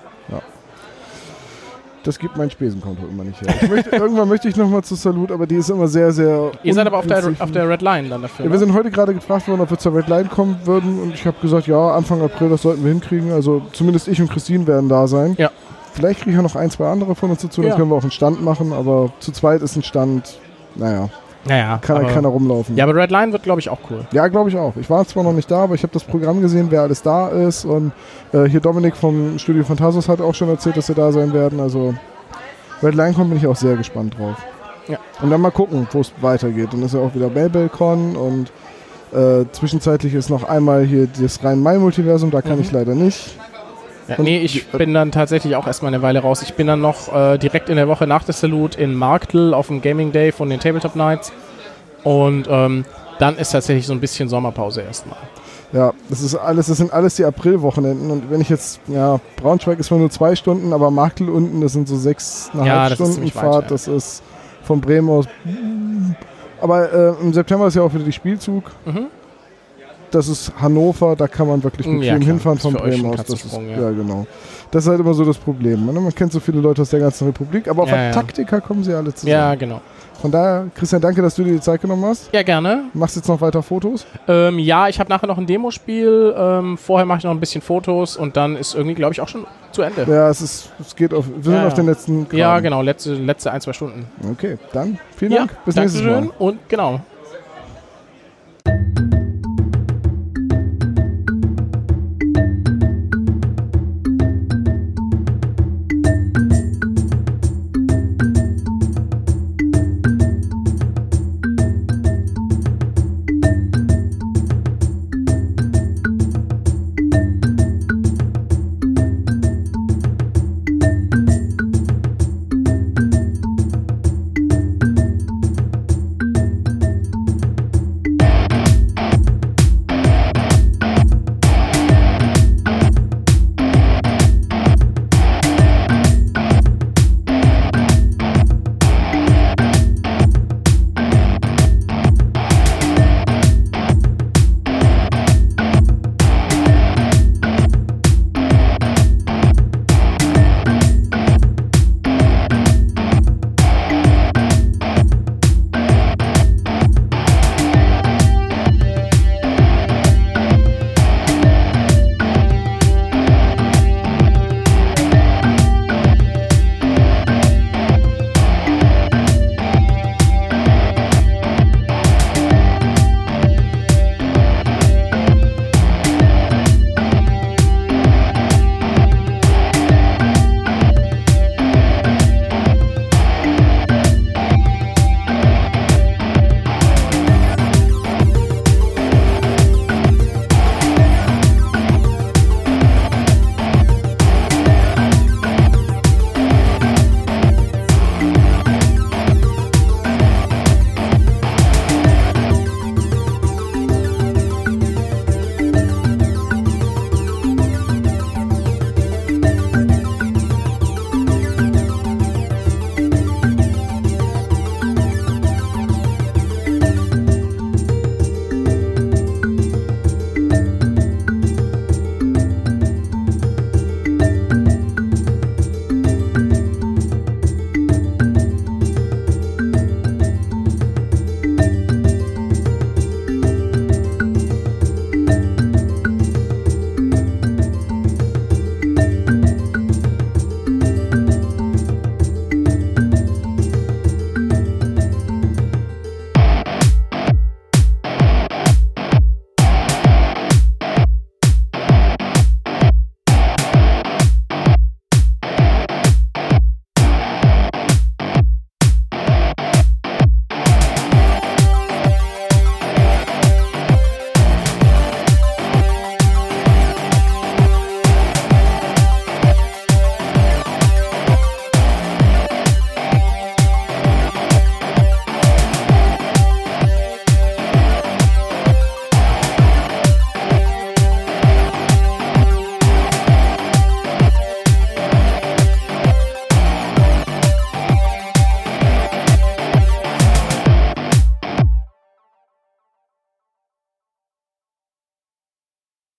[SPEAKER 1] Das gibt mein Spesenkonto immer nicht her. Irgendwann möchte ich nochmal zur Salute, aber die ist immer sehr, sehr...
[SPEAKER 11] Ihr seid aber auf der Red Line dann dafür,
[SPEAKER 1] ja, wir sind heute gerade gefragt worden, ob wir zur Red Line kommen würden und ich habe gesagt, ja, Anfang April, das sollten wir hinkriegen. Also zumindest ich und Christine werden da sein.
[SPEAKER 11] Ja.
[SPEAKER 1] Vielleicht kriege ich ja noch 1, 2 andere von uns dazu, dann können wir auch einen Stand machen, aber zu zweit ist ein Stand, kann keiner rumlaufen.
[SPEAKER 11] Ja, aber Red Line wird, glaube ich, auch cool.
[SPEAKER 1] Ja, glaube ich auch. Ich war zwar noch nicht da, aber ich habe das Programm gesehen, wer alles da ist und hier Dominik vom Studio Phantasus hat auch schon erzählt, dass sie da sein werden, also Red Line kommt, bin ich auch sehr gespannt drauf.
[SPEAKER 11] Ja.
[SPEAKER 1] Und dann mal gucken, wo es weitergeht. Dann ist ja auch wieder Babelcon und zwischenzeitlich ist noch einmal hier das Rhein-Main-Multiversum, da kann ich leider nicht.
[SPEAKER 11] Ja, nee, ich bin dann tatsächlich auch erstmal eine Weile raus. Ich bin dann noch direkt in der Woche nach der Salute in Marktl auf dem Gaming Day von den Tabletop Nights. Und dann ist tatsächlich so ein bisschen Sommerpause erstmal.
[SPEAKER 2] Ja, das sind alles die Aprilwochenenden. Und wenn ich jetzt, Braunschweig ist zwar nur 2 Stunden, aber Marktl unten, das sind so 6,5 Stunden Fahrt. Das ist von Bremen aus. Aber im September ist ja auch wieder die Spielzug. Mhm. Das ist Hannover, da kann man wirklich bequem hinfahren von Bremen aus. Das ist, genau. Das ist halt immer so das Problem. Ne? Man kennt so viele Leute aus der ganzen Republik, aber auf der Taktika kommen sie alle zusammen.
[SPEAKER 11] Ja, genau.
[SPEAKER 2] Von daher, Christian, danke, dass du dir die Zeit genommen hast.
[SPEAKER 11] Ja, gerne.
[SPEAKER 2] Machst du jetzt noch weiter Fotos?
[SPEAKER 11] Ja, ich habe nachher noch ein Demospiel. Vorher mache ich noch ein bisschen Fotos und dann ist irgendwie, glaube ich, auch schon zu Ende.
[SPEAKER 2] Ja, es geht auf. Wir sind auf den letzten Graben.
[SPEAKER 11] Ja, genau, letzte 1-2 Stunden.
[SPEAKER 2] Okay, dann vielen Dank. Bis nächstes Mal.
[SPEAKER 11] Und genau.